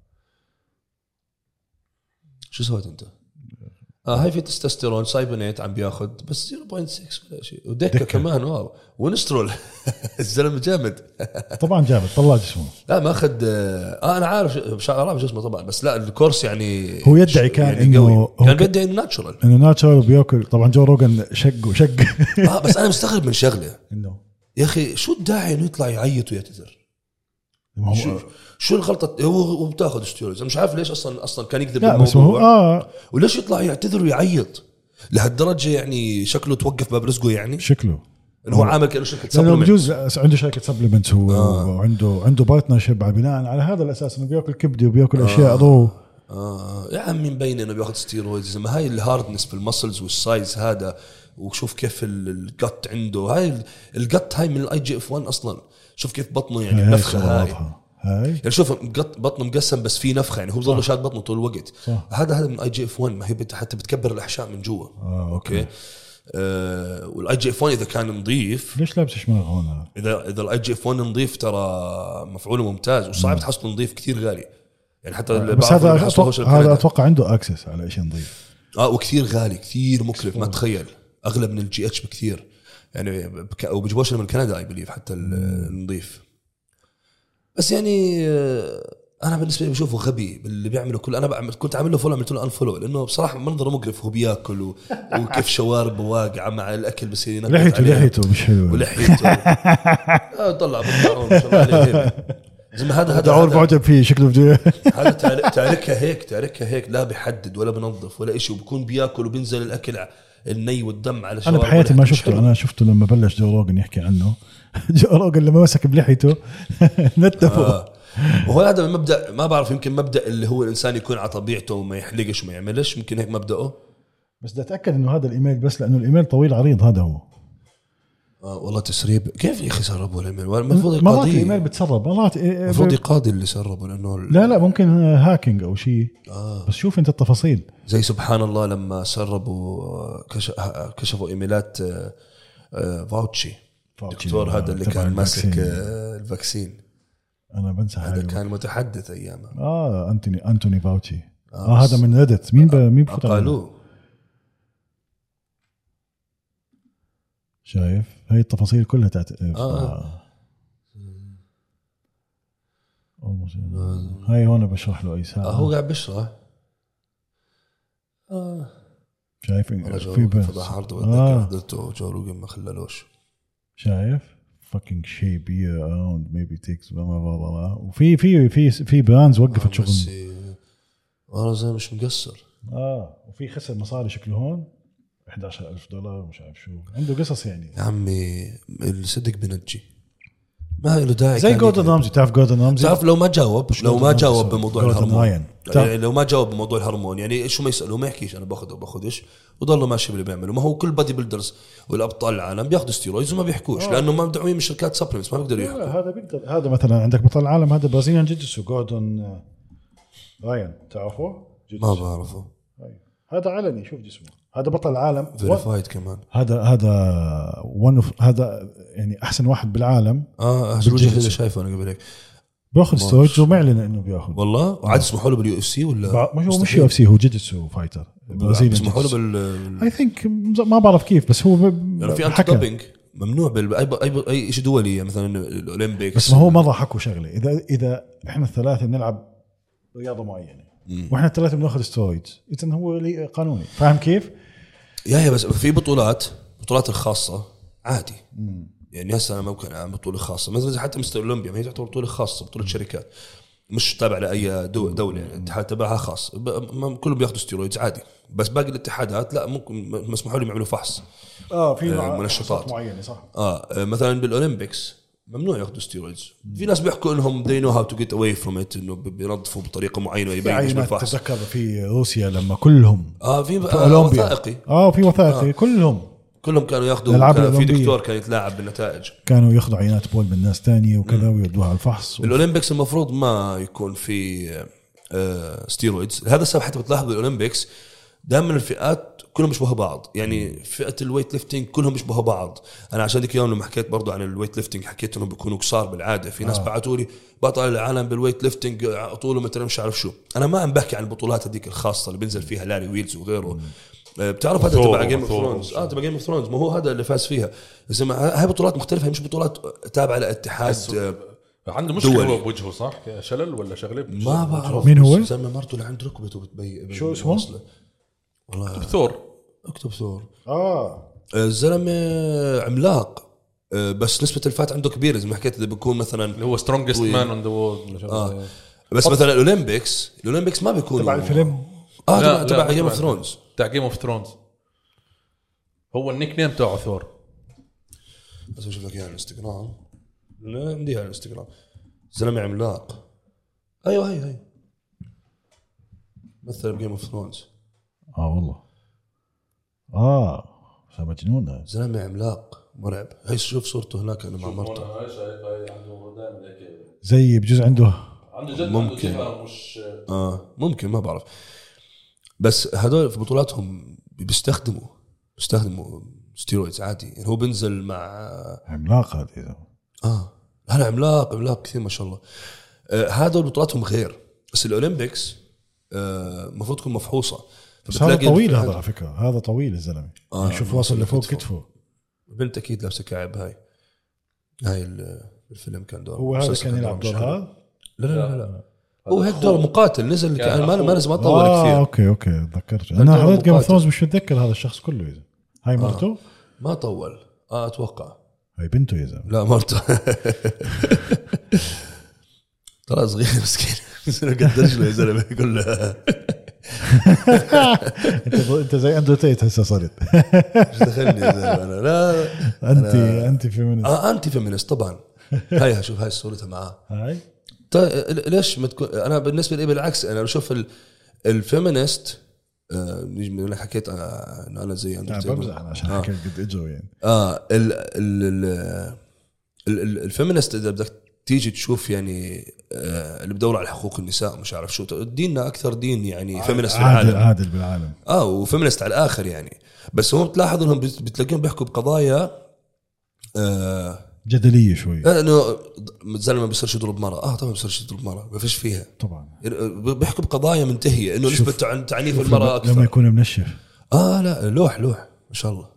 شو سويت انت هاي في تستوستيرون سايبونيت عم بياخذ بس 0.6 ولا شيء ودكه كمان واو ونسترول الزلمه جامد
طبعا جامد طلع جسمه
لا ما اخذ انا عارف جسمه طبعا بس لا الكورس يعني
هو يدعي كان
يعني
انه
كان بيدعي انه ناتشورال
وبياكل طبعا جو روغن شق
بس انا مستغرب من شغله
انه
يا اخي شو الداعي انه يطلع يعيط ويعتذر شو الغلطه هو بتاخذ ستيرويدز مش عارف ليش اصلا كان يكذب
بالموضوع
وليش يطلع يعتذر ويعيط لهالدرجه يعني شكله توقف باب رزقه يعني
شكله
انه هو عامل كأنه شركه
سبلمنت بجوز عنده شركه سبلمنت هو وعنده بارتنرشيب بناء على هذا الاساس انه بياكل كبده وبياكل اشياء ضو
يا عمي مبين انه بياخذ ستيرويدز ما هاي الهاردنس في المسلز والسايز هذا وشوف كيف الجت عنده هاي الجت هاي من IGF-1 اصلا شوف كيف بطنه يعني نفخه هاي يعني شوف بطنه مقسم بس في نفخه يعني هو بظل شاد بطنه طول الوقت هذا من IGF-1 ما هي حتى بتكبر الاحشاء من جوا اوكي والIGF-1 اذا كان نظيف
ليش لابس شماغ هون
اذا الIGF-1 نظيف ترى مفعوله ممتاز وصعب تحصله نظيف كثير غالي يعني حتى
بس هذا اتوقع عنده اكسس على شيء نظيف
وكثير غالي كثير مكلف ما تخيل اغلى من الGH بكثير يعني وبيجيبوش من كندا اي بليف حتى النظيف بس يعني انا بالنسبه لي بشوفه غبي اللي بيعمله كل انا كنت عامل له فولو عملت له انفولو لانه بصراحه منظره مقرف هو بياكل وكيف شوارب واقعه مع الاكل بس
لحيته مش حلوه
ولحيته طلع بالطاعون ما شاء الله عليه زي ما هذا
دعور معجب فيه شكله
هذا تاركها هيك لا بيحدد ولا بنظف ولا إشي وبكون بياكل وبينزل الاكل الني والدم على
انا بحياتي ما شفته انا شفته لما بلش جو روغن يحكي عنه جو روغن لما مسك بلحيته نتفوا
وهو هذا المبدا ما بعرف يمكن مبدا اللي هو الانسان يكون على طبيعته وما يحلقش وما يعملش ممكن هيك مبداه
بس بدي اتاكد انه هذا الايميل بس لانه الايميل طويل عريض هذا هو
والله تسريب كيف يا اخي سربوا الايميل المفروض
مرات الايميل بتسرب مرات
المفروض يقاضي اللي سربوا لانه
لا ممكن هاكينج او شيء بس شوف انت التفاصيل
زي سبحان الله لما سربوا كشفوا ايميلات فاوتشي دكتور هذا اللي كان ماسك الفاكسين انا
بنسى
هذا كان متحدث ايامه
انتوني فاوتشي هذا من ريدت مين
قالوا
شايف هاي التفاصيل كلها هاي هون بشرح له اي ساعه
هو قاعد بشرح
شايف
في فضح عرضه حضرته جو روغن ما خلالوش
شايف fucking shape year around maybe takes وفي براندز وقفت شغل
انا زي مش مقصر
وفي خسر مصاري شكله هون $11,000 مش عارف شو عنده قصص يعني
يا عمي الصدق بنجي ما له داعي.
زي جوردن رامزي، تعرف جوردن رامزي؟
تعرف لو ما جاوب بموضوع الهرمون
يعني
لو ما جاوب بموضوع الهرمون يعني شو ما يسألوا ما يحكيش أنا باخذش وضلوا ماشي باللي بيعملوا. ما هو كل بادي بيلدرز والأبطال العالم بياخذوا ستيرويدز وما بيحكوش لأنه ما مدعوين من شركات سبلمنتس، ما بيقدروا يحكوا.
هذا بيقدر. هذا مثلا عندك بطل العالم هذا برازيليان جيتسو جوردن راين، تعرفه؟
ما بعرفه.
هذا علني، شوف جسمه، هذا بطل العالم
فيريفايد كمان.
هذا يعني احسن واحد بالعالم.
الوجه اللي شايفه انا قبل هيك
باخذ سترويدز ومعلن انه بياخذ.
والله وعاد اسمحوا له باليو اف سي ولا
مش يو اف سي، هو جيتسو فايتر برازيلي.
اسمحوا له
اي ثينك ما بعرف كيف، بس هو
يعني في انتي دوبينج ممنوع اي شيء دولي مثلا الاولمبيكس.
بس ما هو مره حكوا شغله، اذا احنا الثلاثه بنلعب رياضه معينه واحنا الثلاثه بناخذ سترويدز، اذا هو قانوني. فاهم كيف؟
يا بس في بطولات الخاصه عادي. يعني هسه انا ممكن اعمل بطوله خاصه مثلا حتى مستر اولمبيا، ما هي تعتبر بطوله خاصه، بطوله شركات مش تابع لاي دوله يعني. الاتحاد تبعها خاص، كلهم بياخذوا ستيرويدز عادي. بس باقي الاتحادات لا، ممكن مسموح لهم يعملوا فحص
في
منشطات
معينه صح.
مثلا بالاولمبيكس ممنوع ياخذوا ستيرويدز. في ناس بيحكوا انهم they know how to get away from it، انه بينظفوا بطريقه معينه ويبين بالفحص.
تذكر في روسيا لما كلهم
في وثائقي
في وثائقي كلهم
كانوا ياخذوا. في دكتور كان يتلاعب بالنتائج،
كانوا ياخذوا عينات بول من ناس تانية وكذا ويودوها على الفحص.
الأولمبيكس المفروض ما يكون في ستيرويدز. هذا السبب حتى بتلاحظ بالأولمبيكس دائما الفئات كلهم بيشبهوا بعض. يعني فئة الويت ليفتينج كلهم بيشبهوا بعض. أنا عشان ذيك يوم لما حكيت برضو عن الويت ليفتينج حكيت إنهم بيكونوا قصار بالعادة. في ناس بعتوا لي بطل العالم بالويت ليفتينج طوله متر مش عارف شو. أنا ما عم بحكي عن البطولات هذيك الخاصة اللي بينزل فيها لاري ويلز وغيره. بتعرف هذا تبع جيم اوف ثرونز. تبع جيم اوف ثرونز، ما هو هذا اللي فاز فيها. بس هاي بطولات مختلفة، هي مش بطولات تابعة لاتحاد.
عنده مشكلة هو بوجهه صح؟ شلل ولا شغله؟
ما بعرف
مين هو.
زلمة مرته اللي عند ركبته بتبين.
شو اسمه؟
والله اكتب ثور. الزلمة عملاق، بس نسبة الفات عنده كبيرة. زي ما حكيت إذا بيكون مثلا
اللي هو strongest man on the world.
بس مثلا الأولمبيكس ما بيكون
تبع الفيلم.
تبع جيم اوف ثرونز.
تبع جيم اوف ثرونز هو النيك نيم تاعه ثور.
بس اشوف لك اياها على الانستغرام. لا عندي على الانستغرام. زلمه عملاق. ايوه هي مثل جيم اوف ثرونز.
والله مجنون.
زلمه عملاق مرعب. هي شوف صورته هناك انا مع مرته.
زي بجوز عنده
ممكن مش ممكن ما بعرف. بس هذول في بطولاتهم بيستخدموا ستيرويدز عادي. يعني هو بنزل مع
عملاق هذا.
هلا عملاق كثير ما شاء الله. هذول بطولاتهم غير. بس الأولمبيكس المفروض تكون مفحوصة.
بس هذا طويل هذا على فكرة. هذا طويل الزلمة. شوف واصل لفوق كتفه.
بنت أكيد لابسة كعب. هاي الفيلم كان دور.
هو هذا كان يلعب دور هذا.
لا هو هيك دور مقاتل نزل. كان ما طول كثير.
اوكي تذكرت. انا حضرت جيم اوف ثرونز مش متذكر هذا الشخص كله. اذا هاي مرته
ما طول. اتوقع
هاي بنته يا زلمه.
لا مرته. ترى صغير مسكين قدرش له يا زلمه كلها.
انت زي اندرو تيت هسه صرت.
مش دخلني يا زلمه انا. لا
انت فيمينست.
انتي فيمينست طبعا. هاي شوف هاي صورتها معاه.
هاي
ليش ما تكون. انا بالنسبه لي بالعكس. انا بشوف الفيمينست نيجي من حكيت انا زي
انا بمزح عشان حكيت قد اجوا يعني.
الفيمينست اذا بدك تيجي تشوف يعني اللي بدور على حقوق النساء مش عارف شو ديننا اكثر دين يعني فيمينست في العالم.
عادل بالعالم.
وفيمينست على الاخر يعني. بس هم بتلاحظ انهم بتلاقيهم بيحكوا بقضايا
جدليه شوي.
انه الزلمه بيصيرش يضرب مرأة. طبعا بيصيرش يضرب مرأة. ما فيش فيها
طبعا.
بيحكوا بقضايا منتهيه انه نسبه تعنيف المرأة اكثر
لما يكون منشف.
لا لوح ما شاء الله.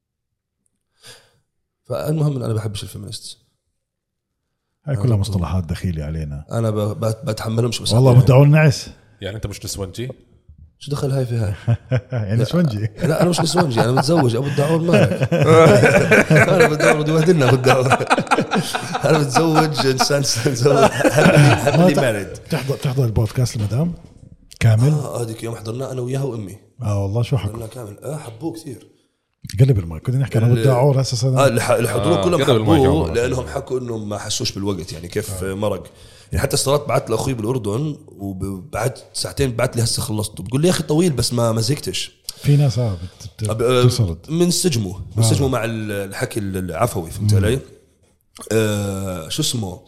فالمهم انا بحبش الفيمينست.
هاي كلها مصطلحات دخيلة علينا.
انا بتحملهمش. بس
والله مدعو النعس.
يعني انت مش نسوانجي؟
شو دخل هاي في هاي؟
يعني نسوانجي.
لا انا مش نسوانجي. انا متزوج ابو الدعور مالك. انا بالدعور دي وهدلنا ابو الدعور. انا متزوج انسان هابلي مارد.
تحضر البودكاست المدام كامل.
هذيك يوم حضرنا انا وياها وامي.
والله شو حكوا
كامل. حبوه كثير.
قلب المايك. كنا نحكي عن الدعور اساسا.
الحضور كلهم حبوه لانهم حكوا انه ما حسوش بالوقت يعني كيف مرق. يعني حتى استغربت بعت لاخوي بالاردن وبعد ساعتين بعت لي هسه خلصت بقول لي يا اخي طويل بس ما زهقتش.
في ناس بتصرد
من سجمه مع الحكي العفوي فهمت علي. شو اسمه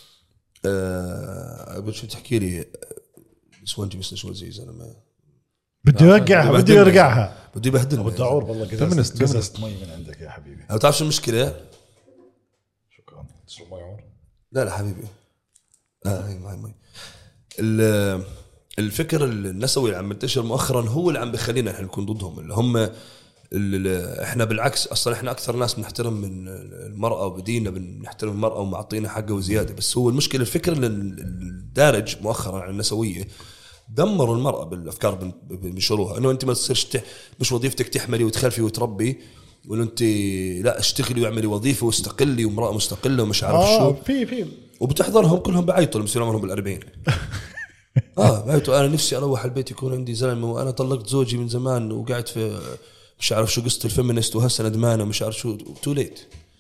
شو تحكي لي سوانجي مثل شو زي زلمه
بدي يرجعها
بدي يبهدلني
ابو الدعور والله قززت مي من عندك يا حبيبي.
بتعرف شو المشكله؟
شكرا.
تشرب مي عمر؟
لا حبيبي هي مي. الفكر النسوي اللي عم ينتشر مؤخرا هو اللي عم بخلينا احنا نكون ضدهم. اللي هم احنا بالعكس اصلا احنا اكثر ناس بنحترم من المراه وبدينا بنحترم المراه ومعطينا حقها وزياده. بس هو المشكله الفكر الدارج مؤخرا عن النسويه دمروا المراه بالافكار بنشروها انه انت ما تصيرش مش وظيفتك تحملي وتخلفي وتربي ولا انت لا اشتغلي واعملي وظيفه واستقلي وامراه مستقله ومش عارف شو
في
وبتحضرهم كلهم بعيطوا لما يصيروا عمرهم بال40 بعيطوا انا نفسي اروح البيت يكون عندي زلمه وانا طلقت زوجي من زمان وقعدت في مش عارف شو قصة الفيمينست وهسه ندمانة ومش عارف شو تو ليت.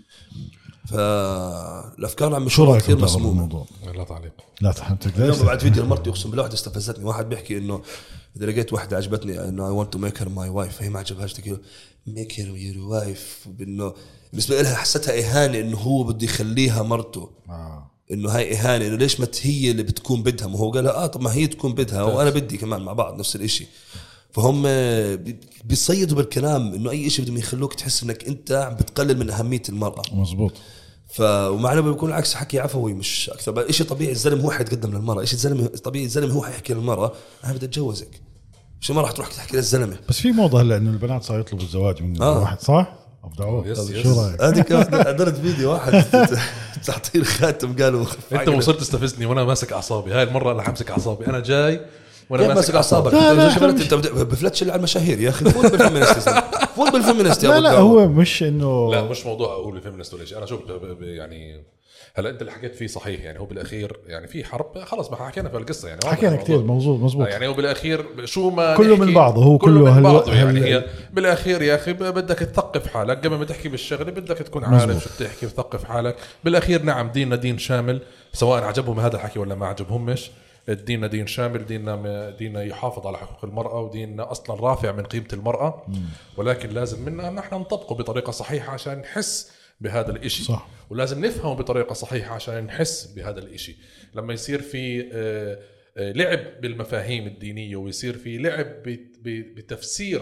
فالأفكار عم مشروع كثير مسمومة.
لا تعليق
لا تحمتك.
اليوم بعد فيديو مرتي أقسم بالله واحدة استفزتني. واحد بيحكي إنه إذا لقيت واحدة عجبتني إنه I want to make her my wife فهي ما عجبهاش تقول make her your wife بإنه بالنسبة لها حسيتها إهانة إنه هو بده يخليها مرته. إنه هاي إهانة إنه ليش ما هي اللي بتكون بدها ما هو قال طب ما هي تكون بدها وأنا بدي كمان مع بعض نفس الإشي. فهم بيصيدوا بالكلام انه اي شيء بدهم يخلوك تحس انك انت عم بتقلل من اهميه المراه.
مزبوط.
ومعنا بيكون العكس حكي عفوي مش اكثر. شيء طبيعي الزلمه هو حيتقدم للمراه. شيء الزلمه طبيعي الزلمه هو حيحكي للمراه انا بدي اتجوزك. شو ما راح تروح تحكي للزلمه.
بس في موضه هلا انه البنات صار يطلبوا الزواج من واحد صح ابدعوه. شو رايك؟
هذيك قدرت فيديو واحد تعطيه الخاتم قالوا
انت وصلت تستفزني وانا ماسك اعصابي. هاي المره انا حمسك اعصابي انا جاي
وانا ماسك اعصابك. انت بفلتش على المشاهير يا اخي. فوت بالفيمينست فوت بالفيمينست يا
لا هو مش انه
لا مش موضوع اقول الفيمينست ولا شيء. انا شوف يعني هلا انت اللي حكيت فيه صحيح. يعني هو بالاخير يعني في حرب خلص ما حكينا في القصه يعني
حكينا كثير مزبوط.
يعني هو بالاخير شو ما
كله من بعضه هو كله
من بعضه يعني هي بالاخير يا اخي بدك تثقف حالك قبل ما تحكي بالشغله بدك تكون عارف شو بتحكي وتثقف حالك. بالاخير نعم ديننا دين شامل سواء عجبهم هذا الحكي ولا ما عجبهمش. ديننا دين شامل. ديننا يحافظ على حقوق المرأة وديننا أصلا رافع من قيمة المرأة. ولكن لازم منا أن احنا نطبقه بطريقة صحيحة عشان نحس بهذا الإشي صح. ولازم نفهمه بطريقة صحيحة عشان نحس بهذا الإشي. لما يصير في لعب بالمفاهيم الدينية ويصير في لعب بتفسير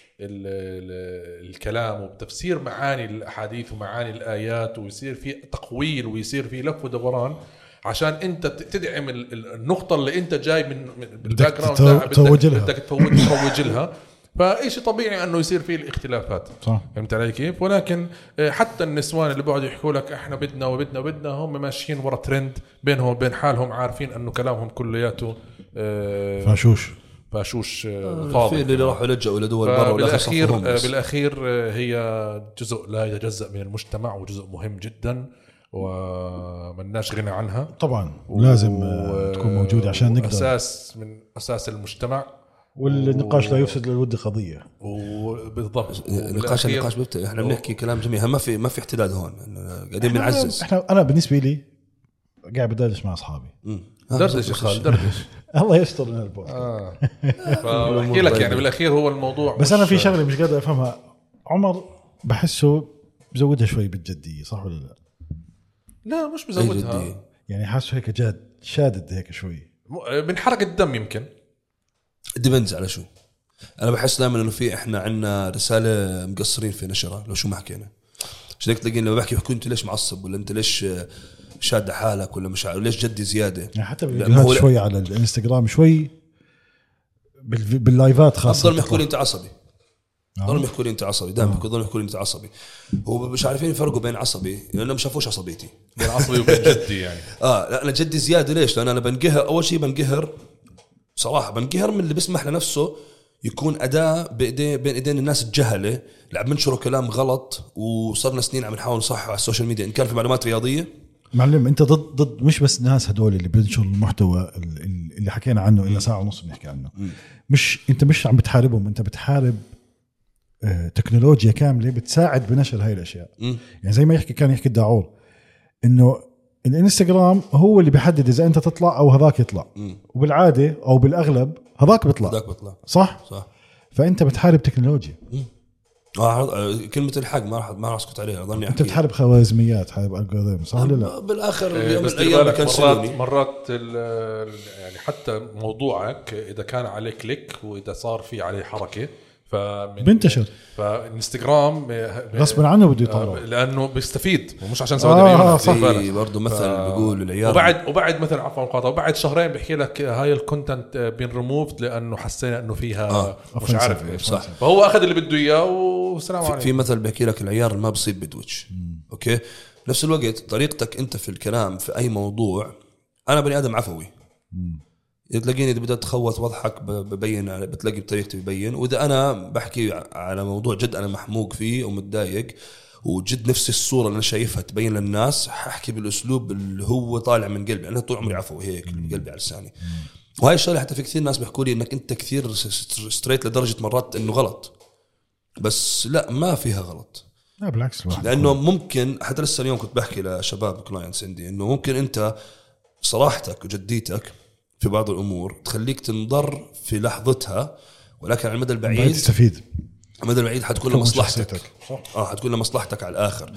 الكلام وبتفسير معاني الأحاديث ومعاني الآيات ويصير في تقويل ويصير في لف ودوران عشان انت تدعم النقطة اللي انت جاي من الباك جراوند بدك تروج لها. فايش طبيعي انه يصير فيه الاختلافات صح. فهمت علي كيف؟ ولكن حتى النسوان اللي بقعدوا يحكوا لك احنا بدنا هم ماشيين ورا ترند بينهم وبين حالهم عارفين انه كلامهم كلياته فاشوش فاضي.
اللي راحوا لجأوا لدول برا
بالاخير هي جزء لا يتجزأ من المجتمع وجزء مهم جدا ومناش غنى عنها
طبعا. ولازم تكون موجودة عشان نقدر
أساس من أساس المجتمع.
والنقاش لا يفسد للود قضية.
وبالضبط
النقاش بيبدأ. احنا بنحكي كلام جميل. ما في احتداد هون قاعدين بنعزز.
انا بالنسبة لي قاعد بدردش مع أصحابي.
دردش يا خالد دردش.
الله يستر لنا البوت.
فأحكي لك يعني بالأخير هو الموضوع.
بس أنا في شغلة مش قادر أفهمها. عمر بحسه بزودها شوي بالجدية صح ولا لا؟
لا مش بزودها
يعني حاسه هيك جاد شادد هيك شوي
من حرق الدم يمكن.
ديبنز على شو. انا بحس دائما انه في احنا عندنا رساله مقصرين في نشرها لو شو ما حكينا. عشان هيك تلاقينا لما بحكي انت ليش معصب ولا انت ليش شاد حالك ولا مش ليش جدي زياده.
يعني حتى بالفيديوهات شوي على الانستغرام شوي باللايفات خاصه
ضل يحكوا لي انت عصبي. ضلوا يحكوا لي انت عصبي. دائما ضلوا يحكوا لي انت عصبي. هو مش عارفين يفرقوا بين عصبي لانه ما شافوش عصبيتي
بين عصبي وبين جدي يعني.
لا انا جدي زياده. ليش؟ لان انا بنقهر. اول شيء بنقهر صراحه بنقهر من اللي بيسمح لنفسه يكون اداه بين ايدين الناس الجهله اللي عم ينشروا كلام غلط. وصرنا سنين عم نحاول نصحح على السوشيال ميديا ان كان في معلومات رياضيه.
معلم انت ضد مش بس الناس هدول اللي بينشروا المحتوى اللي حكينا عنه إلا ساعه ونص بنحكي عنه. مش انت مش عم بتحاربهم. انت بتحارب تكنولوجيا كامله بتساعد بنشر هاي الاشياء. يعني زي ما كان يحكي الداعور انه الانستغرام هو اللي بيحدد اذا انت تطلع او هذاك يطلع. وبالعاده او بالاغلب هذاك بيطلع. صح. فانت بتحارب تكنولوجيا.
كلمة الحق ما راح اسكت عليها. ظني
انت بتحارب خوارزميات، حارب الجوريثم، صح ولا لا؟
بالاخر يوم الايام
مرات يعني حتى موضوعك اذا كان عليه كليك واذا صار في عليه حركه
بنتشر.
فالانستغرام
غصبا عنه بده يطلع
لانه بيستفيد ومش عشان سواد العيون.
صح. برضه مثل بيقول العيار
وبعد مثلا عفوا مقاطعه وبعد شهرين بحكي لك هاي الكونتنت بين ريموفد لانه حسينا انه فيها مش عارف ايش. صح. فهو اخذ اللي بده اياه والسلام عليكم.
في مثل بحكي لك العيار ما بصيب بدوش. اوكي نفس الوقت طريقتك انت في الكلام في اي موضوع. انا بني ادم عفوي. تلاقيني إذا بدأت تخوت وضحك ببين، بتلاقي بطريقتي ببين. وإذا أنا بحكي على موضوع جد أنا محموق فيه ومتضايق وجد نفس الصورة اللي أنا شايفها تبين للناس، ححكي بالأسلوب اللي هو طالع من قلبي. أنا طول عمري عفوي هيك من قلبي على لساني. وهاي الشغلة حتى في كثير ناس بيحكوا لي إنك أنت كثير ستريت لدرجة مرات إنه غلط، بس لا ما فيها غلط.
لا بالعكس،
لأنه ممكن حتى لسه اليوم كنت بحكي لشباب كلاينتس عندي إنه ممكن أنت صراحتك وجديتك في بعض الأمور تخليك تنضر في لحظتها، ولكن على المدى البعيد
تستفيد.
المدى البعيد حتكون لمصلحتك. حتكون لمصلحتك على الآخر.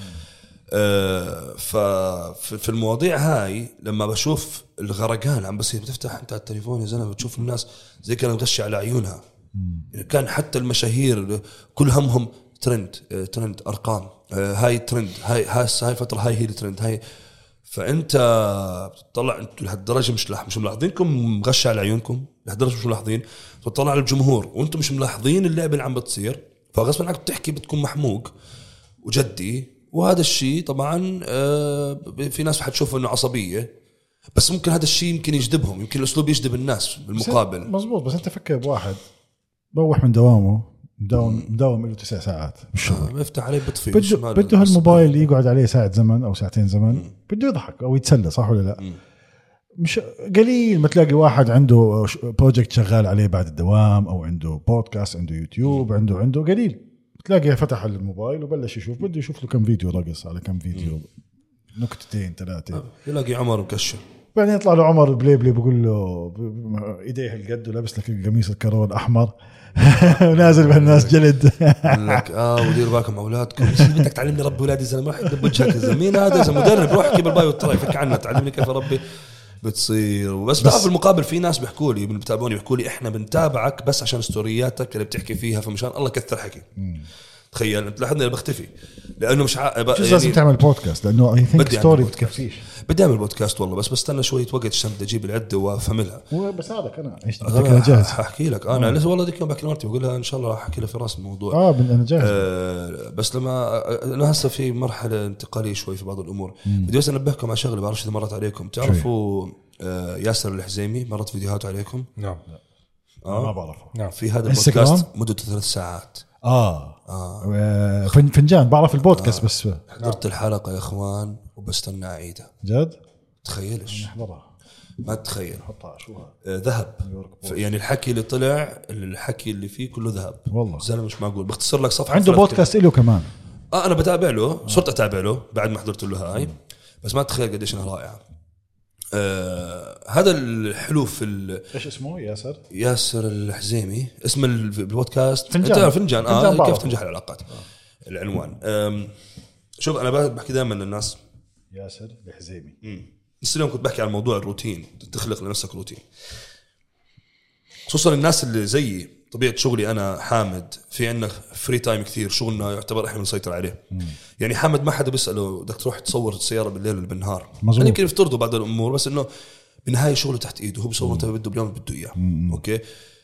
ففي المواضيع هاي لما بشوف الغرقان عم بصير بتفتح انت على التليفون يا زلمه بتشوف الناس زي كانوا مغشي على عيونها. كان حتى المشاهير كل همهم ترند ارقام، هاي ترند، هاي فتره هاي هي الترند هاي. فانت بتطلع انتوا لهالدرجه مش ملاحظينكم مغشى على عيونكم لهالدرجه، مش ملاحظين. بتطلع على الجمهور وانتم مش ملاحظين اللعبه اللي عم بتصير، فغصبا عنك بتحكي بتكون محموق وجدي. وهذا الشيء طبعا في ناس حتشوفه انه عصبيه، بس ممكن هذا الشيء يمكن يجذبهم، يمكن الاسلوب يجذب الناس بالمقابل.
مزبوط. بس انت فكر بواحد بروح من دوامه مداوم له 9 ساعات بالشغل،
بيفتح عليه بطفي
بده هالموبايل يقعد عليه ساعة زمن أو ساعتين زمن، بده يضحك أو يتسلى، صح ولا لا؟ مش قليل ما تلاقي واحد عنده بروجكت شغال عليه بعد الدوام، أو عنده بودكاست، عنده يوتيوب، عنده قليل تلاقيه فتح الموبايل وبلش يشوف، بده يشوف له كم فيديو رقص على كم فيديو، نكتتين 3.
يلاقي عمر مكشر،
بعدين يطلع له عمر بليبلي بيقول له ايديه هالقد ولابس لك القميص الكرون الاحمر ونازل بالناس جلد
لك ودير بالكم اولادكم، بدك تعلمني ربي اولادي زلمه ما حد بوجهك زمين هذا زلمه مدرب، روح احكي بالبايو ترى يفك عنا تعلمني كيف ربي بتصير. بس في المقابل في ناس بيحكوا لي من بتابعوني بيحكوا لي احنا بنتابعك بس عشان ستورياتك اللي بتحكي فيها، فمشان الله كثر حكي. تخيل انت لحد انا بختفي لانه مش يعني
لازم تعمل بودكاست لانه اي ثينك ستوري بتكفيش.
بدي اعمل بودكاست والله، بس بستنى شويه وقت عشان بدي اجيب العده وافهملها.
بس هذاك انا ايش بدك جاهز
احكي لك انا لسه والله ديك يوم بحكي لمرتي بقول لها ان شاء الله راح احكي لها في راس الموضوع.
انا جاهز.
بس لما انا هسه في مرحله انتقاليه شوي في بعض الامور. بدي بس انبهكم على شغله بعرفش اذا مرت عليكم. تعرفوا ياسر الحزيمي مرت فيديوهات عليكم؟
نعم.
ما بعرفه.
نعم. في هذا البودكاست مدته 3 ساعات.
فنجان بعرف البودكاست بس
حضرت الحلقة يا اخوان وبستنى اعيدها.
جد؟
تخيلش ما تتخيل.
حطها شو
ذهب يعني الحكي اللي طلع الحكي اللي فيه كله ذهب والله زلمه مش معقول. بختصر لك صفحة
عنده بودكاست له كمان.
انا بتابع له صرت اتابع له بعد ما حضرت له هاي بس ما تتخيل قديش انها رائعة. هذا الحلو في
ايش اسمه؟
ياسر الحزيمي اسم البودكاست
فنجان.
كيف تنجح العلاقات العنوان. شوف انا بحكي دائما للناس
ياسر الحزيمي.
اليوم كنت بحكي عن موضوع الروتين، تخلق لنفسك روتين، خصوصا الناس اللي زيي. طبيعة شغلي أنا حامد في عنا فري تايم كثير، شغلنا يعتبر إحنا نسيطر عليه. يعني حامد ما حدا بيسأله بدك تروح تصور السيارة بالليل ولا بالنهار، يعني يمكن يفترضوا بعض الأمور، بس إنه بالنهاية شغله تحت إيده، هو بيصور متى بده باليوم بده إياه. أوكي.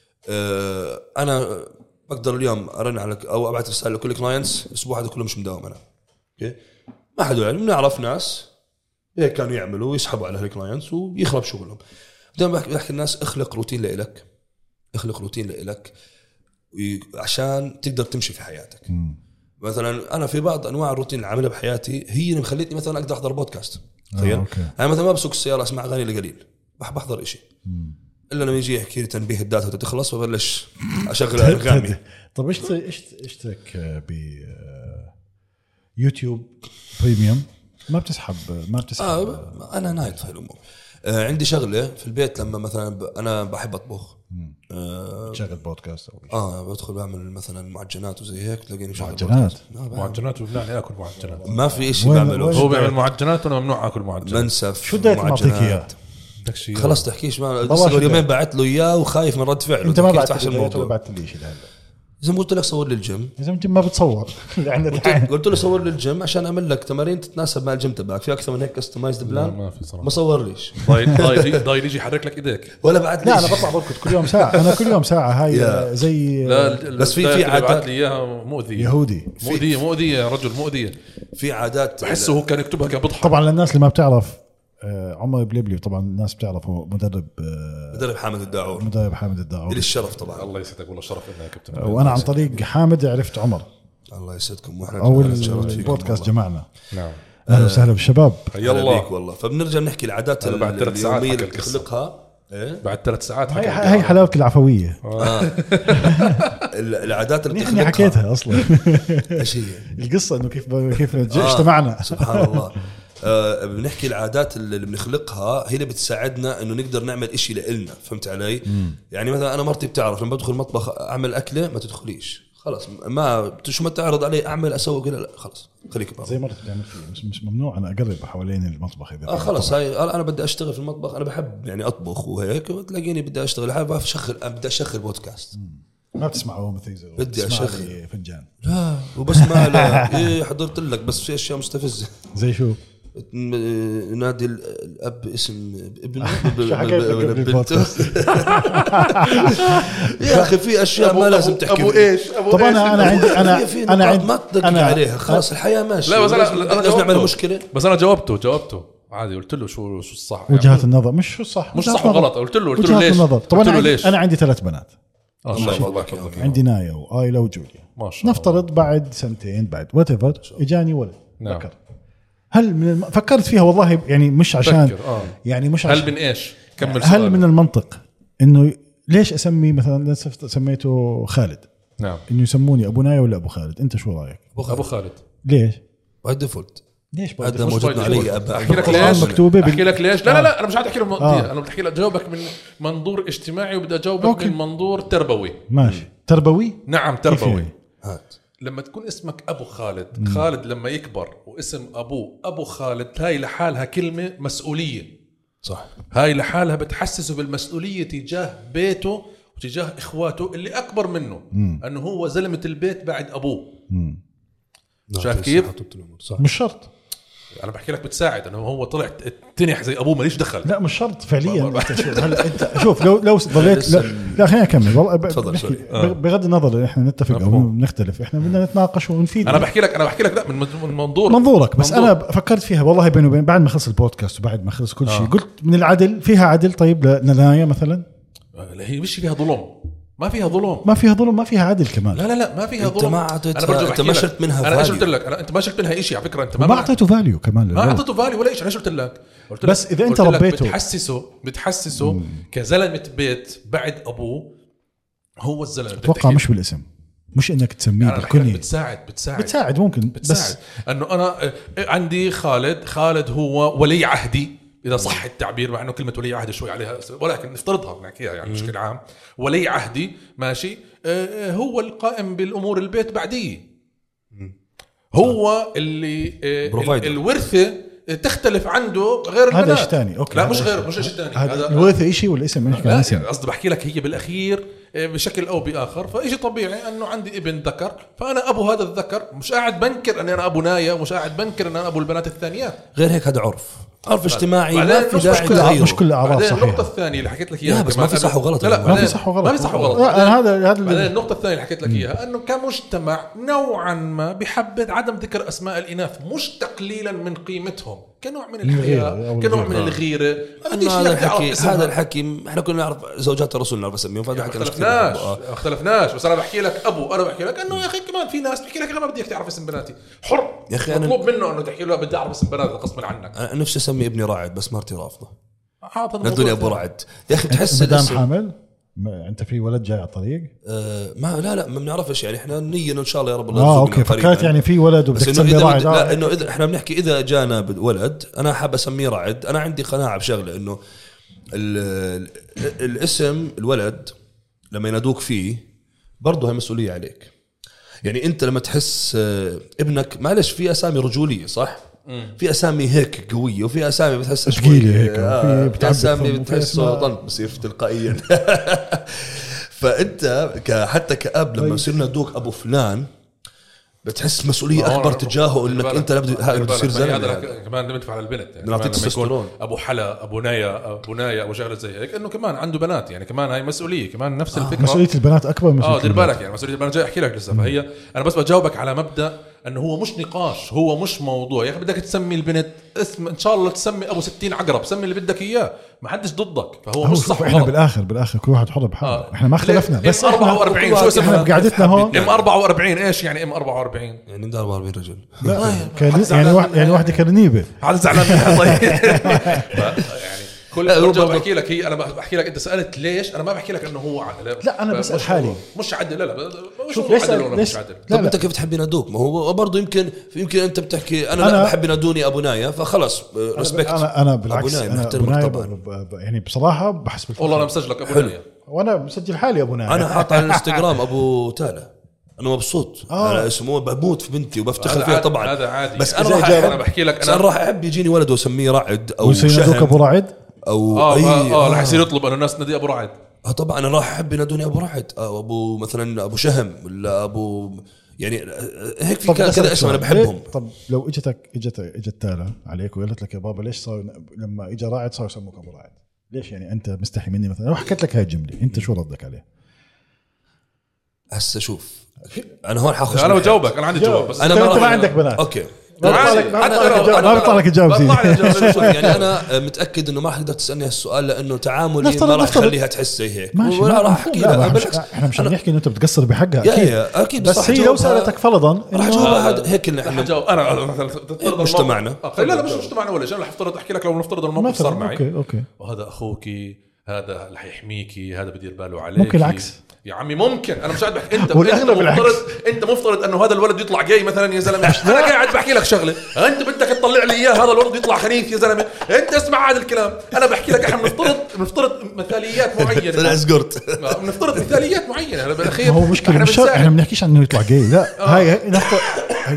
أنا بقدر اليوم أرن على أو أبعث رسالة لكل كلاينتس الأسبوع هذا كله مش مداوم أنا. أوكي. ما حدا يعني بنعرف ناس هيك كانوا يعملوا ويسحبوا على هالكلاينتس ويخرب شغلهم. دائما بحكي الناس اخلق روتين لإلك، اخلق روتين لإلك عشان تقدر تمشي في حياتك. مثلا أنا في بعض أنواع الروتين اللي عاملها بحياتي هي اللي مخليتني مثلا أقدر أحضر بودكاست. تخيل أنا مثلا ما بسوق السيارة أسمع أغاني لقليل، بحضر إشي إلا لما يجي يحكي لي تنبيه الداتا تخلص وبلش أشغل أنغامي.
طب ايش اشترك ب يوتيوب بريميوم ما بتسحب
انا نايت في الامور. عندي شغله في البيت لما مثلا انا بحب اطبخ
شغل بودكاست او
بدخل بعمل مثلا معجنات وزي هيك تلاقيني شغل
معجنات وبنعني اكل معجنات
ما في شيء بعمله.
هو بيعمل معجنات وانا ممنوع اكل معجنات.
منسف
شو بدك معطيك اياه
خلاص تحكيش ما يومين بعت له اياه وخايف من رد فعله.
انت ما بعت لي شيء هذا
زي ما قلت لك صور لي الجيم.
اذا انت ما بتصور
قلت له صور لي الجيم عشان اعمل لك تمارين تتناسب مع الجيم تبعك. في اكثر من هيك كستمايزد بلان
ما في صراحه.
ما صورليش
ضايل يجي يحرك لك ايديك
ولا بعت لي.
لا انا بطلع بركض كل يوم ساعه. انا كل يوم ساعه هاي زي
بس في عادات
بعت لي اياها مؤذيه
يهودي
مؤذيه يا رجل مؤذيه.
في عادات
بحسه هو كان يكتبها كان بضحك.
طبعا للناس اللي ما بتعرف عمر بليبلي طبعا الناس بتعرفه مدرب
حامد الداعور.
مدرب حامد الداعور
لي الشرف طبعا.
الله يسعدك والله شرف لنا يا كابتن.
وانا عن طريق حامد عرفت عمر.
الله يسعدكم. واحنا
اول البودكاست جمعنا.
نعم
اهلا وسهلا بالشباب.
يلا
بيك والله. فبنرجع نحكي العادات اليوميه اللي بتخلقها
بعد 3 ساعات.
هاي حلاوه العفويه.
العادات اللي
بتخلقها حكيتها اصلا.
ايش هي
القصه انه كيف اجتمعنا.
سبحان الله. بنحكي العادات اللي بنخلقها هي اللي بتساعدنا انه نقدر نعمل إشي لإلنا. فهمت علي؟ يعني مثلا انا مرتي بتعرف لما بدخل المطبخ اعمل اكله ما تدخليش خلاص. شو ما تعرض علي اعمل اسوي كده لا خلاص خليك بقى.
زي مرتي بتعمل فيه مش ممنوع انا اقرب حوالين المطبخ اذا
خلاص. هاي انا بدي اشتغل في المطبخ. انا بحب يعني اطبخ وهيك وتلاقيني بدي اشتغل. بدي اشغل بودكاست.
ما بتسمعه مثل
بدي اشغل
فنجان.
لا وبسمع له ايه حضرت لك بس في اشياء مستفزه.
زي شو؟
نادي الاب اسم ابنه يا اخي في اشياء ما لازم تحكي.
ابو ايش
طبعا انا عندي
ما تدقق عليها خلاص. الحياه ماشيه.
لا بس انا
لازم نعمل مشكله.
بس انا جاوبته عادي. قلت له شو الصح
وجهات النظر مش شو الصح
مش صح وغلط. قلت له ليش.
طبعا انا عندي 3 بنات.
الله يبارك.
عندي نايا وآيلا وجوليا.
ما شاء الله.
نفترض بعد سنتين بعد whatever اجاني ولد.
نعم.
هل فكرت فيها والله يعني مش عشان يعني مش عشان
هل من ايش كمل
هل سؤال. من المنطق انه ليش اسمي مثلا سميته خالد.
نعم.
انه يسموني ابو نايا ولا ابو خالد. انت شو رايك؟
ابو خالد.
ليش
باي ديفولت؟
ليش
هذا موجود علي ابا.
احكي لك ليش. لا انا مش عاد احكي لك انا بدي احكي لك جاوبك من منظور اجتماعي وبدي اجاوبك من منظور تربوي.
ماشي. تربوي.
نعم تربوي. هات لما تكون اسمك ابو خالد. خالد لما يكبر واسم ابوه ابو خالد هاي لحالها كلمه مسؤوليه.
صح.
هاي لحالها بتحسسه بالمسؤوليه تجاه بيته وتجاه اخواته اللي اكبر منه. انه هو زلمه البيت بعد ابوه. شايف كيف؟
مش شرط.
انا بحكي لك بتساعد انه هو طلع تنح زي ابوه ماليش دخل.
لا مش شرط فعليا. انت شوف لو ضليت لا خلينا نكمل والله. بغض النظر احنا نتفق او نختلف احنا بدنا نتناقش ونفيد.
انا بحكي لك لا من
منظورك. بس انا فكرت فيها والله بيني وبين بعد ما خلص البودكاست وبعد ما خلص كل شيء قلت من العدل فيها عدل. طيب لنايا مثلا
هي مش فيها ظلم. ما فيها ظلم ما فيها عدل كمان. لا ما فيها ظلم.
انت ما شلت منها فاليو.
انا قلت لك انت ما شلت منها شيء على فكره. انت
ما اعطيته فاليو كمان.
ما اعطيته فاليو ولا شيء. انا قلت لك
بس اذا انت ربيته
بتحسسه كزلمه بيت بعد ابوه هو الزلمه.
اتوقع مش بالاسم مش انك تسميه بالكنيه. بتساعد ممكن بس
انه انا عندي خالد هو ولي عهدي إذا صح التعبير. مع أنه كلمة ولي عهد شوي عليها ولكن نفترضها نحكيها يعني بشكل عام. ولي عهدي ماشي. هو القائم بالأمور البيت بعديه. هو اللي الورثة تختلف عنده غير البنات.
هذا شيء ثاني.
لا مش شيء ثاني.
هذا الورثة شيء والاسم مش
لا يعني قصدي بحكي لك هي بالأخير بشكل أو بآخر. فإشي طبيعي أنه عندي ابن ذكر فأنا أبو هذا الذكر. مش قاعد بنكر أني أنا أبو نايا. مش قاعد بنكر أن أنا أبو البنات الثانيات.
غير هيك هذا عرف اجتماعي. ما في داعي
مش كل اعراض صحيح.
النقطه الثانيه اللي حكيت لك اياها
بس ما في صح وغلط.
ما في صح وغلط.
هذا
النقطه الثانيه اللي حكيت لك اياها انه كمجتمع نوعا ما بيحبذ عدم ذكر اسماء الاناث مش تقليلا من قيمتهم كنوع من الحياء كنوع من الغيره.
هذا الحكي احنا كنا نعرف زوجات الرسول نعرف اسميهم. فهذا حكي
اختلفناش بس انا بحكي لك انا بحكي لك انه يا اخي كمان في ناس بحكي لك انا ما بدي تعرف اسم بناتي حر يا اخي. مطلوب منه انه تحكي له بدي اعرف اسم بناتي غصبا عنك.
انا نفسي اسمي ابني راعد بس مرتي رافضه. ندوني ابو راعد يا اخي. بتحس
مدام حامل انت في ولد جاي على الطريق؟
ما لا ما بنعرفش يعني، احنا نية ان شاء الله يا رب.
اوكي فكرت يعني في ولد وبدك تسمي راعد.
لا انه اذا احنا بنحكي اذا جانا ولد انا حاب اسميه راعد، انا عندي قناعه بشغله انه الاسم الولد لما ينادوك فيه برضه هي مسؤوليه عليك. يعني انت لما تحس ابنك، معلش في اسامي رجوليه صح، في اسامي هيك قويه وفي اسامي بتحسها
ثقيله هيك،
في اسامي بتحسه طن بصير تلقائيا. فانت حتى كأب لما يصير نادوك ابو فلان بتحس مسؤوليه اكبر تجاهه، انك انت لابد تصير زلمه.
كمان بندفع على البنت يعني،
نعطيه تستوستيرون،
ابو حلا، ابو نايا ابو شغله زي هيك، انه كمان عنده بنات يعني، كمان هاي مسؤوليه، كمان نفس الفكره.
مسؤوليه البنات اكبر من مسؤوليه
دير بالك يعني، مسؤوليه البنات جاي احكي لك لسه. فهي انا بس بجاوبك على مبدا انه هو مش نقاش، هو مش موضوع. يا اخي بدك تسمي البنت اسم ان شاء الله تسمي ابو 60 عقرب، سمي اللي بدك اياه، ما حدش ضدك. فهو مش صح.
احنا بالاخر كل واحد حر بحاله. احنا ما اختلفنا، بس
44 شو اسمها
بقعدتنا هون
ام 44. ايش يعني ام 44؟
يعني ده 44 رجل
يعني واحده كرنيبه
هذا زعلان منها. طيب يعني كل برجع بحكي لك، هي انا بحكي لك انت سالت ليش، انا ما بحكي لك انه هو
لا انا بسال حالي
مش عدل. لا
شوف
مش عدل.
طب انت كيف تحب ينادوك؟ ما هو برضه يمكن انت بتحكي انا لا بحب ينادوني ابو نايا فخلص ريسبكت.
انا بالعكس انا ابو نايا يعني بصراحه بحس
والله انا مسجلك ابو نايا،
وانا مسجل حالي ابو نايا.
انا حاط على الانستغرام ابو تالا، انا مبسوط. انا اسمه بموت في بنتي وبفتخر فيها طبعا،
هذا عادي.
بس انا
بحكي لك
انا راح احب يجيني ولد واسميه رعد او
شهم ابو رعد
او
راح يصير يطلب انه الناس تنادي ابو رعد.
طبعا انا راح احب ينادوني ابو رعد او ابو مثلا ابو شهم ولا ابو يعني هيك في كذا اسم انا بحبهم.
طب لو اجت تالا عليك وقالت لك يا بابا ليش صار لما اجى راعد صار يسموك ابو رعد؟ ليش يعني انت مستحي مني مثلا؟ لو حكيت لك هاي الجمله انت شو ردك عليه؟
هسه شوف انا هون حاخذ،
انا بجاوبك، انا عندي جواب بس
انت ما عندك بنات.
اوكي
ما بيطلع لك الجواب زين.
يعني انا متاكد انه ما راح تقدر تسالني هالسؤال لانه تعاملي ما راح اخليها تحس زي هيك. ولا راح احكي لها بالعكس،
احنا مش نحكي انه انت بتقصر بحقها
اكيد
بس هي لو سالتك فرضا
راح جاوبها هيك.
انا
مجتمعنا
لا مش مجتمعنا ولا شيء. انا حفترض احكي لك لو نفترض الموقف صار معي
اوكي
وهذا اخوكي، هذا اللي حيحميكي، هذا بدير باله عليك.
ممكن العكس
يا عمي، ممكن. انا مش قاعد بحكي انت مفترض انه هذا الولد يطلع جاي مثلا يا زلمه. انا قاعد بحكي لك شغله، انت بدك تطلع لي اياه هذا الولد يطلع خنيف يا زلمه. انت اسمع هذا الكلام، انا بحكي لك احنا بنفترض مثاليات معينه.
انا اسقرت
بنفترض مثاليات معينه. انا بالاخير
هو مشكله مش احنا بنحكيش عنه يطلع جاي، لا هاي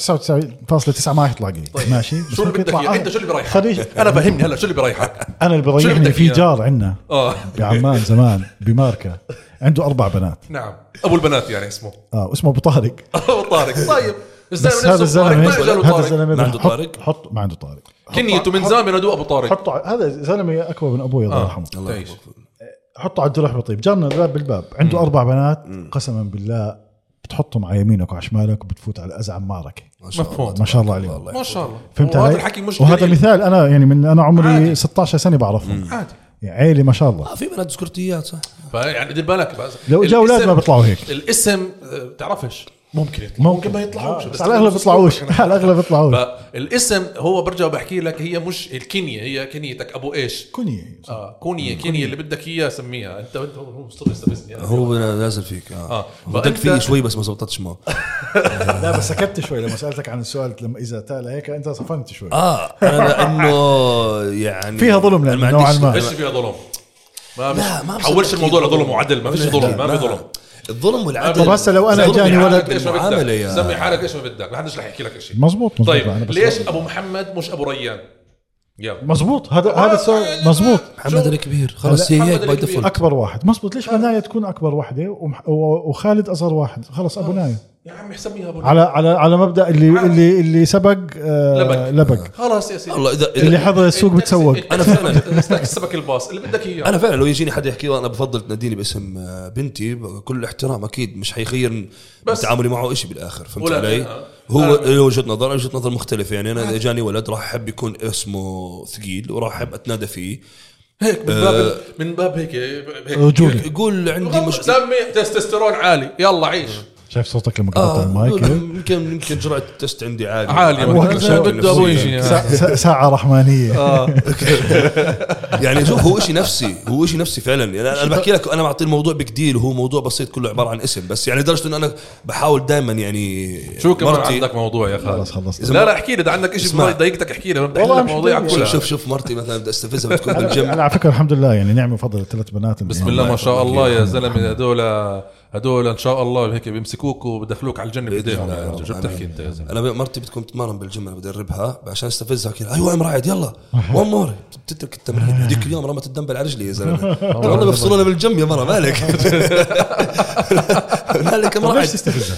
99.9 ما يطلع جاي.
طيب.
ماشي
شو اللي بدك انت شو اللي برايحك؟ انا فهمني هلا شو اللي برايحك؟
انا اللي برايحني في جار عندنا بعمان زمان بماركه عنده 4 بنات.
نعم ابو البنات يعني اسمه
اسمه ابو طارق.
ابو طارق. طيب
هذا الزلمه
ما عنده طارق،
حط ما عنده طارق،
كنيته من زمان بينادوه ابو طارق.
حطه هذا زلمه اكبر من ابوي الله يرحمه. حطه على الدرح بطيب. جارنا الباب بالباب عنده 4 بنات. قسما بالله بتحطهم على يمينك وعلى شمالك وبتفوت على ازعم معركه.
مفهوم.
ما شاء الله عليهم،
ما شاء الله.
فهمت
علي؟
هذا
الحكي مش
وهذا مثال انا يعني من انا عمري 16 سنه بعرفهم
عادي
يعني عيلي ما شاء الله.
في بنات سكرتيات صح.
يعني دير بالك
لو اجوا اولاد ما بيطلعوا هيك.
الاسم تعرفش ممكن
ما
يطلعوش
بس على الاغلب بيطلعوش. على الاغلب بيطلعوش.
فالاسم هو برجع بحكي لك هي مش الكنيه، هي كنيتك ابو ايش كنيه اللي بدك اياه سميها انت. هو مستفزني
هو نازل فيك بدك فيه شوي بس ما زبطتش معه.
لا بس سكت شوي لما سالتك عن السؤال. لما اذا تالا هيك انت صفنت شوي.
انا لانه يعني
فيها ظلم نوعا ما.
ايش فيها ظلم؟ ما حولش الموضوع لظلم وعدل. ما فيش ظلم، ما في ظلم.
الظلم والعدل.
طب هسه لو انا جاني ولد
سمي حالك ايش ما بدك، ما حدش رح يحكي لك شيء.
مزبوط.
طيب ليش ابو محمد مش ابو ريان؟
مزبوط. هذا السؤال مزبوط.
محمد الكبير خلص هي هيك باي ديفولت
اكبر واحد. مزبوط. ليش بناية تكون اكبر واحده وخالد اصغر واحد؟ خلص ابو ناية
يا عمي سميها ابو
على مبدا اللي سبق لبق.
خلاص يا سيدي.
والله اذا
اللي حضر السوق بتسوق.
انا فعلا سبق الباص اللي بدك اياه.
انا فعلا لو يجيني حدا يحكي انا بفضل تناديني باسم بنتي بكل احترام اكيد مش حيغير تعاملي معه إشي بالاخر. فهمت علي؟ هو وجهة نظر مختلفة. يعني انا اذا جاني ولد راح احب يكون اسمه ثقيل وراح احب اتنادى فيه
هيك من باب هيك
يقول عندي مش
سمي تستوستيرون عالي يلا عيش.
شايف صوتك لما قطعت المايك؟
يمكن جرعه التست عندي
عاليه
بده ابوي
ساعه رحمانيه.
يعني شوف هو شيء نفسي فعلا. يعني انا بحكي لك انا بعطي الموضوع بكديل وهو موضوع بسيط كله عباره عن اسم بس. يعني لدرجه انه انا بحاول دائما يعني
شو كمان عندك موضوع يا خالد؟
خلص
لا احكي لي اذا عندك شيء ضايقتك احكي لي. بدي احكي لك مواضيع كلها.
شوف مرتي مثلا بدي استفزها بتكون بالجيم.
انا على فكره الحمد لله يعني نعمه فضل 3 بنات
بسم الله ما شاء الله يا زلمه. هدول ان شاء الله هيك بيمسكوك وبدخلوك على الجنه بايديهم. شو بتحكي انت يا زلمه؟
انا مرتي بتكون تتمرن بالجيم انا بدربها عشان استفزها كذا. ايوه عم راعد يلا وان مور بتترك التمرين. هذيك اليوم رمت الدمبل على رجلي يا زلمه. والله بيفصلونا بالجيم يا مره مالك. مالك ما راح تستفزها.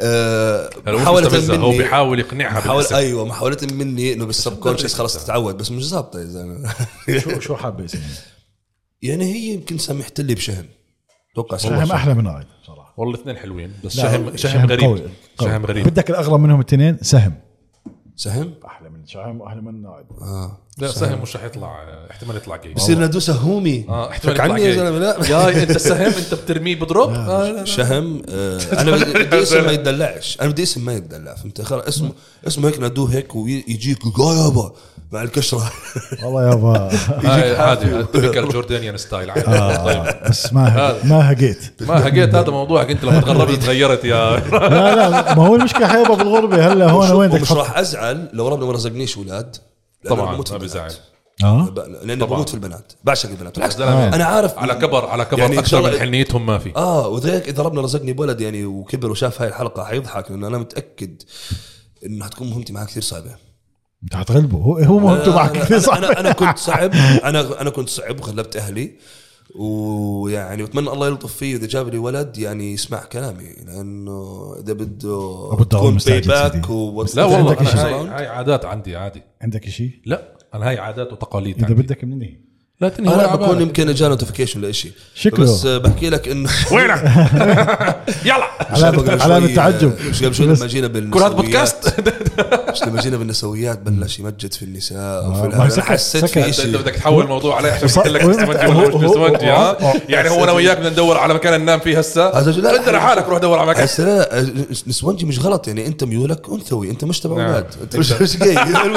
هو بيحاول يقنعها
ايوه محاولة مني انه بالسبكونشس خلاص تتعود بس مش ظابطه يا زلمه.
شو حابه يسمي؟
يعني هي يمكن سمحت لي بشهم. توقع
شهم احلى من عايد صراحه.
والله الاثنين حلوين بس شهم غريب. شهم غريب.
بدك الاغرب منهم الاثنين. سهم
احلى
من شهم واحلى من عايد.
لا سهم مش رح يطلع. احتمال يطلع جاي.
بصير ندو سهومي.
احتمال يطلع جاي. يا انت السهم انت بترميه بضرب.
شهم. انا بدي اسم ما يدلعش. انا بدي اسم ما يدلع. فهمت؟ خلاص اسمه هيك ندو هيك ويجيك يابا مع الكشره.
والله يابا
عادي تبكر جوردانيان ستايل عادي.
بس ما هقيت
هذا موضوعك انت لما تغربت تغيرت يا
لا ما هو المشكله حيبه بالغربه. هلا هون وين
مش راح ازعل لو ربنا ما رزقنيش اولاد.
طبعا ما بزعل.
لأنه بموت في البنات. بعشق البنات بالعكس.
أنا عارف على كبر يعني أكثر من حنيتهم ما في.
وذلك إذا ربنا رزقني بولد يعني وكبر وشاف هاي الحلقة حيضحك لأن أنا متأكد إنه هتكون مهمتي معه كثير صعبة.
أنت هتغلبه. هو مهمته معك كثير صعبة.
أنا كنت صعب. أنا كنت صعب وغلبت أهلي ويعني أتمنى الله يلطف فيه إذا جاب لي ولد يعني يسمع كلامي لأنه إذا بده تكون باك
لا والله هاي عادات عندي عادي.
عندك شيء؟
لا أنا هاي عادات وتقاليد
إذا
عندي.
بدك مني
لا تنهي.
أنا بكون يمكن جاء نوتيفيكيشن لإشي بس بحكي لك إنه
وينك يلا
علامة تعجب.
مش قبل شوي لما جينا
بالنسويات بودكاست
مش لما جينا بالنسويات بلش يمجد في النساء وفي حسيت في شيء.
انت بدك تحول الموضوع عليه عشان تقول لك نسوانجي ولا مش نسوانجي. يعني هو انا وياك بدنا ندور على مكان ننام فيه هسه. انت لحالك روح دور على مكان.
لا نسوانجي مش غلط. يعني انت ميولك انثوي. انت مش تبع اولاد. انت مش جاي.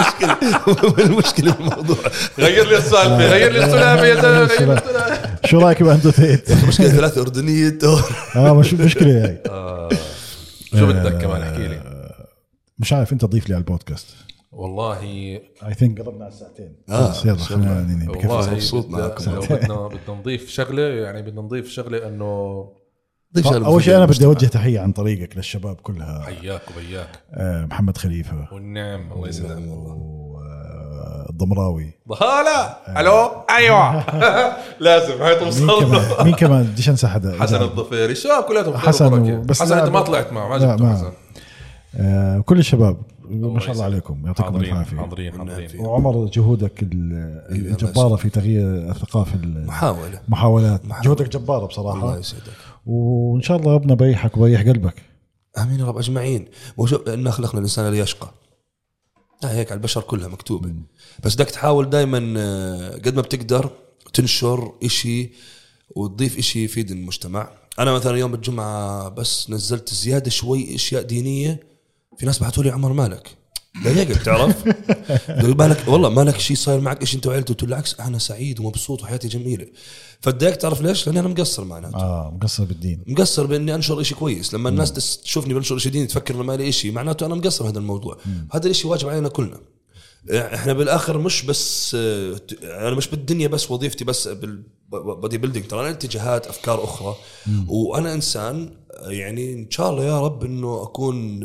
المشكله الموضوع.
غير لي السالفه. غير لي السلامه يا زلمه.
شو رايك بأنتو ثيت؟
مشكله 3 أردنية.
مش مشكله هاي.
شو بدك كمان احكي لي؟
مش عارف انت ضيف لي على البودكاست.
والله
اي ثينك قربنا على ساعتين. يلا خلينا
والله مبسوط معكم. لو بدنا نضيف شغله يعني بدنا نضيف شغله انه
اول شيء انا بدي اوجه تحيه عن طريقك للشباب كلها.
حياك وبياك.
محمد خليفه
والنعم الله يسلمك.
الضمراوي.
لا الو ايوه لازم هاي توصل.
مين كمان بديش انسى حدا.
حسن الضفيري. الشباب كلهم
حسن. بس
حسن انت ما طلعت معه. ما جبته حسن.
كل الشباب ما شاء الله عليكم يعطيكم العافيه.
حاضرين.
وعمر جهودك الجباره في تغيير الثقافه. محاولات جهودك جباره بصراحه.
الله يسعدك.
وان شاء الله ربنا بيحك وبيح قلبك.
امين يا رب اجمعين. إن خلقنا الانسان ليشقى. هيك على البشر كلها مكتوبة. بس بدك تحاول دايما قد ما بتقدر تنشر إشي وتضيف إشي يفيد المجتمع. أنا مثلا يوم الجمعة بس نزلت زيادة شوي إشياء دينية. في ناس بعثوا لي عمر مالك ضايقك تعرف. بالك والله مالك شيء صاير معك إيش أنت وعيلته. قلت له العكس أنا سعيد ومبسوط وحياتي جميلة. فدايك تعرف ليش؟ لأني أنا مقصر معناته.
مقصر بالدين.
مقصر بإني أنشر إشي كويس. لما الناس تشوفني بنشر إشي ديني تفكر إنه مالي إشي معناته أنا مقصر هذا الموضوع. هذا الإشي واجب علينا كلنا. إحنا بالآخر مش بس أنا مش بالدنيا بس وظيفتي بس بالبودي بيلدينج. ترى أنا اتجاهات أفكار أخرى. وأنا إنسان يعني إن شاء الله يا رب إنه أكون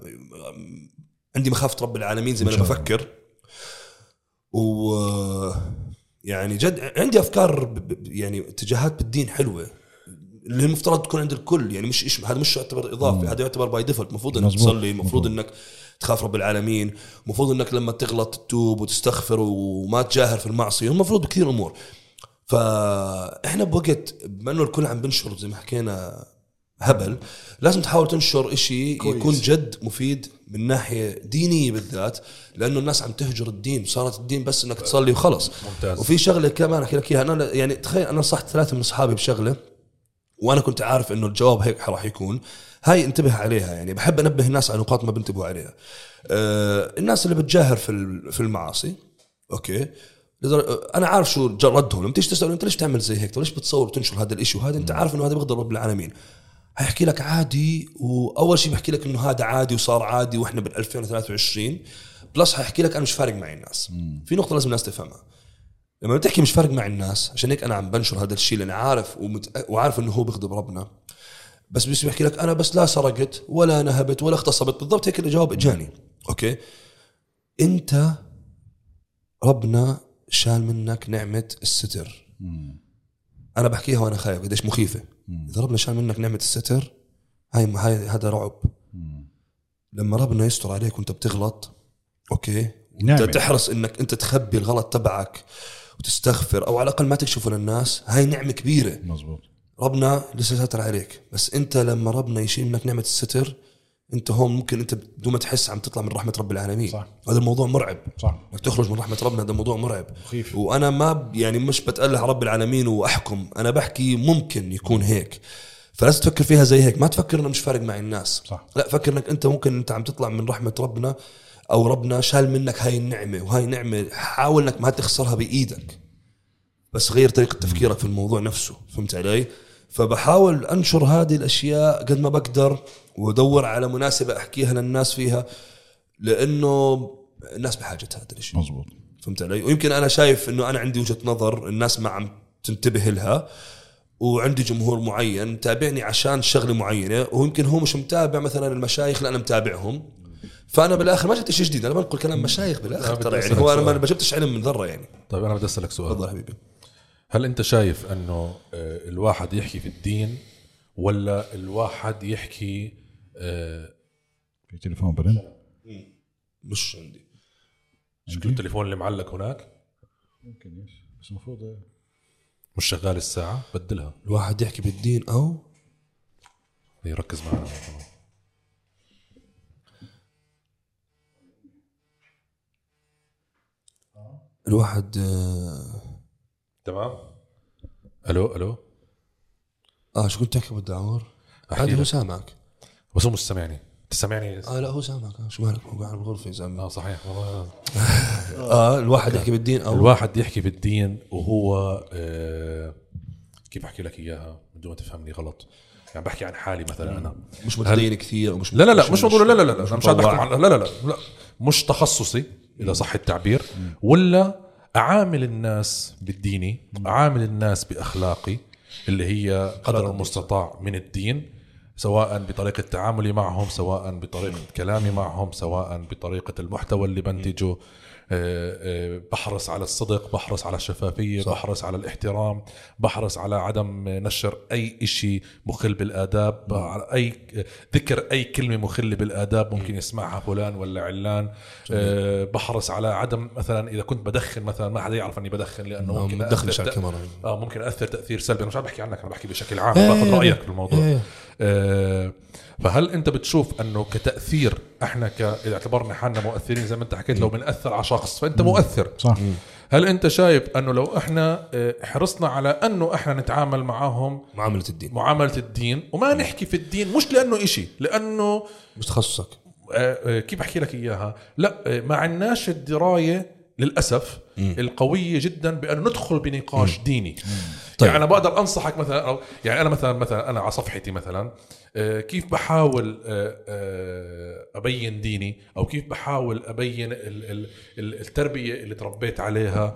عندي مخافة رب العالمين زي ما أنا بفكر. يعني جد عندي أفكار يعني اتجاهات بالدين حلوة اللي المفترض تكون عند الكل. يعني مش هذا مش يعتبر إضافي. هذا يعتبر باي ديفولت. المفروض إنك تصلي. المفروض إنك تخاف رب العالمين. المفروض إنك لما تغلط تتوب وتستغفر وما تجاهر في المعصية. المفروض بكثير أمور. فإحنا بوقت بما إنه الكل عم بنشر زي ما حكينا هبل لازم تحاول تنشر إشي كويس. يكون جد مفيد من ناحية دينية بالذات. لأنه الناس عم تهجر الدين. صارت الدين بس إنك تصلي وخلص.
ممتاز.
وفي شغلة كمان أحكي لك إياها. أنا يعني تخيل أنا نصحت 3 من أصحابي بشغلة وانا كنت عارف انه الجواب هيك راح يكون. هاي انتبه عليها، يعني بحب انبه الناس على نقاط ما بنتبهوا عليها. الناس اللي بتجاهر في المعاصي، اوكي، انا عارف شو ردهم. لما تيجي تسال انت ليش تعمل زي هيك، ليش بتصور وتنشر هذا الاشي وهذا، انت عارف انه هذا بيغضب رب العالمين. هيحكي لك عادي، واول شيء بحكي لك انه هذا عادي وصار عادي واحنا بال 2023 بلس. هيحكي لك انا مش فارق معي الناس. في نقطه لازم الناس تفهمها، لما بتحكي مش فارق مع الناس، عشان هيك انا عم بنشر هذا الشيء لأن عارف وعارف انه هو بيغضب ربنا. بس بيحكي لك انا بس لا سرقت ولا نهبت ولا اغتصبت، بالضبط هيك الجواب اجاني. اوكي، انت ربنا شال منك نعمة الستر. انا بحكيها وانا خايف قديش مخيفة. اذا ربنا شال منك نعمة الستر، هذا رعب. لما ربنا يستر عليك وانت بتغلط، اوكي، انت تحرص انك انت تخبي الغلط تبعك وتستغفر، او على الاقل ما تكشفه للناس، هاي نعمة كبيرة.
مزبوط.
ربنا لسه ساتر عليك. بس انت لما ربنا يشيل منك نعمة الستر، انت هون ممكن انت بدون ما تحس عم تطلع من رحمة رب العالمين.
صح.
هذا الموضوع مرعب.
صح.
انك تخرج من رحمة ربنا، هذا الموضوع مرعب.
مخيف.
وانا ما يعني مش بتأله رب العالمين واحكم، انا بحكي ممكن يكون هيك. فلازم تفكر فيها زي هيك، ما تفكر انه مش فارق مع الناس.
صح.
لا، فكر انك انت ممكن انت عم تطلع من رحمة ربنا، او ربنا شال منك هاي النعمة، وهاي نعمة حاول انك ما تخسرها بايدك، بس غير طريقة تفكيرك في الموضوع نفسه. فهمت علي؟ فبحاول أنشر هذه الأشياء قد ما بقدر، ودور على مناسبة أحكيها للناس فيها، لأنه الناس بحاجة هذا الشيء.
مزبوط.
فهمت علي؟ ويمكن أنا شايف إنه أنا عندي وجهة نظر الناس ما عم تنتبه لها، وعندي جمهور معين تابعني عشان شغلة معينة، ويمكن هو مش متابع مثلا المشايخ اللي أنا متابعهم. فأنا بالآخر ما جبت شيء جديد، أنا بنقول كلام مشايخ بالآخر ترى، يعني هو أنا ما جبتش علم من ذرة يعني.
طيب أنا بدي أسألك سؤال.
تفضل حبيبي.
هل أنت شايف أنه الواحد يحكي في الدين، ولا الواحد يحكي
في تليفون برن؟
مش عندي.
شكل التليفون اللي معلق هناك
ممكن بس المفروض
مش شغال الساعة، بدلها.
الواحد يحكي بالدين أو
يركز معنا.
الواحد
تمام. الو
شو كنت تحكي بالدعوار؟ عادي هو سامعك
بس هو مش سامعني. تسمعني؟
لا هو سامعك. شو مالك؟ هو قاعد بالغرفة يسمع.
صحيح.
الواحد يحكي بالدين أو
الواحد يحكي بالدين وهو كيف أحكي لك إياها بدون ما تفهمني غلط. يعني بحكي عن حالي مثلا، أنا
مش متدين كثير، مش
لا مش موضوع. لا مش بحكي لا مش تخصصي إذا صح التعبير، ولا أعامل الناس بالديني، أعامل الناس بأخلاقي اللي هي قدر المستطاع من الدين، سواء بطريقة تعاملي معهم، سواء بطريقة كلامي معهم، سواء بطريقة المحتوى اللي بنتجه. بحرص على الصدق، بحرص على الشفافية، صح. بحرص على الاحترام، بحرص على عدم نشر أي إشي مخل بالآداب، على أي ذكر أي كلمة مخل بالآداب ممكن يسمعها فلان ولا علان. بحرص على عدم مثلا إذا كنت بدخن مثلا ما حدا يعرف أني بدخن، لأنه ممكن ممكن أثر تأثير سلبي. أنا مش عم بحكي عنك، أنا بحكي بشكل عام، باخذ رأيك في الموضوع. فهل أنت بتشوف أنه كتأثير إحنا إذا اعتبرنا حالنا مؤثرين زي ما أنت حكيت، لو بنأثر على شخص فأنت مؤثر،
صح.
هل أنت شايف أنه لو إحنا حرصنا على أنه إحنا نتعامل معهم معاملة الدين وما نحكي في الدين، مش لأنه إشي، لأنه
مش تخصصك،
كيف أحكي لك إياها، لا ما عناش الدراية للأسف القوية جدا بأن ندخل بنقاش ديني. طيب. يعني أنا بقدر أنصحك مثلا، أو يعني أنا مثلا أنا على صفحتي مثلا كيف بحاول أبين ديني، أو كيف بحاول أبين التربية اللي تربيت عليها.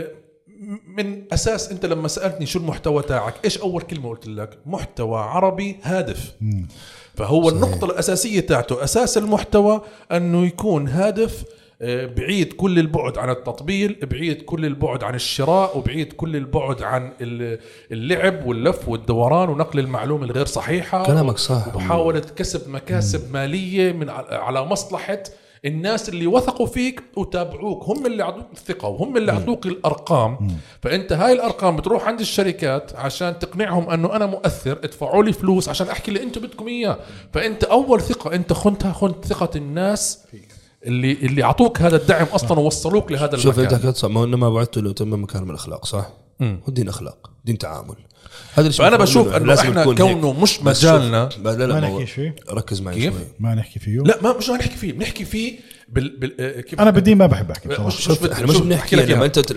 من أساس أنت لما سألتني شو المحتوى تاعك، إيش أول كلمة قلت لك؟ محتوى عربي هادف. فهو صحيح. النقطة الأساسية تاعته، أساس المحتوى أنه يكون هادف، بعيد كل البعد عن التطبيل، بعيد كل البعد عن الشراء، وبعيد كل البعد عن اللعب واللف والدوران ونقل المعلومة الغير صحيحة.
كلامك صح.
ومحاولة كسب مكاسب مالية من على مصلحة الناس اللي وثقوا فيك وتابعوك، هم اللي عطوك الثقة وهم اللي عطوك الأرقام. فأنت هاي الأرقام بتروح عند الشركات عشان تقنعهم أنه أنا مؤثر، ادفعوا لي فلوس عشان أحكي اللي أنتوا بدكم إياه. فأنت أول ثقة أنت خنت ثقة الناس اللي عطوك هذا الدعم أصلا ووصلوك لهذا المكان.
شوف أنت كنت ما إنما بعدت له تم مكارم الأخلاق، صح؟ الدين أخلاق، دين تعامل. هذا
فأنا بشوف انه احنا كونه مش مجالنا
ما نحكي فيه.
ركز معي
كيف؟
شوي.
ما نحكي فيه.
لا مش نحكي فيه، بنحكي فيه كيف.
انا بدي ما بحب احكي بصراحه.
احنا مش بنحكي لما انت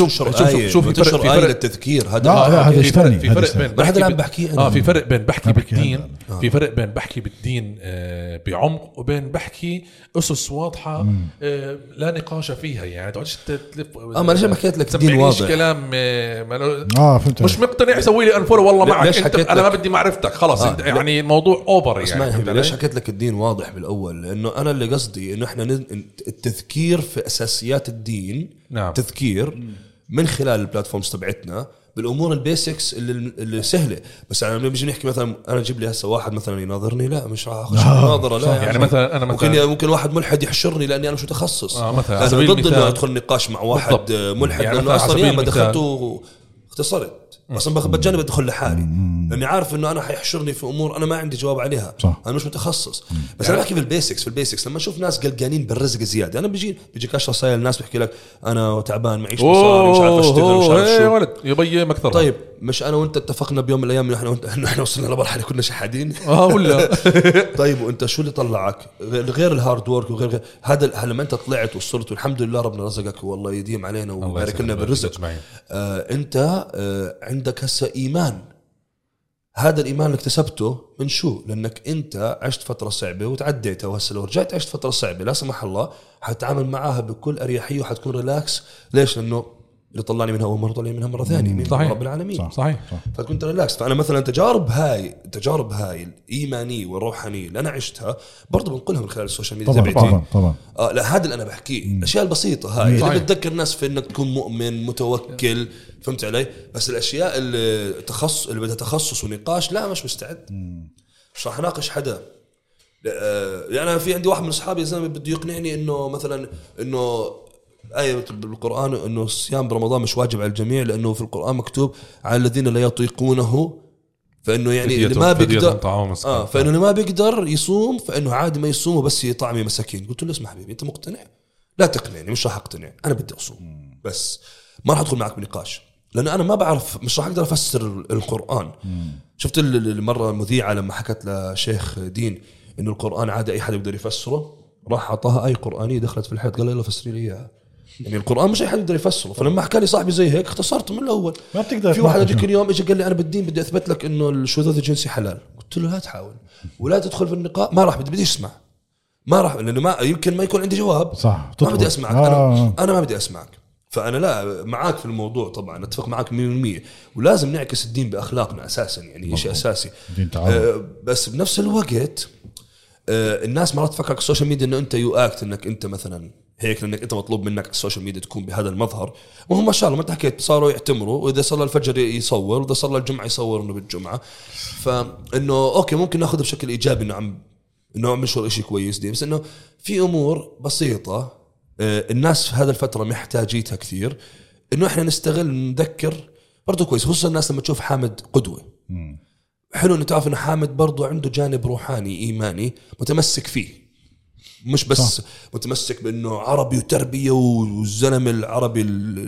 شوف تنشر للتذكير.
هذا اشتاني.
في فرق بين
هذا اللي بحكي انا.
في فرق بين بحكي بالدين، في فرق بين بحكي بالدين بعمق، وبين بحكي اسس واضحه لا نقاش فيها. يعني تقعدش تلف.
ما انا حكيت لك دين واضح
كلام
فهمت.
مش مقتنع سوي لي انفولو والله معك انت، انا ما بدي معرفتك خلاص. يعني الموضوع اوفر. يعني
ليش حكيت لك الدين واضح بالاول؟ لانه انا اللي قصدي انه احنا التذكير في اساسيات الدين.
نعم.
تذكير من خلال البلاتفورمز تبعتنا بالامور البيسكس اللي سهله. بس انا لما بيجي نحكي مثلا انا اجيب لي هسه واحد مثلا يناظرني، لا مش راح اخش مناظره. لا
يعني مثلا انا
ممكن واحد ملحد يحشرني لاني انا مش متخصص.
مثلا
انا ضد انه ادخل نقاش مع واحد ملحد
يعني
لانه اصلا ما دخلته اختصرت. اصلا بتجنب ادخل لحالي لاني عارف انه انا حيحشرني في امور انا ما عندي جواب عليها.
صح.
انا مش متخصص. بس انا بحكي في البيسكس لما اشوف ناس قلقانين بالرزق زياده. انا بيجيك 10 رسائل الناس بيحكي لك انا تعبان معيش مصاري مش عارف اشتغل مش عارف شو.
ولد يبي مكثر.
طيب مش انا وانت اتفقنا بيوم من الايام انه احنا وصلنا لمرحله كنا شحادين
ولا
طيب وانت شو اللي طلعك غير الهارد وورك وغير هذا لما انت طلعت وصلت والحمد لله ربنا رزقك والله يديم علينا وبارك لنا بالرزق. انت عندك هسه ايمان. هذا الإيمان اللي اكتسبته من شو؟ لأنك أنت عشت فترة صعبة وتعديتها، وهسه لو رجعت عشت فترة صعبة لا سمح الله حتتعامل معها بكل أريحية وحتكون ريلاكس. ليش؟ لأنه اللي طلعني منها أول مرة طلعني منها مرة ثانية من رب العالمين.
صحيح.
فكنت ريلاكس. فأنا مثلا تجارب هاي الإيمانية والروحانية اللي أنا عشتها برضو بنقولها من خلال السوشيال ميديا.
طبعا.
لا هذا اللي أنا بحكيه الأشياء البسيطة هاي اللي بتذكر الناس في إنك تكون مؤمن متوكل. فهمت علي؟ بس الأشياء اللي بدها تخصص ونقاش لا مش مستعد. مش راح أناقش حدا. يعني أنا في عندي واحد من أصحابي زلمة بده يقنعني إنه مثلا إنه آية بالقرآن إنه الصيام برمضان مش واجب على الجميع لأنه في القرآن مكتوب على الذين لا يطيقونه. فإنه يعني اللي ما بيقدر فإنه اللي ما بيقدر يصوم فإنه عادي ما يصوم بس يطعم مساكين. قلت له اسمع حبيبي أنت مقتنع؟ لا تقنعني مش راح أقتنع. أنا بدي أصوم بس ما راح أدخل معك بنقاش لأن أنا ما بعرف مش راح أقدر أفسر القرآن. شفت المرة المذيعة لما حكت لشيخ دين إنه القرآن عادي أي حد يقدر يفسره، راح أعطاها آية قرآنية دخلت في الحيط قال لي يلا فسري لي إياها. يعني القرآن مش أي حد يقدر يفسره. فلما حكى لي صاحبي زي هيك اختصرت من الأول.
ما بتقدر.
في واحد أجيك اليوم إجا قال لي أنا بالدين بدي أثبت لك إنه الشذوذ الجنسي حلال. قلت له لا تحاول ولا تدخل في النقاش. ما راح بدي أسمع. ما راح لأنه ما يمكن ما يكون عندي جواب.
صح.
ما بدي أسمعك. أنا ما بدي أسمعك. فأنا لا معاك في الموضوع طبعا أتفق معاك 100%. ولازم نعكس الدين بأخلاقنا أساسا يعني شيء أساسي. بس بنفس الوقت الناس مرات تفكرك السوشيال ميديا إنه أنت يؤكت إنك أنت مثلا هيك لأنك أنت مطلوب منك السوشيال ميديا تكون بهذا المظهر. وهم ما شاء الله ما أنت حكيت صاروا يعتمروا وإذا صلى الفجر يصور وإذا صلى الجمعة يصور إنه بالجمعة. فإنه أوكي ممكن نأخذ بشكل إيجابي إنه عم يشعر إشي كويس دي. بس إنه في أمور بسيطة الناس في هذا الفترة محتاجيتها كثير إنه إحنا نستغل نذكر برضو كويس. خصوصا الناس لما تشوف حامد قدوة حلو إنه تعرف إنه حامد برضو عنده جانب روحاني إيماني متمسك فيه. مش بس صح. متمسك بأنه عربي وتربية والزلم العربي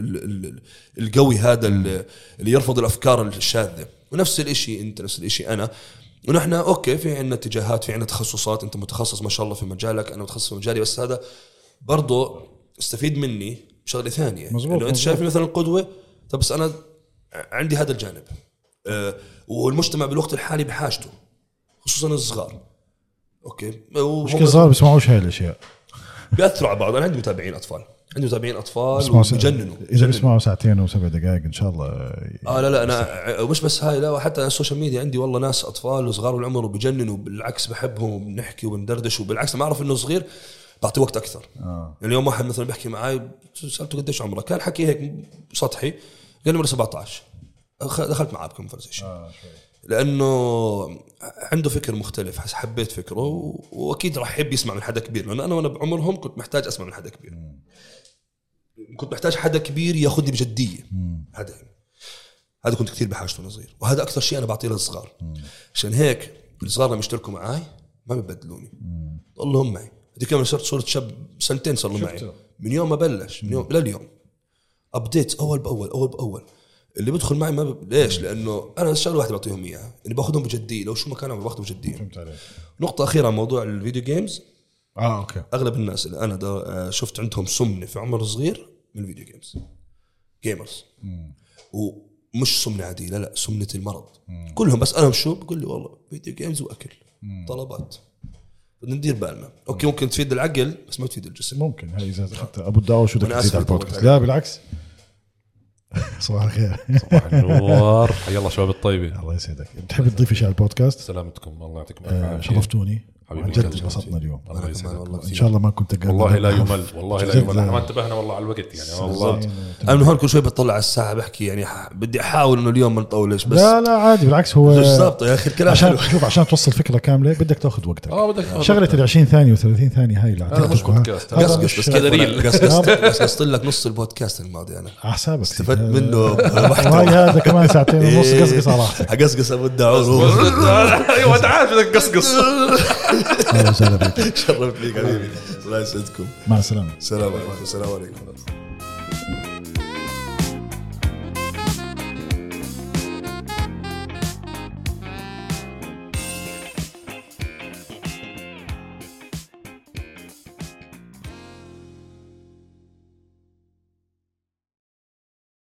القوي هذا اللي يرفض الأفكار الشاذة. ونفس الإشي أنت نفس الإشي أنا. ونحن أوكي في عنا اتجاهات في عنا تخصصات. أنت متخصص ما شاء الله في مجالك أنا متخصص في مجالي. بس هذا برضو استفيد مني بشغلة ثانية إنه أنت شايف مثلا القدوة. طب بس أنا عندي هذا الجانب والمجتمع بالوقت الحالي بحاجته خصوصا الصغار. اوكي
مش كصار بيسمعوش هاي الاشياء
بيأثروا على بعض. انا عندي متابعين اطفال وبجننوا
اذا بيسمعوا ساعتين و7 دقائق ان شاء الله.
لا انا مش بس هاي لا حتى على السوشيال ميديا عندي والله ناس اطفال وصغار العمر وبجننوا. بالعكس بحبهم وبنحكي وبندردش. وبالعكس ما اعرف انه صغير بعطي وقت اكثر. اليوم واحد مثلا بيحكي معي سالته قديش عمرك كان حكي هيك سطحي قال لي 17. دخلت معاه بكونفرسيشن لأنه عنده فكر مختلف. حبيت فكره وأكيد راح يحب يسمع من حدا كبير. لأن أنا وأنا بعمرهم كنت محتاج أسمع من حدا كبير. كنت محتاج حدا كبير ياخذني بجدية. هذا كنت كثير بحاجته وأنا صغير. وهذا أكثر شيء أنا بعطيه للصغار. عشان هيك الصغار لما يشتركوا معاي ما بيبدلوني ضلهم معي. هذه كمان صورة شاب 2 سنين صار له معي من يوم ما بلش من يوم لليوم أبديت أول بأول. اللي بدخل معي ما ليش؟ لانه انا الشغله واحده بعطيهم اياها اني باخذهم بجديه، لو شو ما كانوا باخذهم بجديه.
فهمت عليك.
نقطه اخيره عن موضوع الفيديو جيمز.
اوكي.
اغلب الناس اللي انا شفت عندهم سمنه في عمر صغير من الفيديو جيمرز، ومش سمنه عاديه، لا سمنه المرض. كلهم بسالهم شو، بقول لي والله فيديو جيمز واكل طلبات. بدنا ندير بالنا. اوكي ممكن تفيد العقل بس ما تفيد الجسم.
ممكن هاي اذا اخذت ابو الدعوه شو بدك تزيد على البودكاست؟ لا بالعكس. صباح الخير.
صباح النور. حيا الله شباب الطيبه.
الله يسعدك. بتحب تضيف شيء على البودكاست؟
سلامتكم الله يعطيكم العافيه.
شرفتوني
حبيبي
جد انبسطنا اليوم.
الله يسعدك.
ان شاء الله ما كنت
والله لا يمل، والله لا يمل. احنا ما انتبهنا والله على الوقت يعني والله.
انا من هون كل شوي بطلع على الساعه بحكي يعني بدي احاول انه اليوم ما نطولش بس
لا عادي بالعكس. هو
بالضبط يا اخي الكلام
عشان شوف عشان توصل فكره كامله بدك تاخذ وقتك.
بدك
شغله ال 20 ثانيه و30 ثانيه هاي اللي
مش بودكاست.
قصقص بس كذا ريل قصقصت لك نص البودكاست الماضي انا
على حسابك
استفدت منه.
وهاي هذا كمان ساعتين ونص قصقص على راحتك.
حقصقص ابو الدعوه.
ايوه تعال بدك قصقص.
اهلا وسهلا بك.
شرف ليك حبيبي. الله يسعدكم.
مع السلامه.
السلام عليكم.